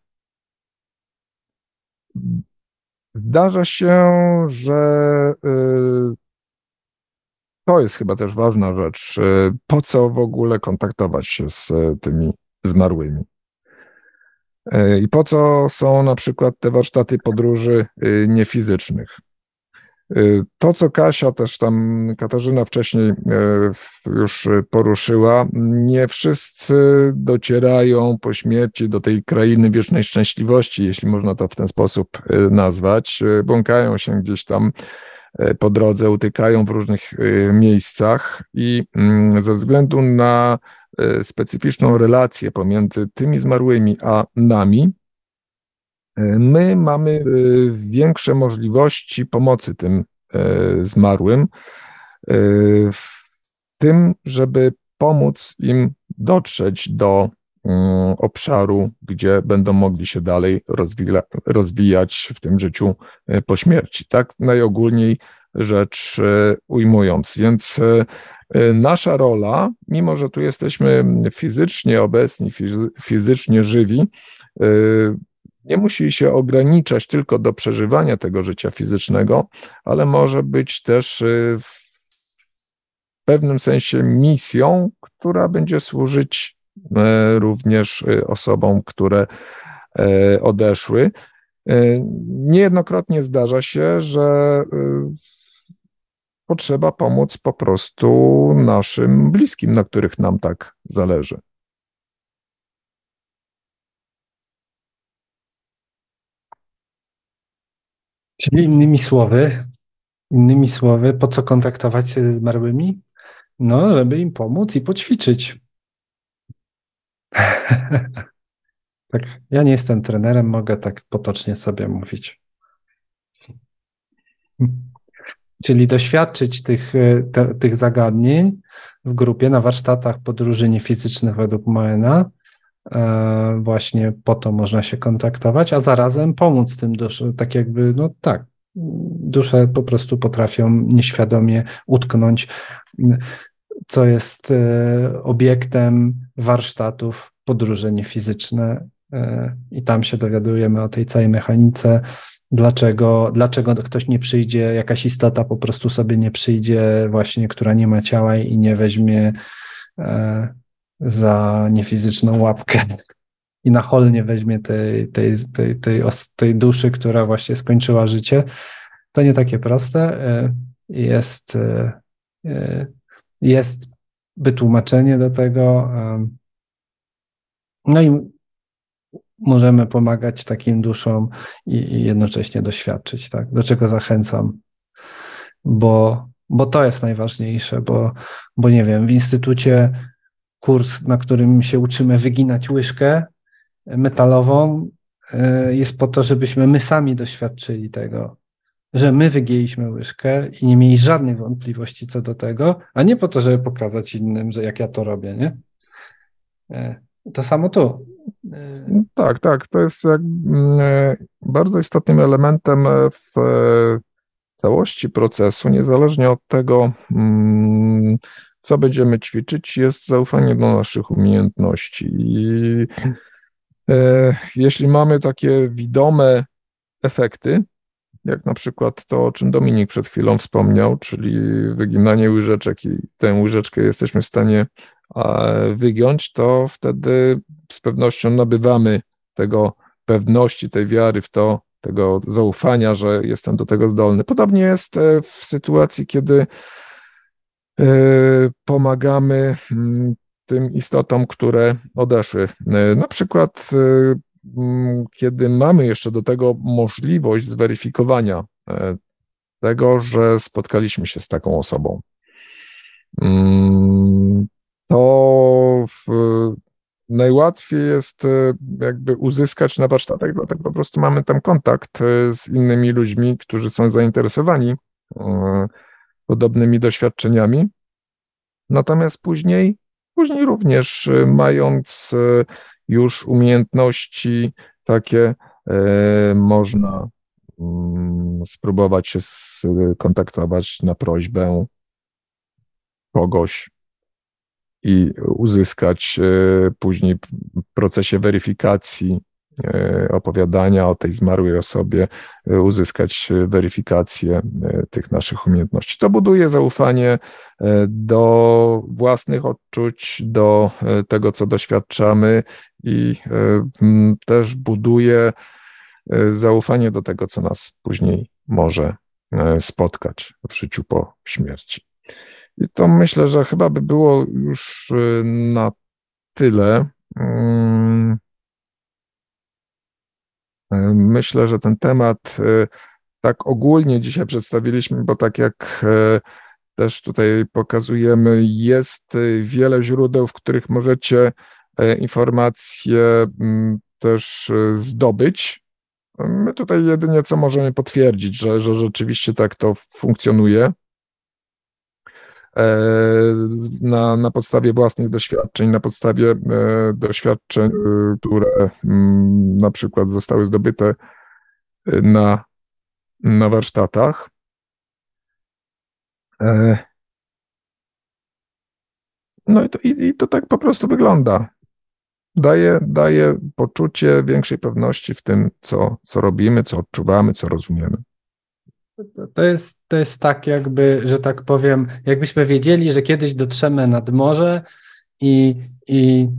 zdarza się, że yy, to jest chyba też ważna rzecz. Po co w ogóle kontaktować się z tymi zmarłymi? I po co są na przykład te warsztaty podróży niefizycznych? To, co Kasia też tam, Katarzyna wcześniej już poruszyła, nie wszyscy docierają po śmierci do tej krainy wiecznej szczęśliwości, jeśli można to w ten sposób nazwać. Błąkają się gdzieś tam po drodze, utykają w różnych miejscach i ze względu na specyficzną relację pomiędzy tymi zmarłymi a nami, my mamy większe możliwości pomocy tym zmarłym w tym, żeby pomóc im dotrzeć do obszaru, gdzie będą mogli się dalej rozwija, rozwijać w tym życiu po śmierci. Tak najogólniej rzecz ujmując. Więc nasza rola, mimo że tu jesteśmy fizycznie obecni, fizycznie żywi, nie musi się ograniczać tylko do przeżywania tego życia fizycznego, ale może być też w pewnym sensie misją, która będzie służyć również osobom, które odeszły. Niejednokrotnie zdarza się, że potrzeba pomóc po prostu naszym bliskim, na których nam tak zależy. Czyli innymi słowy, innymi słowy, po co kontaktować się ze zmarłymi? No, żeby im pomóc i poćwiczyć. Tak, ja nie jestem trenerem, mogę tak potocznie sobie mówić. Czyli doświadczyć tych, te, tych zagadnień w grupie na warsztatach podróży niefizycznych według Moena. E, właśnie po to można się kontaktować, a zarazem pomóc tym duszom, tak jakby, no tak, dusze po prostu potrafią nieświadomie utknąć, co jest e, obiektem warsztatów podróże niefizyczne e, i tam się dowiadujemy o tej całej mechanice, dlaczego, dlaczego ktoś nie przyjdzie, jakaś istota po prostu sobie nie przyjdzie właśnie, która nie ma ciała i nie weźmie e, za niefizyczną łapkę i nacholnie weźmie tej, tej, tej, tej, tej duszy, która właśnie skończyła życie. To nie takie proste. Jest, jest wytłumaczenie do tego. No i możemy pomagać takim duszom i, i jednocześnie doświadczyć, tak? Do czego zachęcam, bo, bo to jest najważniejsze, bo, bo nie wiem, w instytucie kurs, na którym się uczymy wyginać łyżkę metalową, jest po to, żebyśmy my sami doświadczyli tego, że my wygięliśmy łyżkę i nie mieli żadnych wątpliwości co do tego, a nie po to, żeby pokazać innym, że jak ja to robię, nie? To samo tu. Tak, tak. To jest jak bardzo istotnym elementem w całości procesu, niezależnie od tego, co będziemy ćwiczyć, jest zaufanie do naszych umiejętności. I e, jeśli mamy takie widome efekty, jak na przykład to, o czym Dominik przed chwilą wspomniał, czyli wyginanie łyżeczek i tę łyżeczkę jesteśmy w stanie e, wygiąć, to wtedy z pewnością nabywamy tego pewności, tej wiary w to, tego zaufania, że jestem do tego zdolny. Podobnie jest w sytuacji, kiedy pomagamy tym istotom, które odeszły. Na przykład, kiedy mamy jeszcze do tego możliwość zweryfikowania tego, że spotkaliśmy się z taką osobą, to w, najłatwiej jest jakby uzyskać na warsztatach, dlatego po prostu mamy tam kontakt z innymi ludźmi, którzy są zainteresowani podobnymi doświadczeniami. Natomiast później, później również mając już umiejętności takie, można spróbować się skontaktować na prośbę kogoś i uzyskać później w procesie weryfikacji opowiadania o tej zmarłej osobie, uzyskać weryfikację tych naszych umiejętności. To buduje zaufanie do własnych odczuć, do tego, co doświadczamy i też buduje zaufanie do tego, co nas później może spotkać w życiu po śmierci. I to myślę, że chyba by było już na tyle. Myślę, że ten temat tak ogólnie dzisiaj przedstawiliśmy, bo tak jak też tutaj pokazujemy, jest wiele źródeł, w których możecie informacje też zdobyć. My tutaj jedynie co możemy potwierdzić, że, że rzeczywiście tak to funkcjonuje. Na, na podstawie własnych doświadczeń, na podstawie doświadczeń, które na przykład zostały zdobyte na, na warsztatach. No i to, i, i to tak po prostu wygląda. Daje, daje poczucie większej pewności w tym, co, co robimy, co odczuwamy, co rozumiemy. To jest, to jest tak jakby, że tak powiem, jakbyśmy wiedzieli, że kiedyś dotrzemy nad morze i, i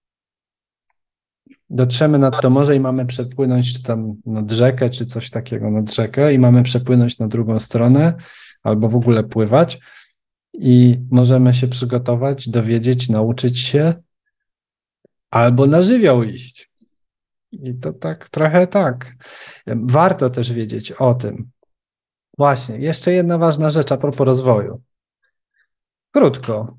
dotrzemy nad to morze i mamy przepłynąć czy tam nad rzekę, czy coś takiego nad rzekę i mamy przepłynąć na drugą stronę albo w ogóle pływać i możemy się przygotować, dowiedzieć, nauczyć się albo na żywioł iść. I to tak trochę tak. Warto też wiedzieć o tym. Właśnie, jeszcze jedna ważna rzecz a propos rozwoju. Krótko.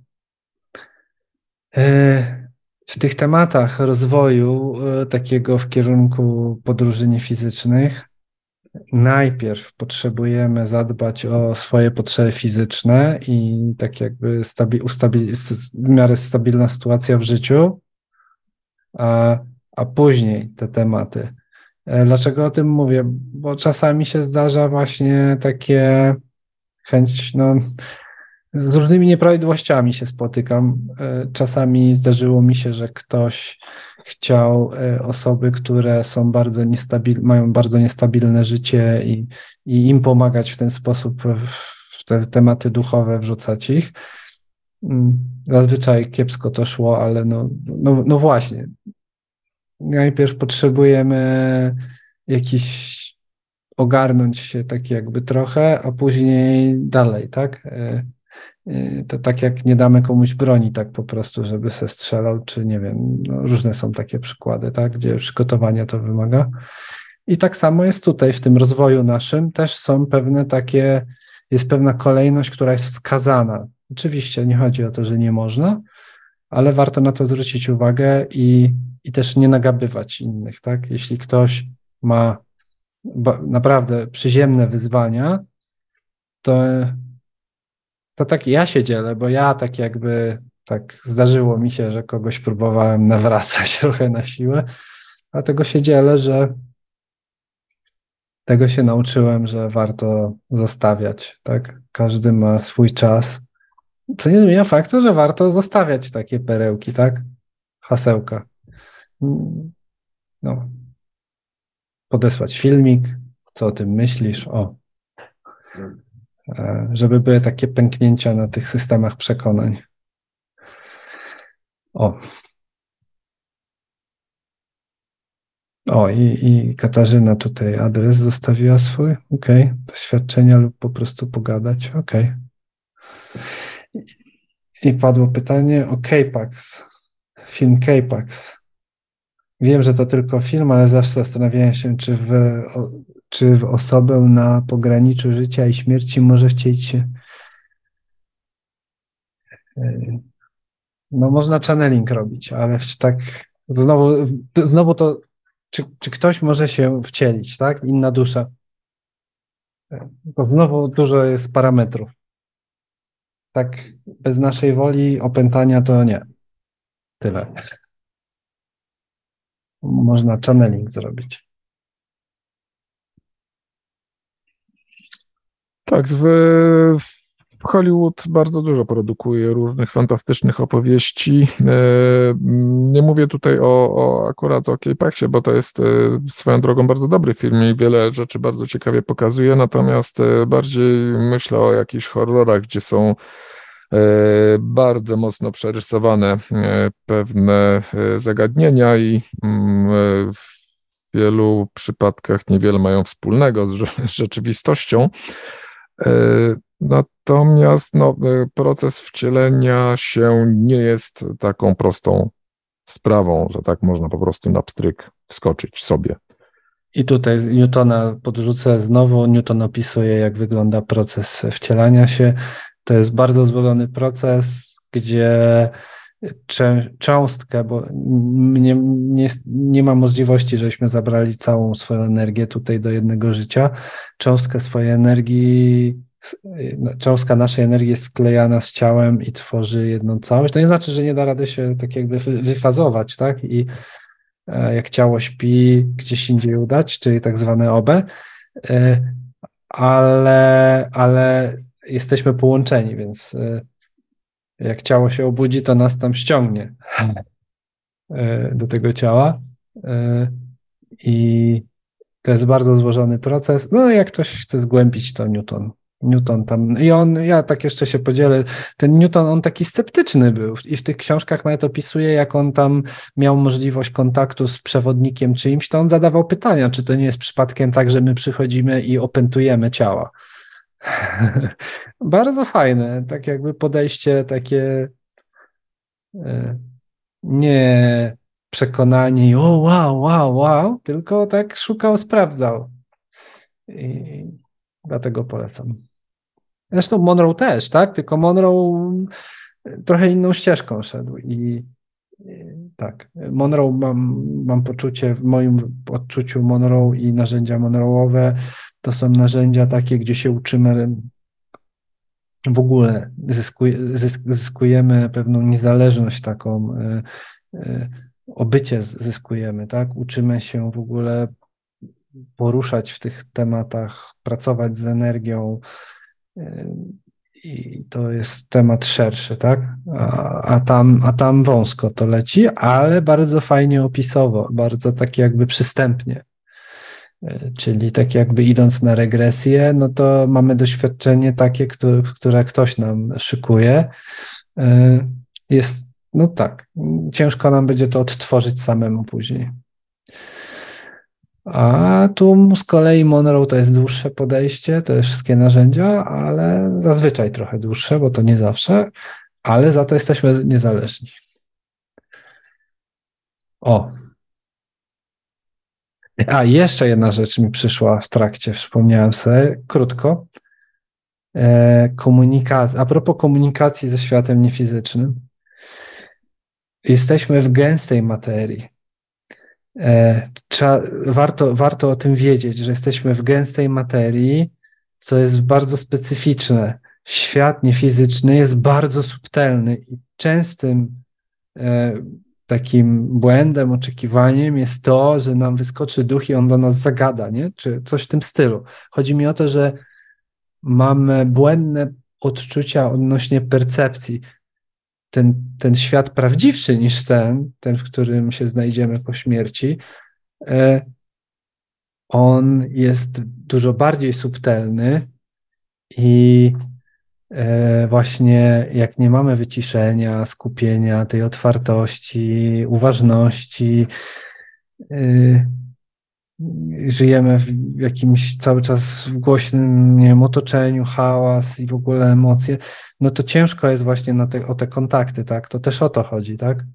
W tych tematach rozwoju takiego w kierunku podróży niefizycznych najpierw potrzebujemy zadbać o swoje potrzeby fizyczne i tak jakby stabi- ustabil- w miarę stabilna sytuacja w życiu, a, a później te tematy. Dlaczego o tym mówię? Bo czasami się zdarza właśnie takie chęć, no z różnymi nieprawidłowościami się spotykam. Czasami zdarzyło mi się, że ktoś chciał osoby, które są bardzo niestabilne, mają bardzo niestabilne życie i, i im pomagać w ten sposób, w te tematy duchowe wrzucać ich. Zazwyczaj kiepsko to szło, ale no, no, no właśnie. Najpierw potrzebujemy jakiś ogarnąć się tak jakby trochę, a później dalej, tak? To tak jak nie damy komuś broni tak po prostu, żeby se strzelał, czy nie wiem, no różne są takie przykłady, tak? Gdzie przygotowania to wymaga. I tak samo jest tutaj w tym rozwoju naszym, też są pewne takie, jest pewna kolejność, która jest wskazana. Oczywiście nie chodzi o to, że nie można, ale warto na to zwrócić uwagę i, i też nie nagabywać innych, tak? Jeśli ktoś ma naprawdę przyziemne wyzwania, to, to tak ja się dzielę, bo ja tak jakby, tak zdarzyło mi się, że kogoś próbowałem nawracać trochę na siłę, dlatego się dzielę, że tego się nauczyłem, że warto zostawiać, tak? Każdy ma swój czas, co nie zmienia faktu, że warto zostawiać takie perełki, tak? Hasełka. No. Podesłać filmik, co o tym myślisz, o. Żeby były takie pęknięcia na tych systemach przekonań. O. O, i, i Katarzyna tutaj adres zostawiła swój. Okej. Okay. Doświadczenia lub po prostu pogadać. Okej. Okay. I, I padło pytanie o K-Pax. Film K-Pax. Wiem, że to tylko film, ale zawsze zastanawiałem się, czy w, o, czy w osobę na pograniczu życia i śmierci może chcieć się... No można channeling robić, ale tak znowu, znowu to, czy, czy ktoś może się wcielić, tak? Inna dusza. To znowu dużo jest parametrów. Tak bez naszej woli, opętania to nie. Tyle. Można channeling zrobić. Tak, w, Hollywood bardzo dużo produkuje różnych fantastycznych opowieści. Nie mówię tutaj o, o akurat o K-Paxie, bo to jest swoją drogą bardzo dobry film i wiele rzeczy bardzo ciekawie pokazuje, natomiast bardziej myślę o jakichś horrorach, gdzie są bardzo mocno przerysowane pewne zagadnienia i w wielu przypadkach niewiele mają wspólnego z rzeczywistością. Natomiast no, proces wcielenia się nie jest taką prostą sprawą, że tak można po prostu na pstryk wskoczyć sobie. I tutaj z Newtona podrzucę znowu. Newton opisuje, jak wygląda proces wcielania się. To jest bardzo złożony proces, gdzie cząstkę, bo nie, nie, nie ma możliwości, żebyśmy zabrali całą swoją energię tutaj do jednego życia. Cząstkę swojej energii, cząstka naszej energii jest sklejana z ciałem i tworzy jedną całość. To nie znaczy, że nie da rady się tak jakby wyfazować, tak? I jak ciało śpi, gdzieś indziej udać, czyli tak zwane O B, ale, ale jesteśmy połączeni, więc jak ciało się obudzi, to nas tam ściągnie do tego ciała i to jest bardzo złożony proces. No jak ktoś chce zgłębić, to Newton. Newton tam, i on, ja tak jeszcze się podzielę, ten Newton, on taki sceptyczny był i w tych książkach nawet opisuje, jak on tam miał możliwość kontaktu z przewodnikiem czyimś, to on zadawał pytania, czy to nie jest przypadkiem tak, że my przychodzimy i opętujemy ciała. Bardzo fajne, tak jakby podejście takie nie przekonani, o wow, wow, wow, tylko tak szukał, sprawdzał i dlatego polecam. Zresztą Monroe też, tak? Tylko Monroe trochę inną ścieżką szedł i, i tak. Monroe mam, mam poczucie, w moim odczuciu Monroe i narzędzia Monroe'owe to są narzędzia takie, gdzie się uczymy w ogóle, zyskuj, zyskujemy pewną niezależność taką, y, y, obycie zyskujemy, tak? Uczymy się w ogóle poruszać w tych tematach, pracować z energią, i to jest temat szerszy, tak? A, a, tam, a tam wąsko to leci, ale bardzo fajnie opisowo, bardzo tak jakby przystępnie. Czyli tak jakby idąc na regresję, no to mamy doświadczenie takie, które, które ktoś nam szykuje. Jest, no tak, ciężko nam będzie to odtworzyć samemu później. A tu z kolei Monroe to jest dłuższe podejście, te wszystkie narzędzia, ale zazwyczaj trochę dłuższe, bo to nie zawsze, ale za to jesteśmy niezależni. O. A, jeszcze jedna rzecz mi przyszła w trakcie, przypomniałem sobie, krótko. Komunikacja. A propos komunikacji ze światem niefizycznym. Jesteśmy w gęstej materii. Trzeba, warto, warto o tym wiedzieć, że jesteśmy w gęstej materii, co jest bardzo specyficzne. Świat niefizyczny jest bardzo subtelny i częstym e, takim błędem, oczekiwaniem jest to, że nam wyskoczy duch i on do nas zagada, nie? Czy coś w tym stylu. Chodzi mi o to, że mamy błędne odczucia odnośnie percepcji. Ten, ten świat prawdziwszy niż ten, ten, w którym się znajdziemy po śmierci, on jest dużo bardziej subtelny i właśnie jak nie mamy wyciszenia, skupienia, tej otwartości, uważności, żyjemy w jakimś cały czas w głośnym, nie wiem, otoczeniu, hałas i w ogóle emocje, no to ciężko jest właśnie na te, o te kontakty, tak? To też o to chodzi, tak?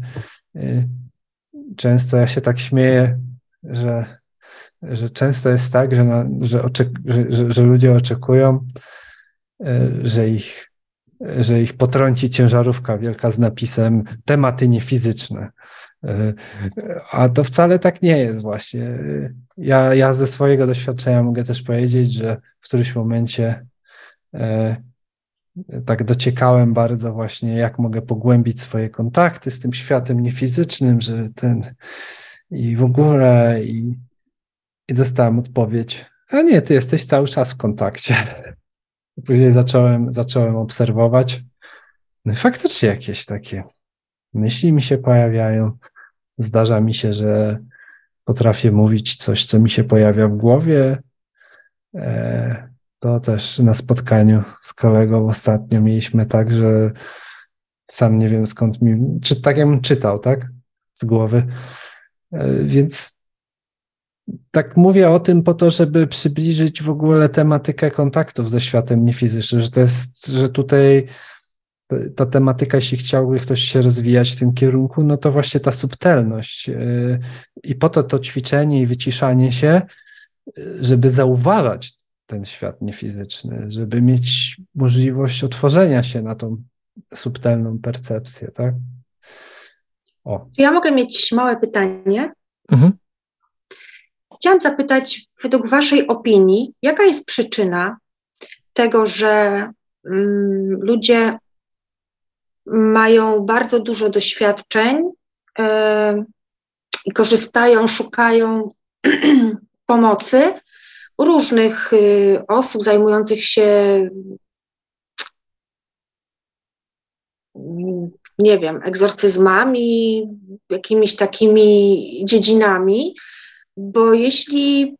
Często ja się tak śmieję, że, że często jest tak, że, na, że, oczek- że, że, że ludzie oczekują, że ich, że ich potrąci ciężarówka wielka z napisem tematy niefizyczne. A to wcale tak nie jest właśnie. Ja, ja ze swojego doświadczenia mogę też powiedzieć, że w którymś momencie e, tak dociekałem bardzo właśnie, jak mogę pogłębić swoje kontakty z tym światem niefizycznym, że ten i w ogóle i, i dostałem odpowiedź, a nie, ty jesteś cały czas w kontakcie. Później zacząłem, zacząłem obserwować. No i faktycznie jakieś takie myśli mi się pojawiają. Zdarza mi się, że potrafię mówić coś, co mi się pojawia w głowie. To też na spotkaniu z kolegą ostatnio mieliśmy tak, że sam nie wiem skąd mi, czy tak jakbym czytał, tak? Z głowy. Więc tak mówię o tym po to, żeby przybliżyć w ogóle tematykę kontaktów ze światem niefizycznym, że to jest, że tutaj ta tematyka, jeśli chciałby ktoś się rozwijać w tym kierunku, no to właśnie ta subtelność i po to to ćwiczenie i wyciszanie się, żeby zauważać ten świat niefizyczny, żeby mieć możliwość otworzenia się na tą subtelną percepcję, tak? O. Ja mogę mieć małe pytanie. Mhm. Chciałam zapytać, według waszej opinii, jaka jest przyczyna tego, że mm, ludzie mają bardzo dużo doświadczeń yy, i korzystają, szukają pomocy u różnych yy, osób zajmujących się, yy, nie wiem, egzorcyzmami, jakimiś takimi dziedzinami, bo jeśli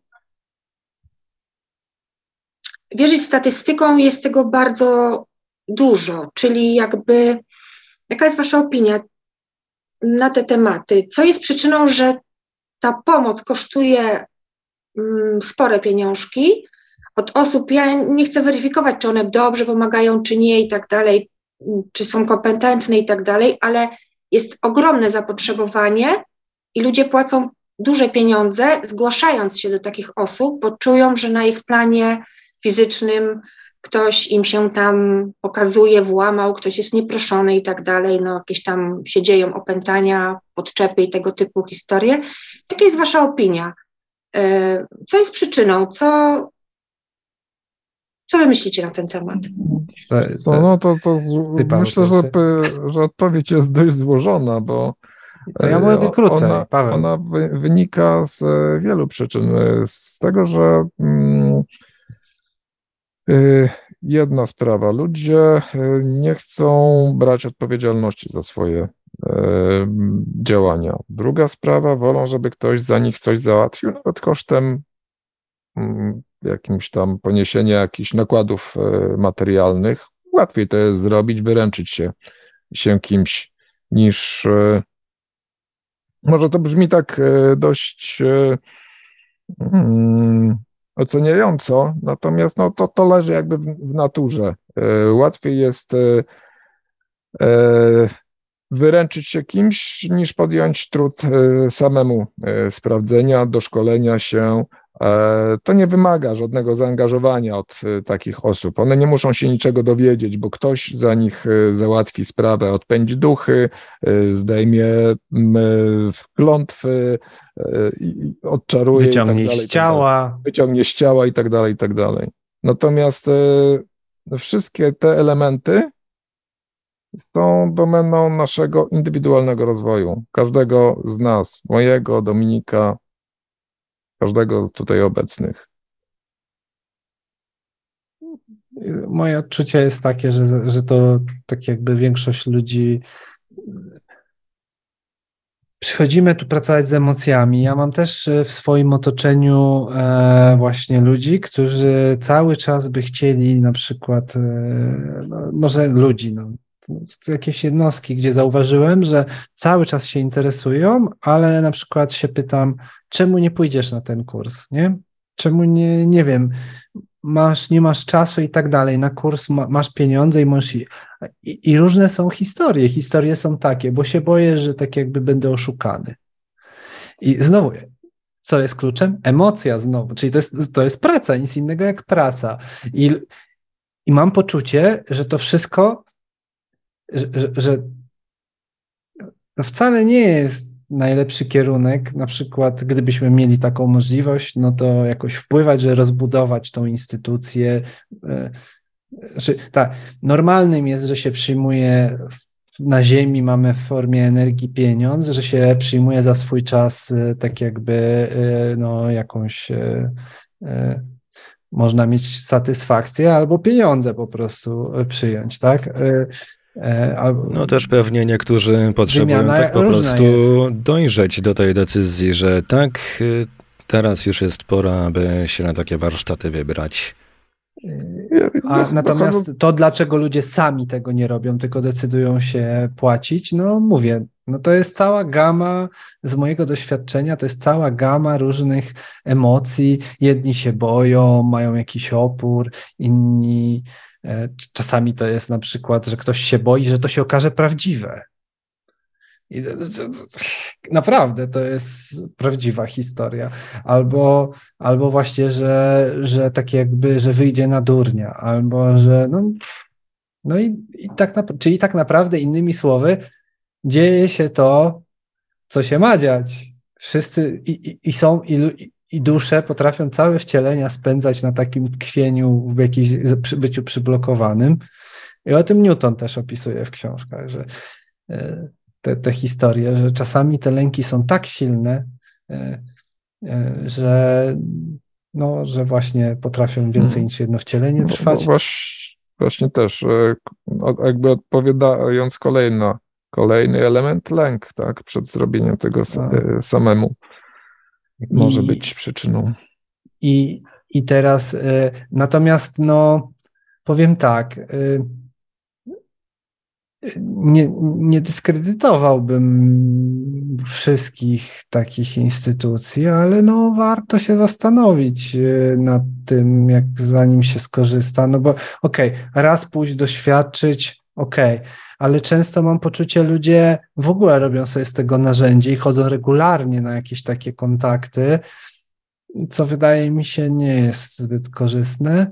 wierzyć statystyką, jest tego bardzo dużo, czyli jakby jaka jest wasza opinia na te tematy? Co jest przyczyną, że ta pomoc kosztuje mm, spore pieniążki od osób, ja nie chcę weryfikować, czy one dobrze pomagają, czy nie i tak dalej, czy są kompetentne i tak dalej, ale jest ogromne zapotrzebowanie i ludzie płacą duże pieniądze, zgłaszając się do takich osób, bo czują, że na ich planie fizycznym ktoś im się tam pokazuje, włamał, ktoś jest nieproszony i tak dalej, no jakieś tam się dzieją opętania, podczepy i tego typu historie. Jaka jest wasza opinia? Co jest przyczyną? Co, co wy myślicie na ten temat? No, no to, to myślę, że, że odpowiedź jest dość złożona, bo ja mogę krócej, ona, Paweł. Ona wynika z wielu przyczyn. Z tego, że mm, jedna sprawa, ludzie nie chcą brać odpowiedzialności za swoje działania. Druga sprawa, wolą, żeby ktoś za nich coś załatwił, nawet kosztem jakimś tam poniesienia jakichś nakładów materialnych. Łatwiej to jest zrobić, wyręczyć się, się kimś, niż może to brzmi tak dość hmm, oceniająco, natomiast no, to, to leży jakby w naturze. Łatwiej jest wyręczyć się kimś, niż podjąć trud samemu sprawdzenia, doszkolenia się. To nie wymaga żadnego zaangażowania od takich osób. One nie muszą się niczego dowiedzieć, bo ktoś za nich załatwi sprawę, odpędzi duchy, zdejmie klątwy, odczaruje. Wyciągnie i tak dalej, z ciała. Wyciągnie z ciała i tak dalej, i tak dalej. Natomiast wszystkie te elementy są domeną naszego indywidualnego rozwoju. Każdego z nas, mojego, Dominika, każdego tutaj obecnych. Moje odczucie jest takie, że, że to tak jakby większość ludzi przychodzimy tu pracować z emocjami. Ja mam też w swoim otoczeniu e, właśnie ludzi, którzy cały czas by chcieli na przykład, e, no, może ludzi, no, jakieś jednostki, gdzie zauważyłem, że cały czas się interesują, ale na przykład się pytam, czemu nie pójdziesz na ten kurs, nie? Czemu nie, nie wiem, masz, nie masz czasu i tak dalej, na kurs ma, masz pieniądze i możesz i, i, i różne są historie. Historie są takie, bo się boję, że tak jakby będę oszukany. I znowu, co jest kluczem? Emocja znowu, czyli to jest, to jest praca, nic innego jak praca. I, i mam poczucie, że to wszystko Że, że, że no wcale nie jest najlepszy kierunek, na przykład gdybyśmy mieli taką możliwość, no to jakoś wpływać, że rozbudować tą instytucję. Znaczy, tak, normalnym jest, że się przyjmuje na ziemi, mamy w formie energii pieniądz, że się przyjmuje za swój czas tak jakby no jakąś można mieć satysfakcję albo pieniądze po prostu przyjąć, tak? Albo no też pewnie niektórzy potrzebują wymiana tak po różna prostu jest. dojrzeć do tej decyzji, że tak, teraz już jest pora, aby się na takie warsztaty wybrać. A natomiast to, dlaczego ludzie sami tego nie robią, tylko decydują się płacić, no mówię, no to jest cała gama, z mojego doświadczenia, to jest cała gama różnych emocji. Jedni się boją, mają jakiś opór, inni e, czasami to jest na przykład, że ktoś się boi, że to się okaże prawdziwe. I to, to, to, naprawdę to jest prawdziwa historia. Albo, albo właśnie, że, że tak jakby, że wyjdzie na durnia, albo że no, no i, i tak, czyli tak naprawdę innymi słowy dzieje się to, co się ma dziać. Wszyscy i, i, i są i, i dusze potrafią całe wcielenia spędzać na takim tkwieniu w jakimś byciu przyblokowanym. I o tym Newton też opisuje w książkach, że Te, te historie, że czasami te lęki są tak silne, że, no, że właśnie potrafią więcej niż jedno wcielenie trwać. No, właśnie, właśnie też, jakby odpowiadając kolejno, kolejny element, lęk, tak, przed zrobieniem tego A. samemu może I, być przyczyną. I, i teraz, natomiast no, powiem tak, Nie, nie dyskredytowałbym wszystkich takich instytucji, ale no warto się zastanowić nad tym, jak zanim się skorzysta, no bo okej, okay, raz pójść doświadczyć, okej, okay, ale często mam poczucie, ludzie w ogóle robią sobie z tego narzędzie i chodzą regularnie na jakieś takie kontakty, co wydaje mi się nie jest zbyt korzystne.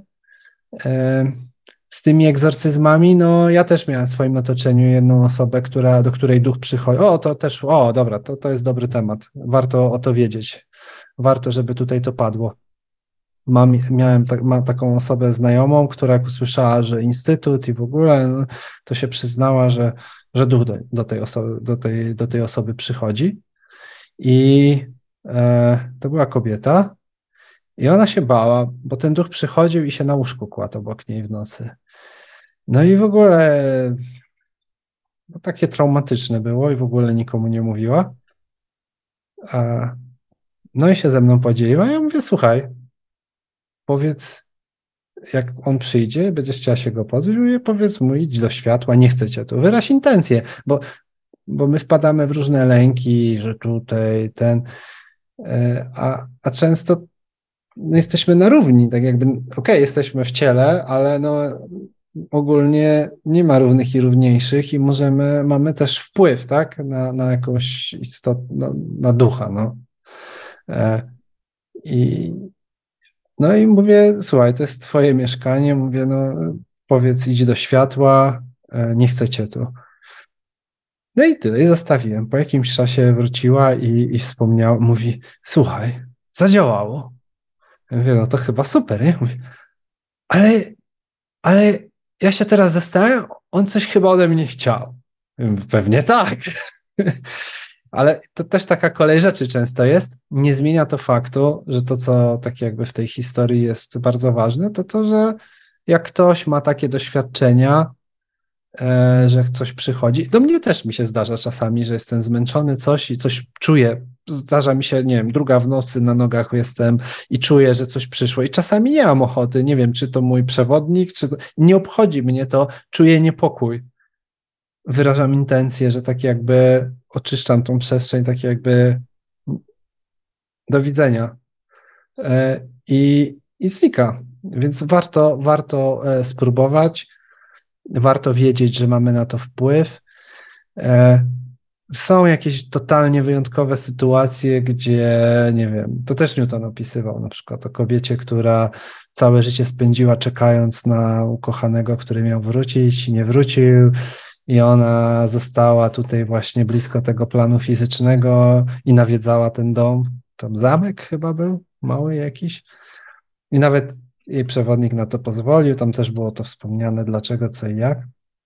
Z tymi egzorcyzmami, no ja też miałem w swoim otoczeniu jedną osobę, która, do której duch przychodzi. O, to też, o dobra, to, to jest dobry temat. Warto o to wiedzieć. Warto, żeby tutaj to padło. Mam, miałem ta, ma taką osobę znajomą, która jak usłyszała, że instytut i w ogóle, no, to się przyznała, że, że duch do, do, tej osoby, do, tej, do tej osoby przychodzi. I e, to była kobieta. I ona się bała, bo ten duch przychodził i się na łóżku kładł obok niej w nocy. No i w ogóle no, takie traumatyczne było i w ogóle nikomu nie mówiła. A, no i się ze mną podzieliła. Ja mówię, słuchaj, powiedz, jak on przyjdzie, będziesz chciała się go pozbyć, mówię, powiedz mu, idź do światła, nie chcę cię tu. Wyraź intencję, bo, bo my wpadamy w różne lęki, że tutaj ten, a, a często no jesteśmy na równi, tak jakby, okej, okay, jesteśmy w ciele, ale no ogólnie nie ma równych i równiejszych i możemy, mamy też wpływ, tak, na, na jakąś istotę, na, na ducha, no. E, i, no i mówię, słuchaj, to jest twoje mieszkanie, mówię, no powiedz, idź do światła, e, nie chcę cię tu. No i tyle, i zostawiłem. Po jakimś czasie wróciła i, i wspomniała, mówi, słuchaj, zadziałało. Ja mówię, no to chyba super, nie? Mówię, ale, ale ja się teraz zastanawiam, on coś chyba ode mnie chciał. Mówię, pewnie tak. Ale to też taka kolej rzeczy często jest. Nie zmienia to faktu, że to, co tak jakby w tej historii jest bardzo ważne, to to, że jak ktoś ma takie doświadczenia, e, że coś przychodzi. Do mnie też mi się zdarza czasami, że jestem zmęczony coś i coś czuję. Zdarza mi się, nie wiem, druga w nocy na nogach jestem i czuję, że coś przyszło i czasami nie mam ochoty, nie wiem, czy to mój przewodnik, czy to... nie obchodzi mnie to, czuję niepokój. Wyrażam intencję, że tak jakby oczyszczam tą przestrzeń, tak jakby do widzenia i, i znika. Więc warto, warto spróbować, warto wiedzieć, że mamy na to wpływ. Są jakieś totalnie wyjątkowe sytuacje, gdzie, nie wiem, to też Newton opisywał na przykład o kobiecie, która całe życie spędziła czekając na ukochanego, który miał wrócić i nie wrócił i ona została tutaj właśnie blisko tego planu fizycznego i nawiedzała ten dom, tam zamek chyba był, mały jakiś i nawet jej przewodnik na to pozwolił, tam też było to wspomniane, dlaczego, co i jak.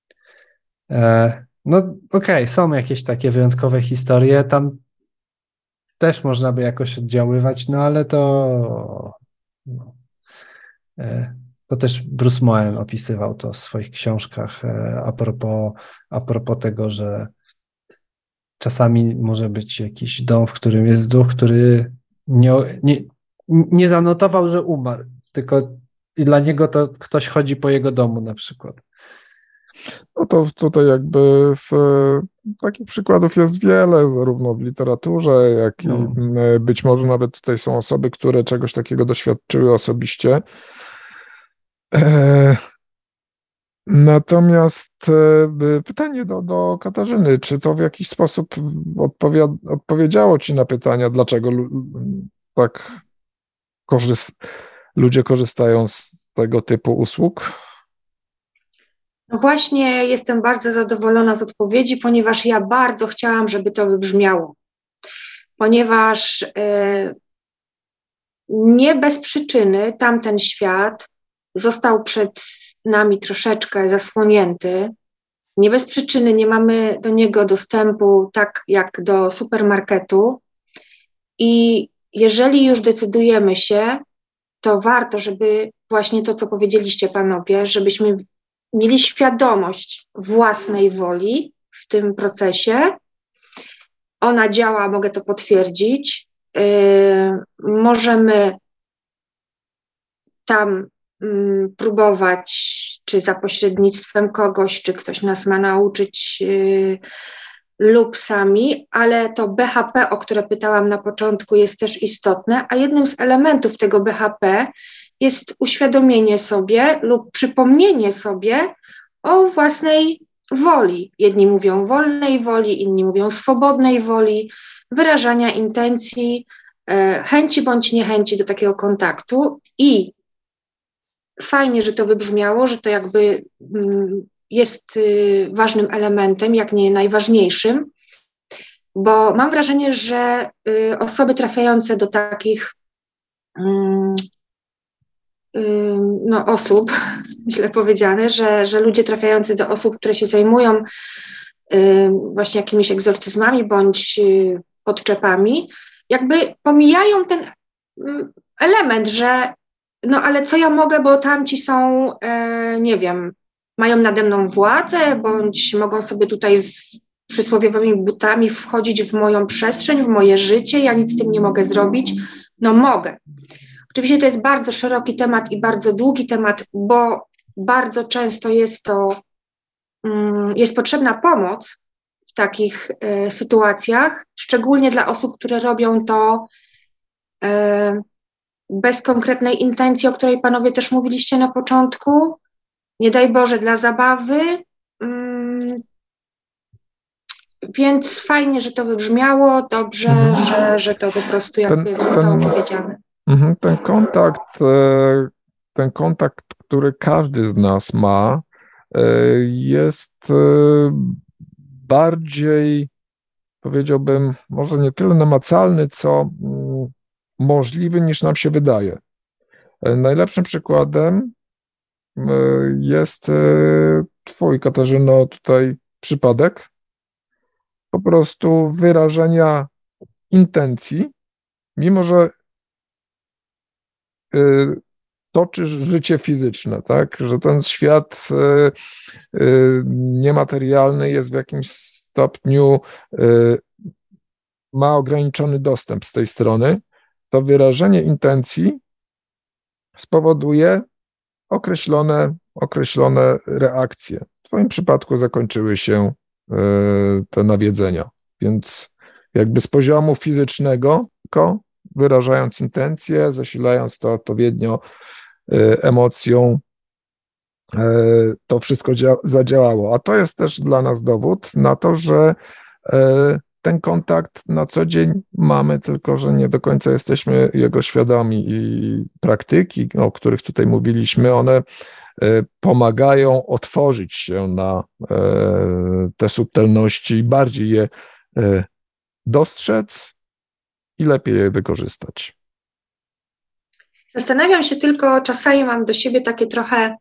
E No okej, okay, są jakieś takie wyjątkowe historie, tam też można by jakoś oddziaływać, no ale to no, To też Bruce Moen opisywał to w swoich książkach a propos, a propos tego, że czasami może być jakiś dom, w którym jest duch, który nie, nie, nie zanotował, że umarł, tylko i dla niego to ktoś chodzi po jego domu na przykład. No to tutaj jakby w, takich przykładów jest wiele, zarówno w literaturze, jak i no. być może nawet tutaj są osoby, które czegoś takiego doświadczyły osobiście. E, natomiast e, pytanie do, do Katarzyny, czy to w jakiś sposób odpowiad, odpowiedziało ci na pytania, dlaczego tak korzys- ludzie korzystają z tego typu usług? No właśnie jestem bardzo zadowolona z odpowiedzi, ponieważ ja bardzo chciałam, żeby to wybrzmiało. Ponieważ y, nie bez przyczyny tamten świat został przed nami troszeczkę zasłonięty. Nie bez przyczyny nie mamy do niego dostępu tak jak do supermarketu. I jeżeli już decydujemy się, to warto, żeby właśnie to, co powiedzieliście panowie, żebyśmy mieli świadomość własnej woli w tym procesie. Ona działa, mogę to potwierdzić. Yy, możemy tam yy, próbować, czy za pośrednictwem kogoś, czy ktoś nas ma nauczyć yy, lub sami, ale to B H P, o które pytałam na początku, jest też istotne, a jednym z elementów tego B H P jest uświadomienie sobie lub przypomnienie sobie o własnej woli. Jedni mówią wolnej woli, inni mówią swobodnej woli, wyrażania intencji, e, chęci bądź niechęci do takiego kontaktu i fajnie, że to wybrzmiało, że to jakby mm, jest y, ważnym elementem, jak nie najważniejszym, bo mam wrażenie, że y, osoby trafiające do takich mm, no, osób, źle powiedziane, że, że ludzie trafiający do osób, które się zajmują y, właśnie jakimiś egzorcyzmami bądź y, podczepami, jakby pomijają ten y, element, że no ale co ja mogę, bo tamci są, y, nie wiem, mają nade mną władzę, bądź mogą sobie tutaj z przysłowiowymi butami wchodzić w moją przestrzeń, w moje życie, ja nic z tym nie mogę zrobić. No mogę. Oczywiście to jest bardzo szeroki temat i bardzo długi temat, bo bardzo często jest to, jest potrzebna pomoc w takich y, sytuacjach, szczególnie dla osób, które robią to y, bez konkretnej intencji, o której panowie też mówiliście na początku, nie daj Boże dla zabawy, y, więc fajnie, że to wybrzmiało, dobrze, mhm. że, że to po prostu jakby ten, zostało ten... powiedziane. Ten kontakt, ten kontakt, który każdy z nas ma, jest bardziej, powiedziałbym, może nie tyle namacalny, co możliwy, niż nam się wydaje. Najlepszym przykładem jest twój, Katarzyno, tutaj przypadek po prostu wyrażenia intencji, mimo że toczysz życie fizyczne, tak? Że ten świat niematerialny jest w jakimś stopniu, ma ograniczony dostęp z tej strony, to wyrażenie intencji spowoduje określone, określone reakcje. W twoim przypadku zakończyły się te nawiedzenia, więc jakby z poziomu fizycznego, wyrażając intencje, zasilając to odpowiednio emocją, to wszystko zadziałało. A to jest też dla nas dowód na to, że ten kontakt na co dzień mamy, tylko że nie do końca jesteśmy jego świadomi i praktyki, o których tutaj mówiliśmy, one pomagają otworzyć się na te subtelności i bardziej je dostrzec i lepiej je wykorzystać. Zastanawiam się tylko, czasami mam do siebie takie trochę,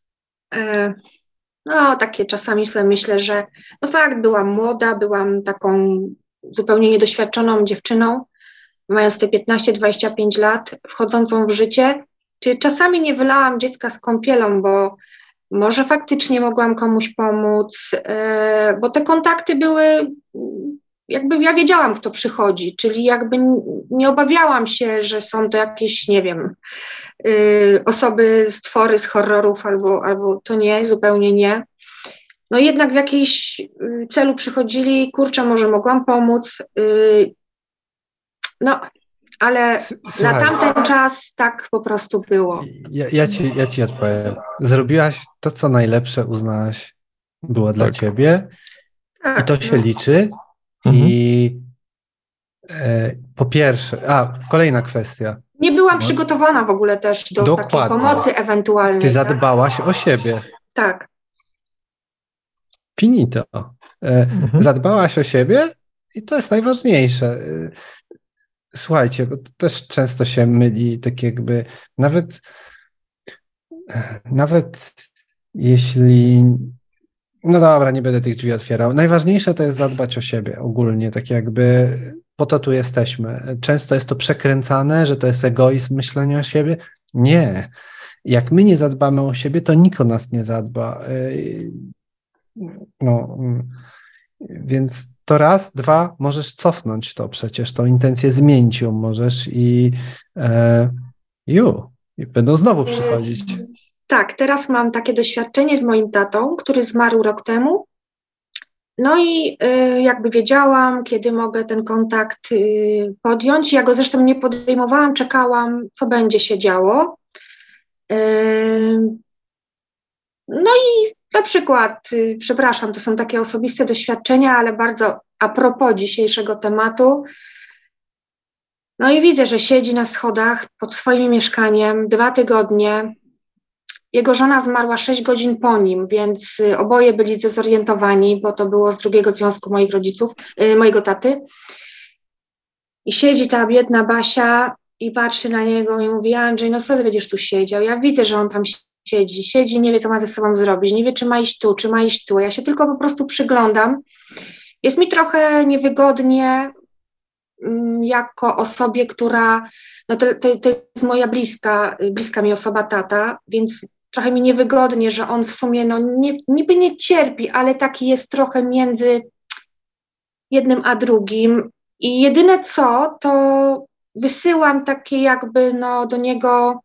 no takie czasami sobie myślę, że no fakt, byłam młoda, byłam taką zupełnie niedoświadczoną dziewczyną, mając te piętnaście dwadzieścia pięć lat, wchodzącą w życie. Czyli czasami nie wylałam dziecka z kąpielą, bo może faktycznie mogłam komuś pomóc, yy, bo te kontakty były, jakby ja wiedziałam, kto przychodzi, czyli jakby nie obawiałam się, że są to jakieś, nie wiem, yy, osoby, stwory z horrorów, albo, albo to nie, zupełnie nie. No jednak w jakimś celu przychodzili, kurczę, może mogłam pomóc, yy, no, ale Słuchaj, na tamten czas tak po prostu było. Ja, ja, ci, ja ci odpowiem. Zrobiłaś to, co najlepsze uznałaś było dla Tak. ciebie Tak, i to się no. liczy. Mhm. I e, po pierwsze, a kolejna kwestia. Nie byłam No. przygotowana w ogóle też do takiej Dokładnie. pomocy ewentualnej. Ty tak? zadbałaś o siebie. Tak. Finito. E, Mhm. Zadbałaś o siebie i to jest najważniejsze. E, Słuchajcie, bo to też często się myli, tak jakby nawet nawet jeśli no dobra, nie będę tych drzwi otwierał. Najważniejsze to jest zadbać o siebie ogólnie, tak jakby po to tu jesteśmy. Często jest to przekręcane, że to jest egoizm myślenia o siebie. Nie. Jak my nie zadbamy o siebie, to nikt o nas nie zadba. No, więc to raz, dwa, możesz cofnąć to przecież, tą intencję zmienić ją możesz i e, ju, i będą znowu przychodzić. Tak, teraz mam takie doświadczenie z moim tatą, który zmarł rok temu. No i y, jakby wiedziałam, kiedy mogę ten kontakt y, podjąć. Ja go zresztą nie podejmowałam, czekałam, co będzie się działo. Y, no i na przykład, y, przepraszam, to są takie osobiste doświadczenia, ale bardzo a propos dzisiejszego tematu. No i widzę, że siedzi na schodach pod swoim mieszkaniem dwa tygodnie. Jego żona zmarła sześć godzin po nim, więc oboje byli zdezorientowani, bo to było z drugiego związku moich rodziców, yy, mojego taty. I siedzi ta biedna Basia i patrzy na niego i mówi: Andrzej, no co ty będziesz tu siedział? Ja widzę, że on tam siedzi, siedzi, nie wie, co ma ze sobą zrobić, nie wie, czy ma iść tu, czy ma iść tu. Ja się tylko po prostu przyglądam. Jest mi trochę niewygodnie mm, jako osobie, która, no to, to, to jest moja bliska, bliska mi osoba, tata, więc trochę mi niewygodnie, że on w sumie no nie, niby nie cierpi, ale taki jest trochę między jednym a drugim. I jedyne co, to wysyłam takie jakby no do niego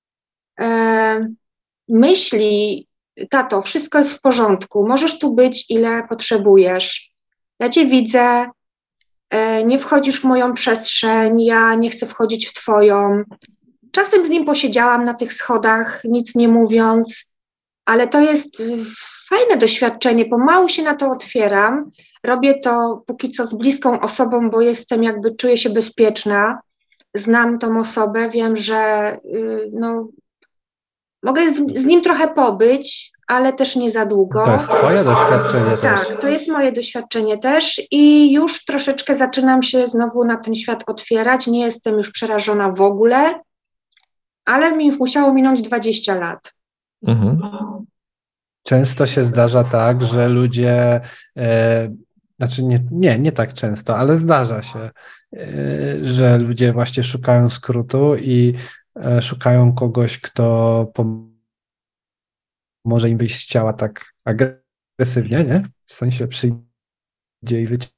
e, myśli: tato, wszystko jest w porządku, możesz tu być, ile potrzebujesz. Ja cię widzę, e, nie wchodzisz w moją przestrzeń, ja nie chcę wchodzić w twoją. Czasem z nim posiedziałam na tych schodach, nic nie mówiąc, ale to jest fajne doświadczenie, pomału się na to otwieram, robię to póki co z bliską osobą, bo jestem jakby, czuję się bezpieczna, znam tą osobę, wiem, że y, no, mogę z nim trochę pobyć, ale też nie za długo. To jest twoje doświadczenie też. Tak, to jest moje doświadczenie też i już troszeczkę zaczynam się znowu na ten świat otwierać, nie jestem już przerażona w ogóle, ale mi musiało minąć dwadzieścia lat. Mhm. Często się zdarza tak, że ludzie, e, znaczy nie, nie, nie tak często, ale zdarza się, e, że ludzie właśnie szukają skrótu i e, szukają kogoś, kto pomoże im wyjść z ciała tak agresywnie, nie? W sensie przyjdzie i wyciągnie,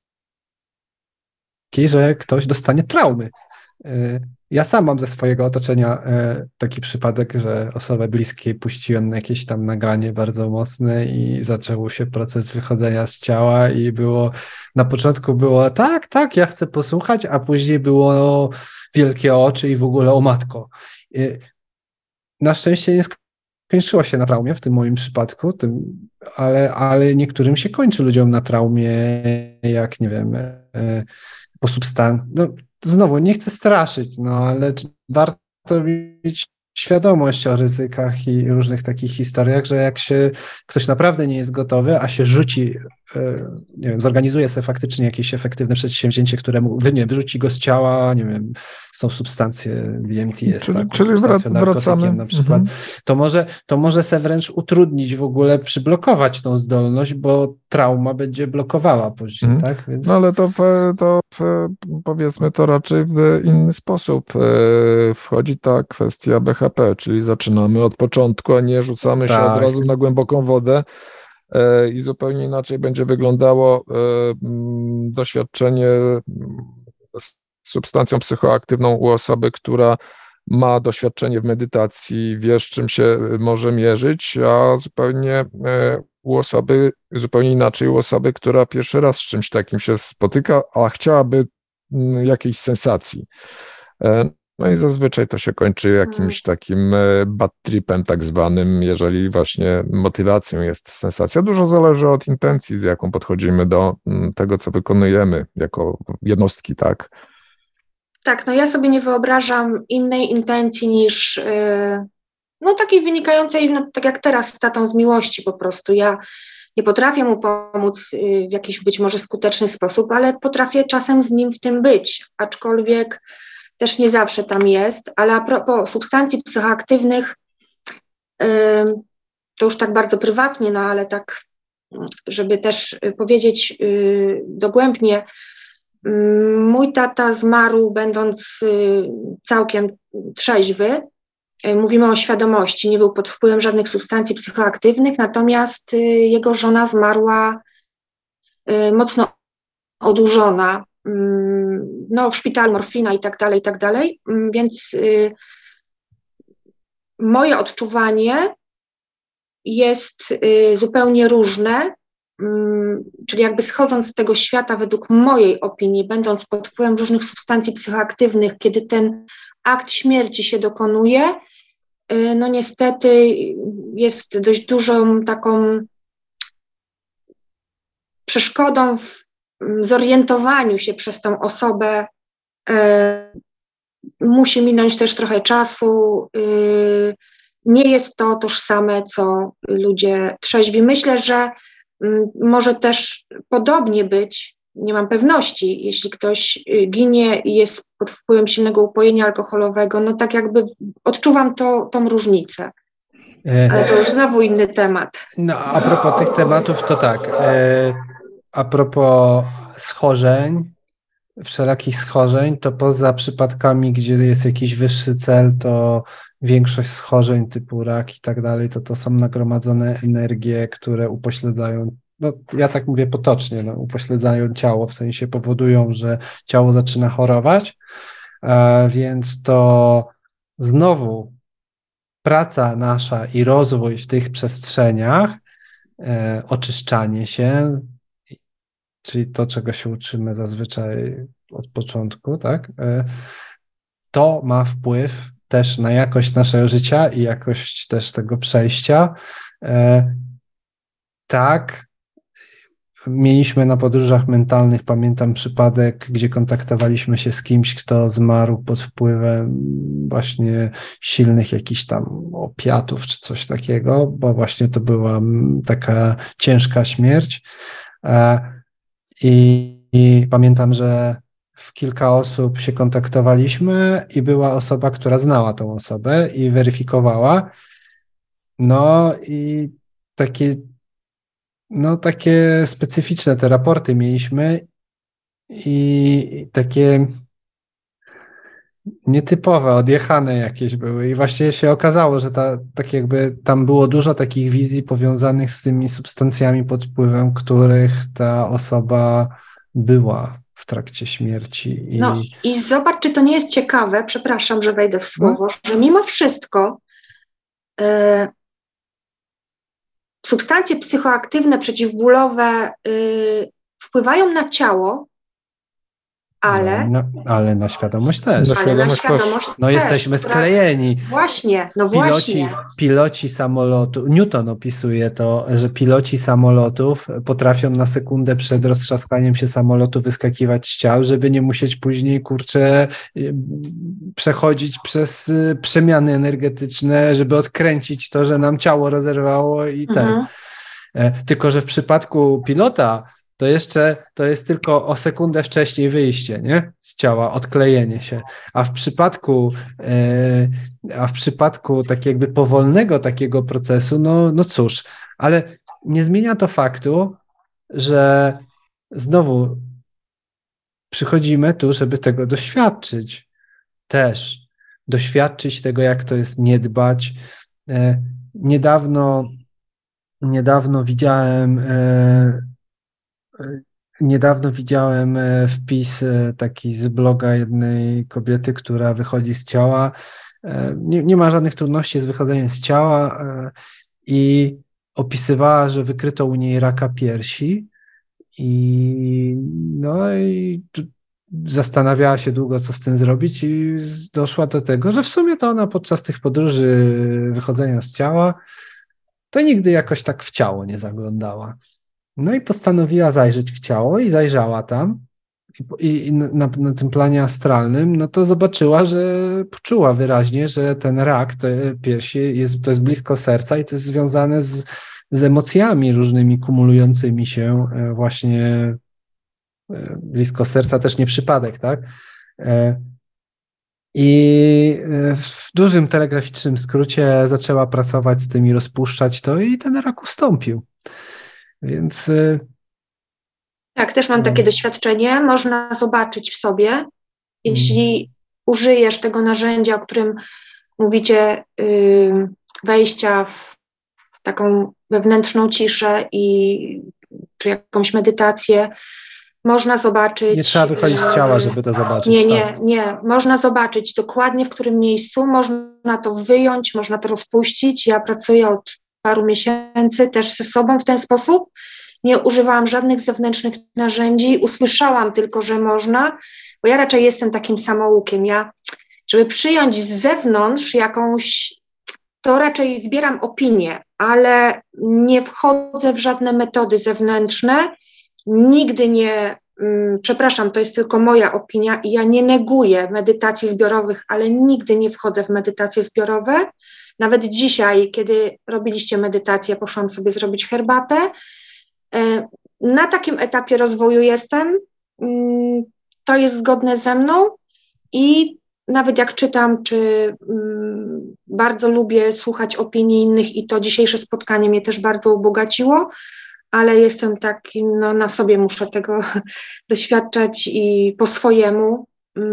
że ktoś dostanie traumy. E, Ja sam mam ze swojego otoczenia e, taki przypadek, że osobę bliskiej puściłem na jakieś tam nagranie bardzo mocne i zaczął się proces wychodzenia z ciała i było, na początku było tak, tak, ja chcę posłuchać, a później było wielkie oczy i w ogóle o matko. E, na szczęście nie skończyło się na traumie w tym moim przypadku, tym, ale, ale niektórym się kończy ludziom na traumie, jak nie wiem, e, po substancji. No, znowu, nie chcę straszyć, no ale warto mieć świadomość o ryzykach i różnych takich historiach, że jak się ktoś naprawdę nie jest gotowy, a się rzuci, nie wiem, zorganizuje sobie faktycznie jakieś efektywne przedsięwzięcie, które mu, nie wiem, wyrzuci go z ciała, nie wiem, są substancje D M T, jest czyli, taką czyli substancją wracamy na przykład, mhm. to może, to może se wręcz utrudnić w ogóle, przyblokować tą zdolność, bo trauma będzie blokowała później, mhm. tak? Więc... No ale to, to powiedzmy to raczej w inny sposób wchodzi ta kwestia H P, czyli zaczynamy od początku, a nie rzucamy się Tak. od razu na głęboką wodę e, i zupełnie inaczej będzie wyglądało e, m, doświadczenie z substancją psychoaktywną u osoby, która ma doświadczenie w medytacji, wie, z czym się może mierzyć, a zupełnie e, u osoby, zupełnie inaczej u osoby, która pierwszy raz z czymś takim się spotyka, a chciałaby m, jakiejś sensacji. E, No i zazwyczaj to się kończy jakimś takim e, bad tripem tak zwanym, jeżeli właśnie motywacją jest sensacja. Dużo zależy od intencji, z jaką podchodzimy do m, tego, co wykonujemy jako jednostki, tak? Tak, no ja sobie nie wyobrażam innej intencji niż yy, no takiej wynikającej, no, tak jak teraz z tatą, z miłości po prostu. Ja nie potrafię mu pomóc yy, w jakiś być może skuteczny sposób, ale potrafię czasem z nim w tym być, aczkolwiek też nie zawsze tam jest, ale a propos substancji psychoaktywnych, yy, to już tak bardzo prywatnie, no ale tak, żeby też powiedzieć yy, dogłębnie, mój tata zmarł będąc całkiem trzeźwy. Mówimy o świadomości, nie był pod wpływem żadnych substancji psychoaktywnych, natomiast jego żona zmarła mocno odurzona, no w szpitalu, morfina i tak dalej, i tak dalej, więc moje odczuwanie jest zupełnie różne. Czyli jakby schodząc z tego świata, według mojej opinii, będąc pod wpływem różnych substancji psychoaktywnych, kiedy ten akt śmierci się dokonuje, no niestety jest dość dużą taką przeszkodą w zorientowaniu się przez tą osobę. Musi minąć też trochę czasu. Nie jest to tożsame, co ludzie trzeźwi. Myślę, że może też podobnie być, nie mam pewności, jeśli ktoś ginie i jest pod wpływem silnego upojenia alkoholowego, no tak jakby odczuwam to, tą różnicę. Ale to już znowu inny temat. No a propos tych tematów, to tak, e, a propos schorzeń, wszelakich schorzeń, to poza przypadkami, gdzie jest jakiś wyższy cel, to większość schorzeń typu rak i tak dalej, to to są nagromadzone energie, które upośledzają, no ja tak mówię potocznie, no, upośledzają ciało, w sensie powodują, że ciało zaczyna chorować, e, więc to znowu praca nasza i rozwój w tych przestrzeniach, e, oczyszczanie się, czyli to, czego się uczymy zazwyczaj od początku, tak, e, to ma wpływ też na jakość naszego życia i jakość też tego przejścia. E, tak, mieliśmy na podróżach mentalnych, pamiętam przypadek, gdzie kontaktowaliśmy się z kimś, kto zmarł pod wpływem właśnie silnych jakichś tam opiatów czy coś takiego, bo właśnie to była taka ciężka śmierć. E, i, I pamiętam, że w kilka osób się kontaktowaliśmy i była osoba, która znała tą osobę i weryfikowała. No i takie, no takie specyficzne te raporty mieliśmy i takie nietypowe, odjechane jakieś były i właśnie się okazało, że ta, tak jakby tam było dużo takich wizji powiązanych z tymi substancjami pod wpływem, których ta osoba była w trakcie śmierci. I... No i zobacz, czy to nie jest ciekawe, przepraszam, że wejdę w słowo, no. że mimo wszystko y, substancje psychoaktywne, przeciwbólowe y, wpływają na ciało, ale... No, ale na świadomość też. Na ale na świadomość też. No też, jesteśmy która... sklejeni. Właśnie, no piloci, właśnie. Piloci samolotu, Newton opisuje to, że piloci samolotów potrafią na sekundę przed roztrzaskaniem się samolotu wyskakiwać z ciał, żeby nie musieć później, kurczę, przechodzić przez przemiany energetyczne, żeby odkręcić to, że nam ciało rozerwało i mhm. ten. Tylko że w przypadku pilota to jeszcze to jest tylko o sekundę wcześniej wyjście, nie? Z ciała, odklejenie się. A w przypadku yy, a w przypadku tak jakby powolnego takiego procesu, no, no cóż, ale nie zmienia to faktu, że znowu przychodzimy tu, żeby tego doświadczyć też, doświadczyć tego, jak to jest nie dbać. Niedawno, niedawno widziałem Niedawno widziałem wpis taki z bloga jednej kobiety, która wychodzi z ciała. Nie, nie ma żadnych trudności z wychodzeniem z ciała i opisywała, że wykryto u niej raka piersi i no i zastanawiała się długo, co z tym zrobić i doszła do tego, że w sumie to ona podczas tych podróży wychodzenia z ciała to nigdy jakoś tak w ciało nie zaglądała. No i postanowiła zajrzeć w ciało i zajrzała tam i, i na, na tym planie astralnym, no to zobaczyła, że poczuła wyraźnie, że ten rak te piersi jest, to jest blisko serca i to jest związane z, z emocjami różnymi kumulującymi się właśnie blisko serca, też nie przypadek, tak? I w dużym telegraficznym skrócie zaczęła pracować z tym i rozpuszczać to i ten rak ustąpił. Więc... Tak, też mam takie doświadczenie. Można zobaczyć w sobie, jeśli użyjesz tego narzędzia, o którym mówicie, yy, wejścia w, w taką wewnętrzną ciszę i czy jakąś medytację, można zobaczyć... Nie trzeba wychodzić z ciała, żeby to zobaczyć. Nie, nie, tak. nie. Można zobaczyć dokładnie, w którym miejscu, można to wyjąć, można to rozpuścić. Ja pracuję od paru miesięcy też ze sobą w ten sposób. Nie używałam żadnych zewnętrznych narzędzi, usłyszałam tylko, że można, bo ja raczej jestem takim samoukiem. Ja, żeby przyjąć z zewnątrz jakąś, to raczej zbieram opinię, ale nie wchodzę w żadne metody zewnętrzne. Nigdy nie, um, przepraszam, to jest tylko moja opinia i ja nie neguję medytacji zbiorowych, ale nigdy nie wchodzę w medytacje zbiorowe. Nawet dzisiaj, kiedy robiliście medytację, poszłam sobie zrobić herbatę. Na takim etapie rozwoju jestem, to jest zgodne ze mną i nawet jak czytam, czy bardzo lubię słuchać opinii innych i to dzisiejsze spotkanie mnie też bardzo ubogaciło, ale jestem taki, no na sobie muszę tego doświadczać i po swojemu.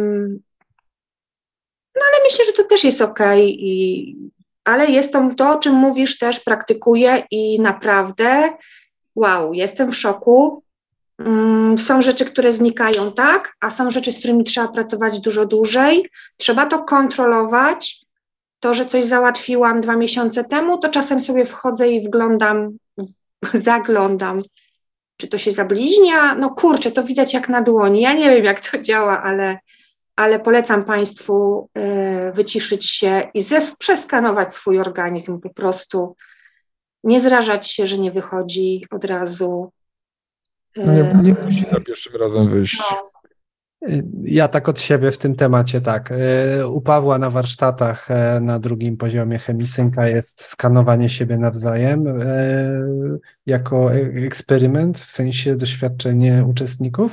No ale myślę, że to też jest okej, i, ale jest to, to, o czym mówisz, też praktykuję i naprawdę wow, jestem w szoku. Są rzeczy, które znikają, tak, a są rzeczy, z którymi trzeba pracować dużo dłużej. Trzeba to kontrolować. To, że coś załatwiłam dwa miesiące temu, to czasem sobie wchodzę i wglądam, zaglądam, czy to się zabliźnia. No kurczę, to widać jak na dłoni. Ja nie wiem, jak to działa, ale, ale polecam Państwu y, wyciszyć się i zes- przeskanować swój organizm po prostu. Nie zrażać się, że nie wychodzi od razu. No nie, nie musi za pierwszym razem wyjść. No. Ja tak od siebie w tym temacie, tak. U Pawła na warsztatach na drugim poziomie chemisynka jest skanowanie siebie nawzajem jako eksperyment, w sensie doświadczenie uczestników.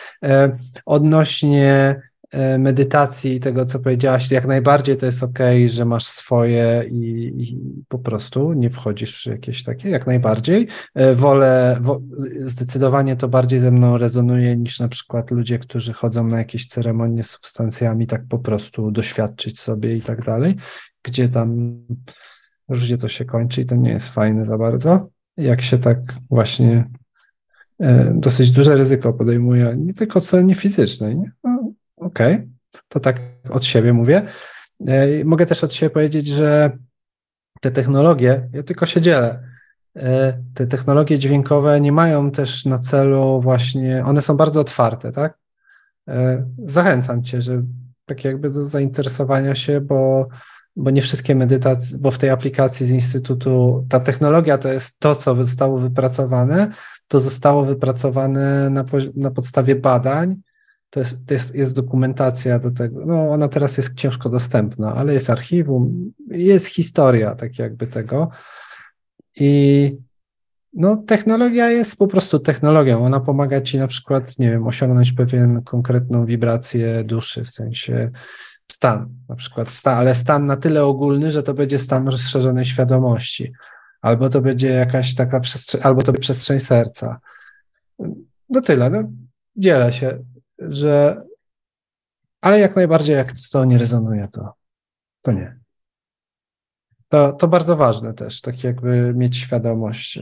Odnośnie medytacji i tego, co powiedziałaś, jak najbardziej to jest okej, że masz swoje i, i po prostu nie wchodzisz w jakieś takie, jak najbardziej. Wolę, wo, zdecydowanie to bardziej ze mną rezonuje niż na przykład ludzie, którzy chodzą na jakieś ceremonie z substancjami, tak po prostu doświadczyć sobie i tak dalej, gdzie tam różnie to się kończy i to nie jest fajne za bardzo. Jak się tak właśnie e, dosyć duże ryzyko podejmuje, nie tylko scenie fizycznej, nie? No, okej, okay. To tak od siebie mówię. Mogę też od siebie powiedzieć, że te technologie, ja tylko się dzielę, te technologie dźwiękowe nie mają też na celu właśnie, one są bardzo otwarte, tak? Zachęcam Cię, że tak jakby do zainteresowania się, bo, bo nie wszystkie medytacje, bo w tej aplikacji z Instytutu ta technologia to jest to, co zostało wypracowane, to zostało wypracowane na, na podstawie badań. To jest, to jest, jest dokumentacja do tego, no ona teraz jest ciężko dostępna, ale jest archiwum, jest historia tak jakby tego i no technologia jest po prostu technologią, ona pomaga Ci na przykład, nie wiem, osiągnąć pewien konkretną wibrację duszy, w sensie stan, na przykład stan, ale stan na tyle ogólny, że to będzie stan rozszerzonej świadomości, albo to będzie jakaś taka przestrzeń, albo to będzie przestrzeń serca. No tyle, no dzielę się, że ale jak najbardziej jak to nie rezonuje, to, to nie. To, to bardzo ważne też, tak jakby mieć świadomość.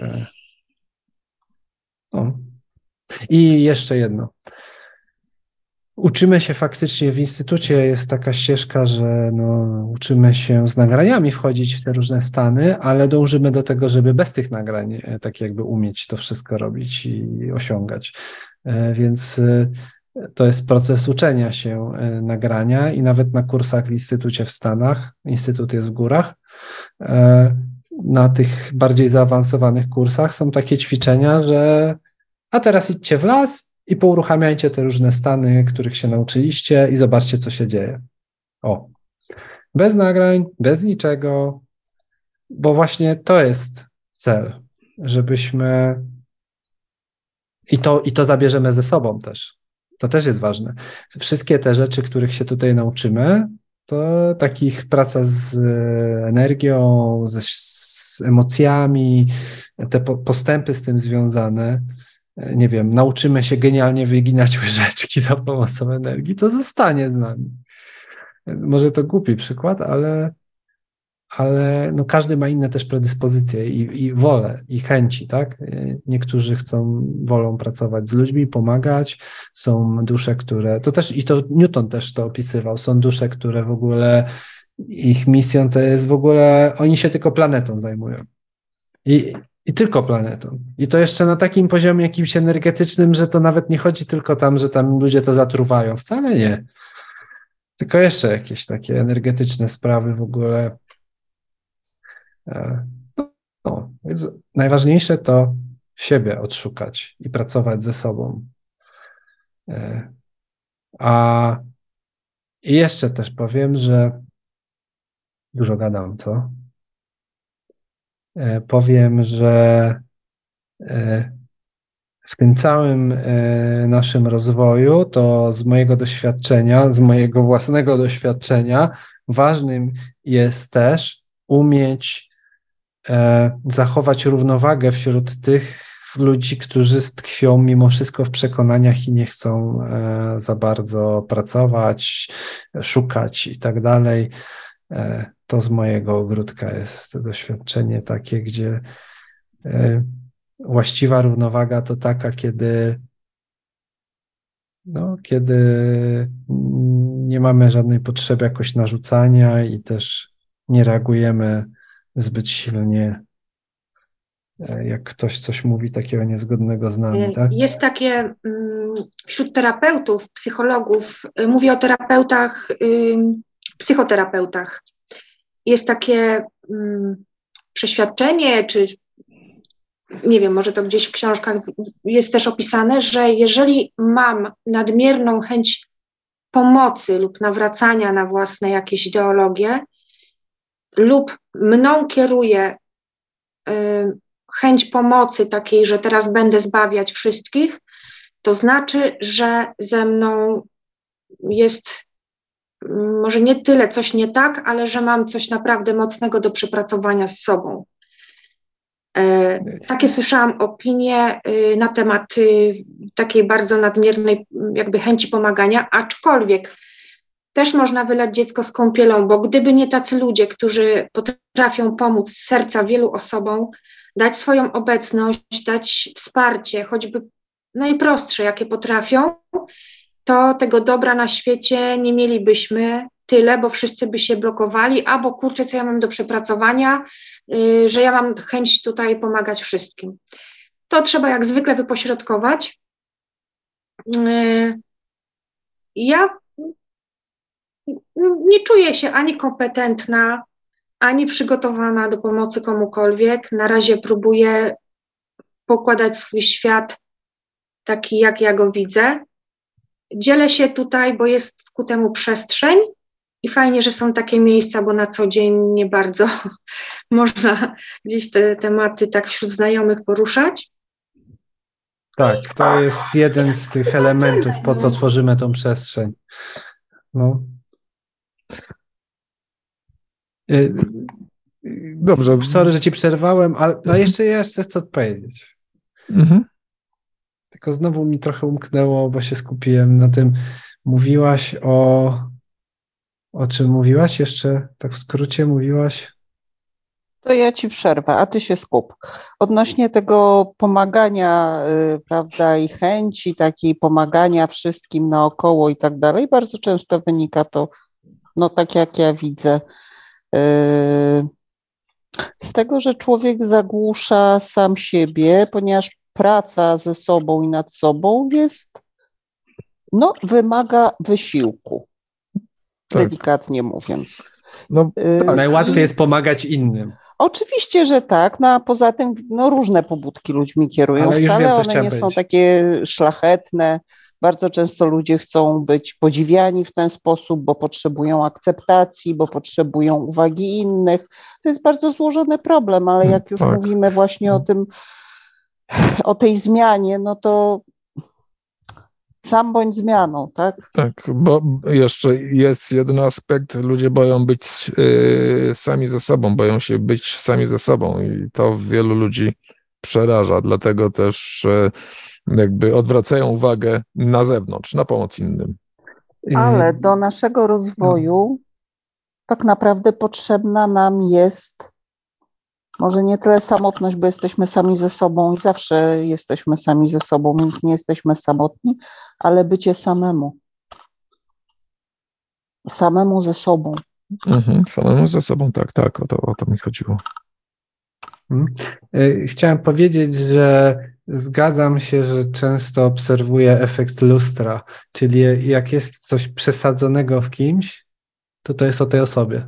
No. I jeszcze jedno. Uczymy się faktycznie w instytucie, jest taka ścieżka, że no, uczymy się z nagraniami wchodzić w te różne stany, ale dążymy do tego, żeby bez tych nagrań tak jakby umieć to wszystko robić i osiągać. Więc to jest proces uczenia się nagrania i nawet na kursach w instytucie w Stanach, instytut jest w górach, na tych bardziej zaawansowanych kursach są takie ćwiczenia, że a teraz idźcie w las i pouruchamiajcie te różne stany, których się nauczyliście i zobaczcie, co się dzieje. O, bez nagrań, bez niczego, bo właśnie to jest cel, żebyśmy i to, i to zabierzemy ze sobą też. To też jest ważne. Wszystkie te rzeczy, których się tutaj nauczymy, to takich praca z energią, ze, z emocjami, te po, postępy z tym związane, nie wiem, nauczymy się genialnie wyginać łyżeczki za pomocą energii, to zostanie z nami. Może to głupi przykład, ale, ale no każdy ma inne też predyspozycje i, i wolę, i chęci, tak? Niektórzy chcą, wolą pracować z ludźmi, pomagać, są dusze, które, to też, i to Newton też to opisywał, są dusze, które w ogóle, ich misją to jest w ogóle, oni się tylko planetą zajmują. I I tylko planetą. I to jeszcze na takim poziomie jakimś energetycznym, że to nawet nie chodzi tylko tam, że tam ludzie to zatruwają. Wcale nie. Tylko jeszcze jakieś takie energetyczne sprawy w ogóle. No, więc najważniejsze to siebie odszukać i pracować ze sobą. A i jeszcze też powiem, że dużo gadam, co? Powiem, że w tym całym naszym rozwoju, to z mojego doświadczenia, z mojego własnego doświadczenia, ważnym jest też umieć zachować równowagę wśród tych ludzi, którzy tkwią mimo wszystko w przekonaniach i nie chcą za bardzo pracować, szukać i tak dalej. To z mojego ogródka jest doświadczenie takie, gdzie właściwa równowaga to taka, kiedy, no, kiedy nie mamy żadnej potrzeby jakoś narzucania i też nie reagujemy zbyt silnie, jak ktoś coś mówi takiego niezgodnego z nami, tak? Jest takie wśród terapeutów, psychologów, mówię o terapeutach, psychoterapeutach, jest takie przeświadczenie, czy nie wiem, może to gdzieś w książkach jest też opisane, że jeżeli mam nadmierną chęć pomocy lub nawracania na własne jakieś ideologie lub mną kieruje y, chęć pomocy takiej, że teraz będę zbawiać wszystkich, to znaczy, że ze mną jest y, może nie tyle coś nie tak, ale że mam coś naprawdę mocnego do przepracowania z sobą. Takie słyszałam opinie na temat takiej bardzo nadmiernej jakby chęci pomagania, aczkolwiek też można wylać dziecko z kąpielą, bo gdyby nie tacy ludzie, którzy potrafią pomóc z serca wielu osobom, dać swoją obecność, dać wsparcie, choćby najprostsze, jakie potrafią, to tego dobra na świecie nie mielibyśmy tyle, bo wszyscy by się blokowali, albo kurczę, co ja mam do przepracowania, yy, że ja mam chęć tutaj pomagać wszystkim. To trzeba jak zwykle wypośrodkować. Yy, ja nie czuję się ani kompetentna, ani przygotowana do pomocy komukolwiek. Na razie próbuję pokładać swój świat taki, jak ja go widzę. Dzielę się tutaj, bo jest ku temu przestrzeń i fajnie, że są takie miejsca, bo na co dzień nie bardzo można gdzieś te tematy tak wśród znajomych poruszać. Tak, to jest jeden z tych elementów, po co tworzymy tą przestrzeń. No. Dobrze, sorry, że ci przerwałem, ale, ale jeszcze ja jeszcze chcę odpowiedzieć. Mhm. Tylko znowu mi trochę umknęło, bo się skupiłem na tym. Mówiłaś o, o czym mówiłaś? Jeszcze tak w skrócie mówiłaś? To ja ci przerwę, a ty się skup. Odnośnie tego pomagania, y, prawda, i chęci takiej pomagania wszystkim naokoło i tak dalej, bardzo często wynika to, no tak jak ja widzę, y, z tego, że człowiek zagłusza sam siebie, ponieważ praca ze sobą i nad sobą jest, no, wymaga wysiłku, Tak. delikatnie mówiąc. No, Y, Najłatwiej jest pomagać innym. Oczywiście, że tak, no a poza tym no, różne pobudki ludźmi kierują. Ale już Wcale wiem, co one chciałem nie są powiedzieć. takie szlachetne. Bardzo często ludzie chcą być podziwiani w ten sposób, bo potrzebują akceptacji, bo potrzebują uwagi innych. To jest bardzo złożony problem, ale jak już Tak. mówimy właśnie o tym, o tej zmianie, no to sam bądź zmianą, tak? Tak, bo jeszcze jest jeden aspekt, ludzie boją być y, sami ze sobą, boją się być sami ze sobą i to wielu ludzi przeraża, dlatego też y, jakby odwracają uwagę na zewnątrz, na pomoc innym. Ale do naszego rozwoju tak naprawdę potrzebna nam jest może nie tyle samotność, bo jesteśmy sami ze sobą i zawsze jesteśmy sami ze sobą, więc nie jesteśmy samotni, ale bycie samemu. Samemu ze sobą. Mhm, samemu ze sobą, tak, tak, o to, o to mi chodziło. Chciałem powiedzieć, że zgadzam się, że często obserwuję efekt lustra, czyli jak jest coś przesadzonego w kimś, to to jest o tej osobie.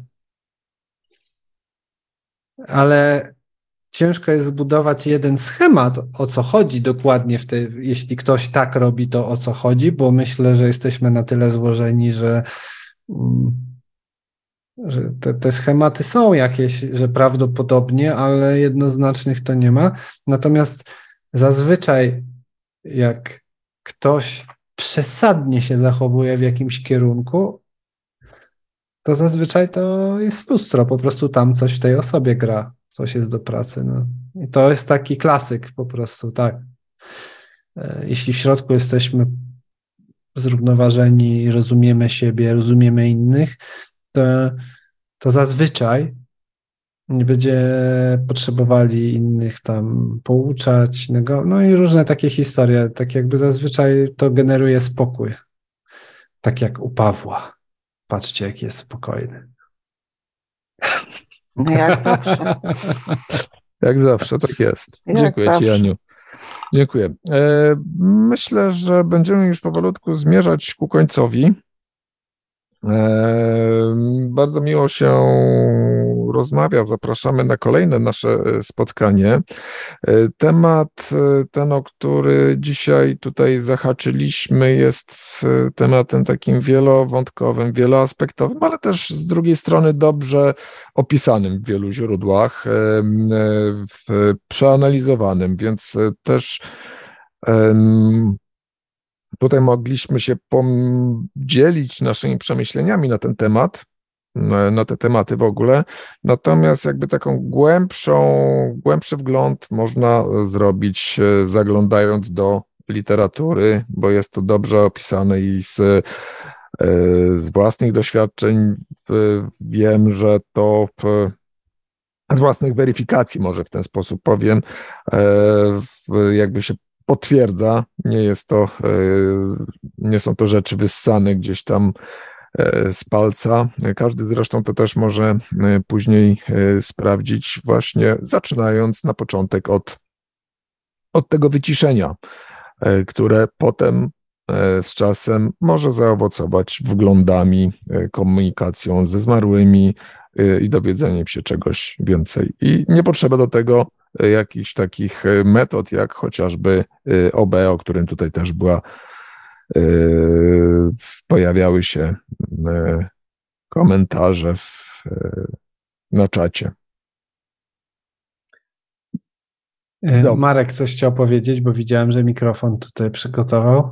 Ale ciężko jest zbudować jeden schemat, o co chodzi dokładnie, w tej, jeśli ktoś tak robi, to o co chodzi, bo myślę, że jesteśmy na tyle złożeni, że, że te, te schematy są jakieś, że prawdopodobnie, ale jednoznacznych to nie ma. Natomiast zazwyczaj jak ktoś przesadnie się zachowuje w jakimś kierunku, to zazwyczaj to jest lustro, po prostu tam coś w tej osobie gra, coś jest do pracy. No. I to jest taki klasyk po prostu, tak. Jeśli w środku jesteśmy zrównoważeni, rozumiemy siebie, rozumiemy innych, to, to zazwyczaj nie będzie potrzebowali innych tam pouczać, no i różne takie historie, tak jakby zazwyczaj to generuje spokój, tak jak u Pawła. Patrzcie, jaki jest spokojny. Jak zawsze. Jak zawsze, tak jest. Jak Dziękuję zawsze. Ci, Aniu. Dziękuję. E, myślę, że będziemy już powolutku zmierzać ku końcowi. E, bardzo miło się rozmawia. Zapraszamy na kolejne nasze spotkanie. E, temat ten, o który dzisiaj tutaj zahaczyliśmy, jest tematem takim wielowątkowym, wieloaspektowym, ale też z drugiej strony dobrze opisanym w wielu źródłach, e, w, przeanalizowanym, więc też e, tutaj mogliśmy się podzielić naszymi przemyśleniami na ten temat, na te tematy w ogóle, natomiast jakby taką głębszą, głębszy wgląd można zrobić zaglądając do literatury, bo jest to dobrze opisane i z, z własnych doświadczeń wiem, że to z własnych weryfikacji, może w ten sposób powiem, jakby się potwierdza, nie jest to, nie są to rzeczy wyssane gdzieś tam z palca. Każdy zresztą to też może później sprawdzić, właśnie zaczynając na początek od, od tego wyciszenia, które potem z czasem może zaowocować wglądami, komunikacją ze zmarłymi i dowiedzeniem się czegoś więcej. I nie potrzeba do tego jakichś takich metod, jak chociażby O B, o którym tutaj też była, pojawiały się komentarze w, na czacie. Dobrze. Marek coś chciał powiedzieć, bo widziałem, że mikrofon tutaj przygotował.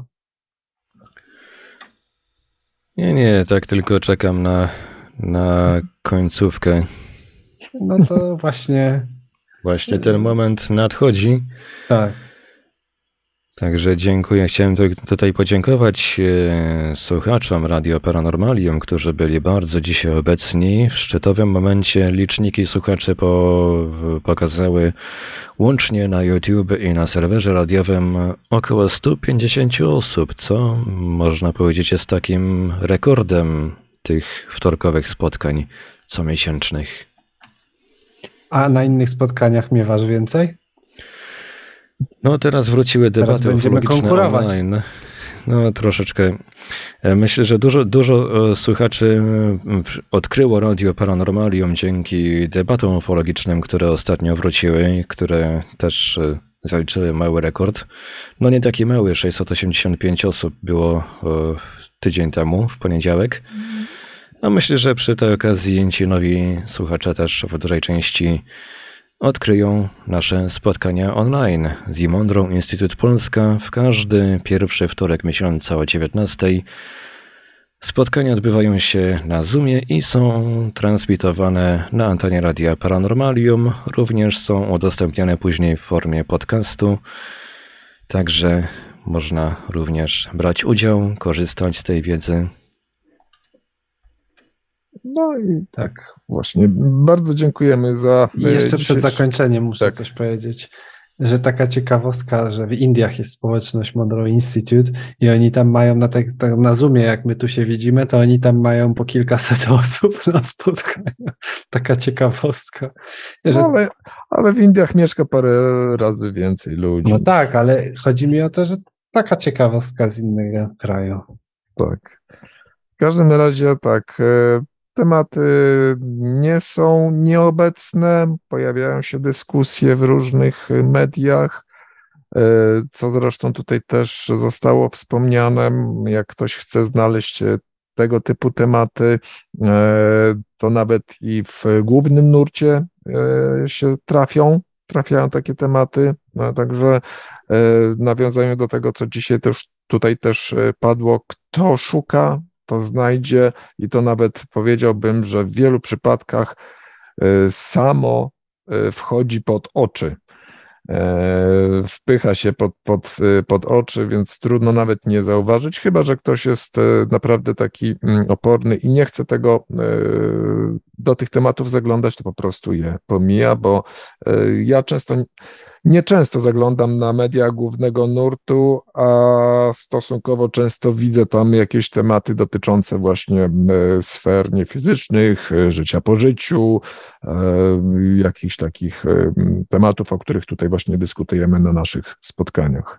Nie, nie, tak tylko czekam na, na końcówkę. No to właśnie... Właśnie ten moment nadchodzi. Tak. Także dziękuję. Chciałem tutaj podziękować e, słuchaczom Radio Paranormalium, którzy byli bardzo dzisiaj obecni. W szczytowym momencie liczniki słuchaczy po, pokazały łącznie na YouTube i na serwerze radiowym około sto pięćdziesiąt osób, co można powiedzieć jest takim rekordem tych wtorkowych spotkań comiesięcznych. A na innych spotkaniach miewasz więcej? No teraz wróciły debaty teraz ufologiczne online. No troszeczkę. Myślę, że dużo, dużo słuchaczy odkryło Radio Paranormalium dzięki debatom ufologicznym, które ostatnio wróciły, które też zaliczyły mały rekord. No nie taki mały, sześćset osiemdziesiąt pięć osób było tydzień temu, w poniedziałek. A myślę, że przy tej okazji ci nowi słuchacze też w dużej części odkryją nasze spotkania online. The Monroe Institute Polska w każdy pierwszy wtorek miesiąca o dziewiętnastej. Spotkania odbywają się na Zoomie i są transmitowane na antenie Radia Paranormalium. Również są udostępniane później w formie podcastu. Także można również brać udział, korzystać z tej wiedzy. No i tak, właśnie. Bardzo dziękujemy za... I jeszcze dzisiejszy... przed zakończeniem muszę tak. coś powiedzieć, że taka ciekawostka, że w Indiach jest społeczność Monroe Institute i oni tam mają na, te, na Zoomie, jak my tu się widzimy, to oni tam mają po kilkaset osób na spotkaniu. Taka ciekawostka. Że... No ale, ale w Indiach mieszka parę razy więcej ludzi. No tak, ale chodzi mi o to, że taka ciekawostka z innego kraju. Tak. W każdym razie tak... Tematy nie są nieobecne, pojawiają się dyskusje w różnych mediach, co zresztą tutaj też zostało wspomniane. Jak ktoś chce znaleźć tego typu tematy, to nawet i w głównym nurcie się trafią, trafiają takie tematy. No, także w nawiązaniu do tego, co dzisiaj też tutaj też padło, kto szuka, to znajdzie i to nawet powiedziałbym, że w wielu przypadkach samo wchodzi pod oczy, wpycha się pod, pod, pod oczy, więc trudno nawet nie zauważyć, chyba że ktoś jest naprawdę taki oporny i nie chce tego, do tych tematów zaglądać, to po prostu je pomija, bo ja często, nieczęsto zaglądam na media głównego nurtu, a stosunkowo często widzę tam jakieś tematy dotyczące właśnie sfer niefizycznych, życia po życiu, jakichś takich tematów, o których tutaj właśnie dyskutujemy na naszych spotkaniach.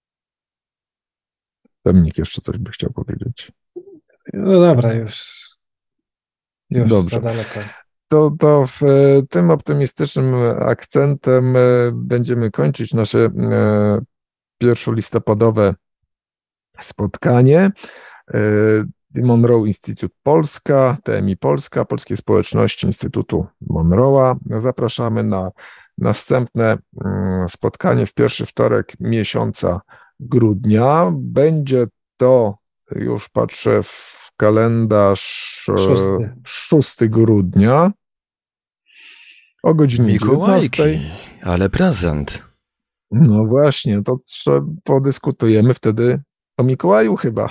Dominik jeszcze coś by chciał powiedzieć. No dobra, już, już Dobrze. za daleko. To, to w tym optymistycznym akcentem będziemy kończyć nasze pierwszolistopadowe spotkanie. Monroe Institute Polska, T M I Polska, Polskiej Społeczności Instytutu Monroe'a. Zapraszamy na następne spotkanie w pierwszy wtorek miesiąca grudnia. Będzie to, już patrzę w kalendarz, Szósty. szóstego grudnia o godzinie Mikołajki, dziewiętnastej. ale prezent. No właśnie, to trzeba podyskutujemy wtedy o Mikołaju chyba.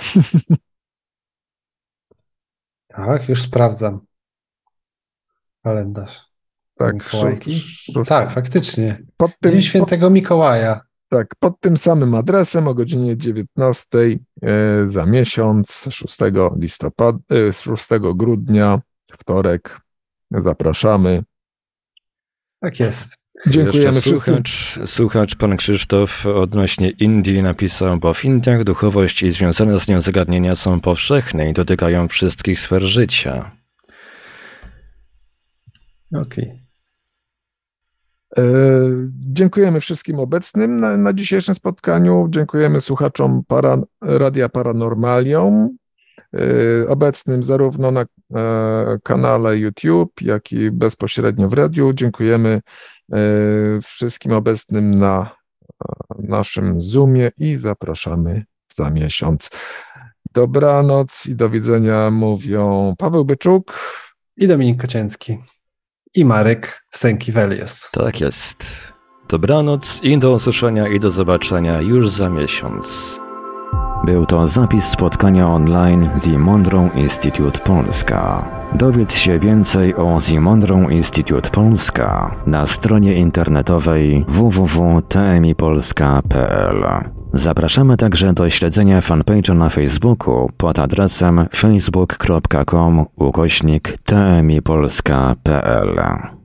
Tak, już sprawdzam kalendarz. Tak, Mikołajki? szósty. Tak, faktycznie. Pod tym, Dzień Świętego Mikołaja. Tak, pod tym samym adresem o godzinie dziewiętnastej e, za miesiąc, szóstego listopada, e, szóstego grudnia, wtorek. Zapraszamy. Tak jest. Dziękujemy Jeszcze wszystkim. słuchacz, słuchacz pan Krzysztof odnośnie Indii napisał, bo w Indiach duchowość i związane z nią zagadnienia są powszechne i dotykają wszystkich sfer życia. Okej. Okay. Dziękujemy wszystkim obecnym na, na dzisiejszym spotkaniu. Dziękujemy słuchaczom para, Radia Paranormalium, obecnym zarówno na kanale YouTube, jak i bezpośrednio w radiu. Dziękujemy wszystkim obecnym na naszym Zoomie i zapraszamy za miesiąc. Dobranoc i do widzenia mówią Paweł Byczuk i Dominik Kocięcki i Marek Sękiewelios. Tak jest. Dobranoc i do usłyszenia i do zobaczenia już za miesiąc. Był to zapis spotkania online The Monroe Institute Polska. Dowiedz się więcej o The Monroe Institute Polska na stronie internetowej w w w kropka t m i polska kropka p l. Zapraszamy także do śledzenia fanpage'a na Facebooku pod adresem facebook kropka com ukośnik t m i polska kropka p l.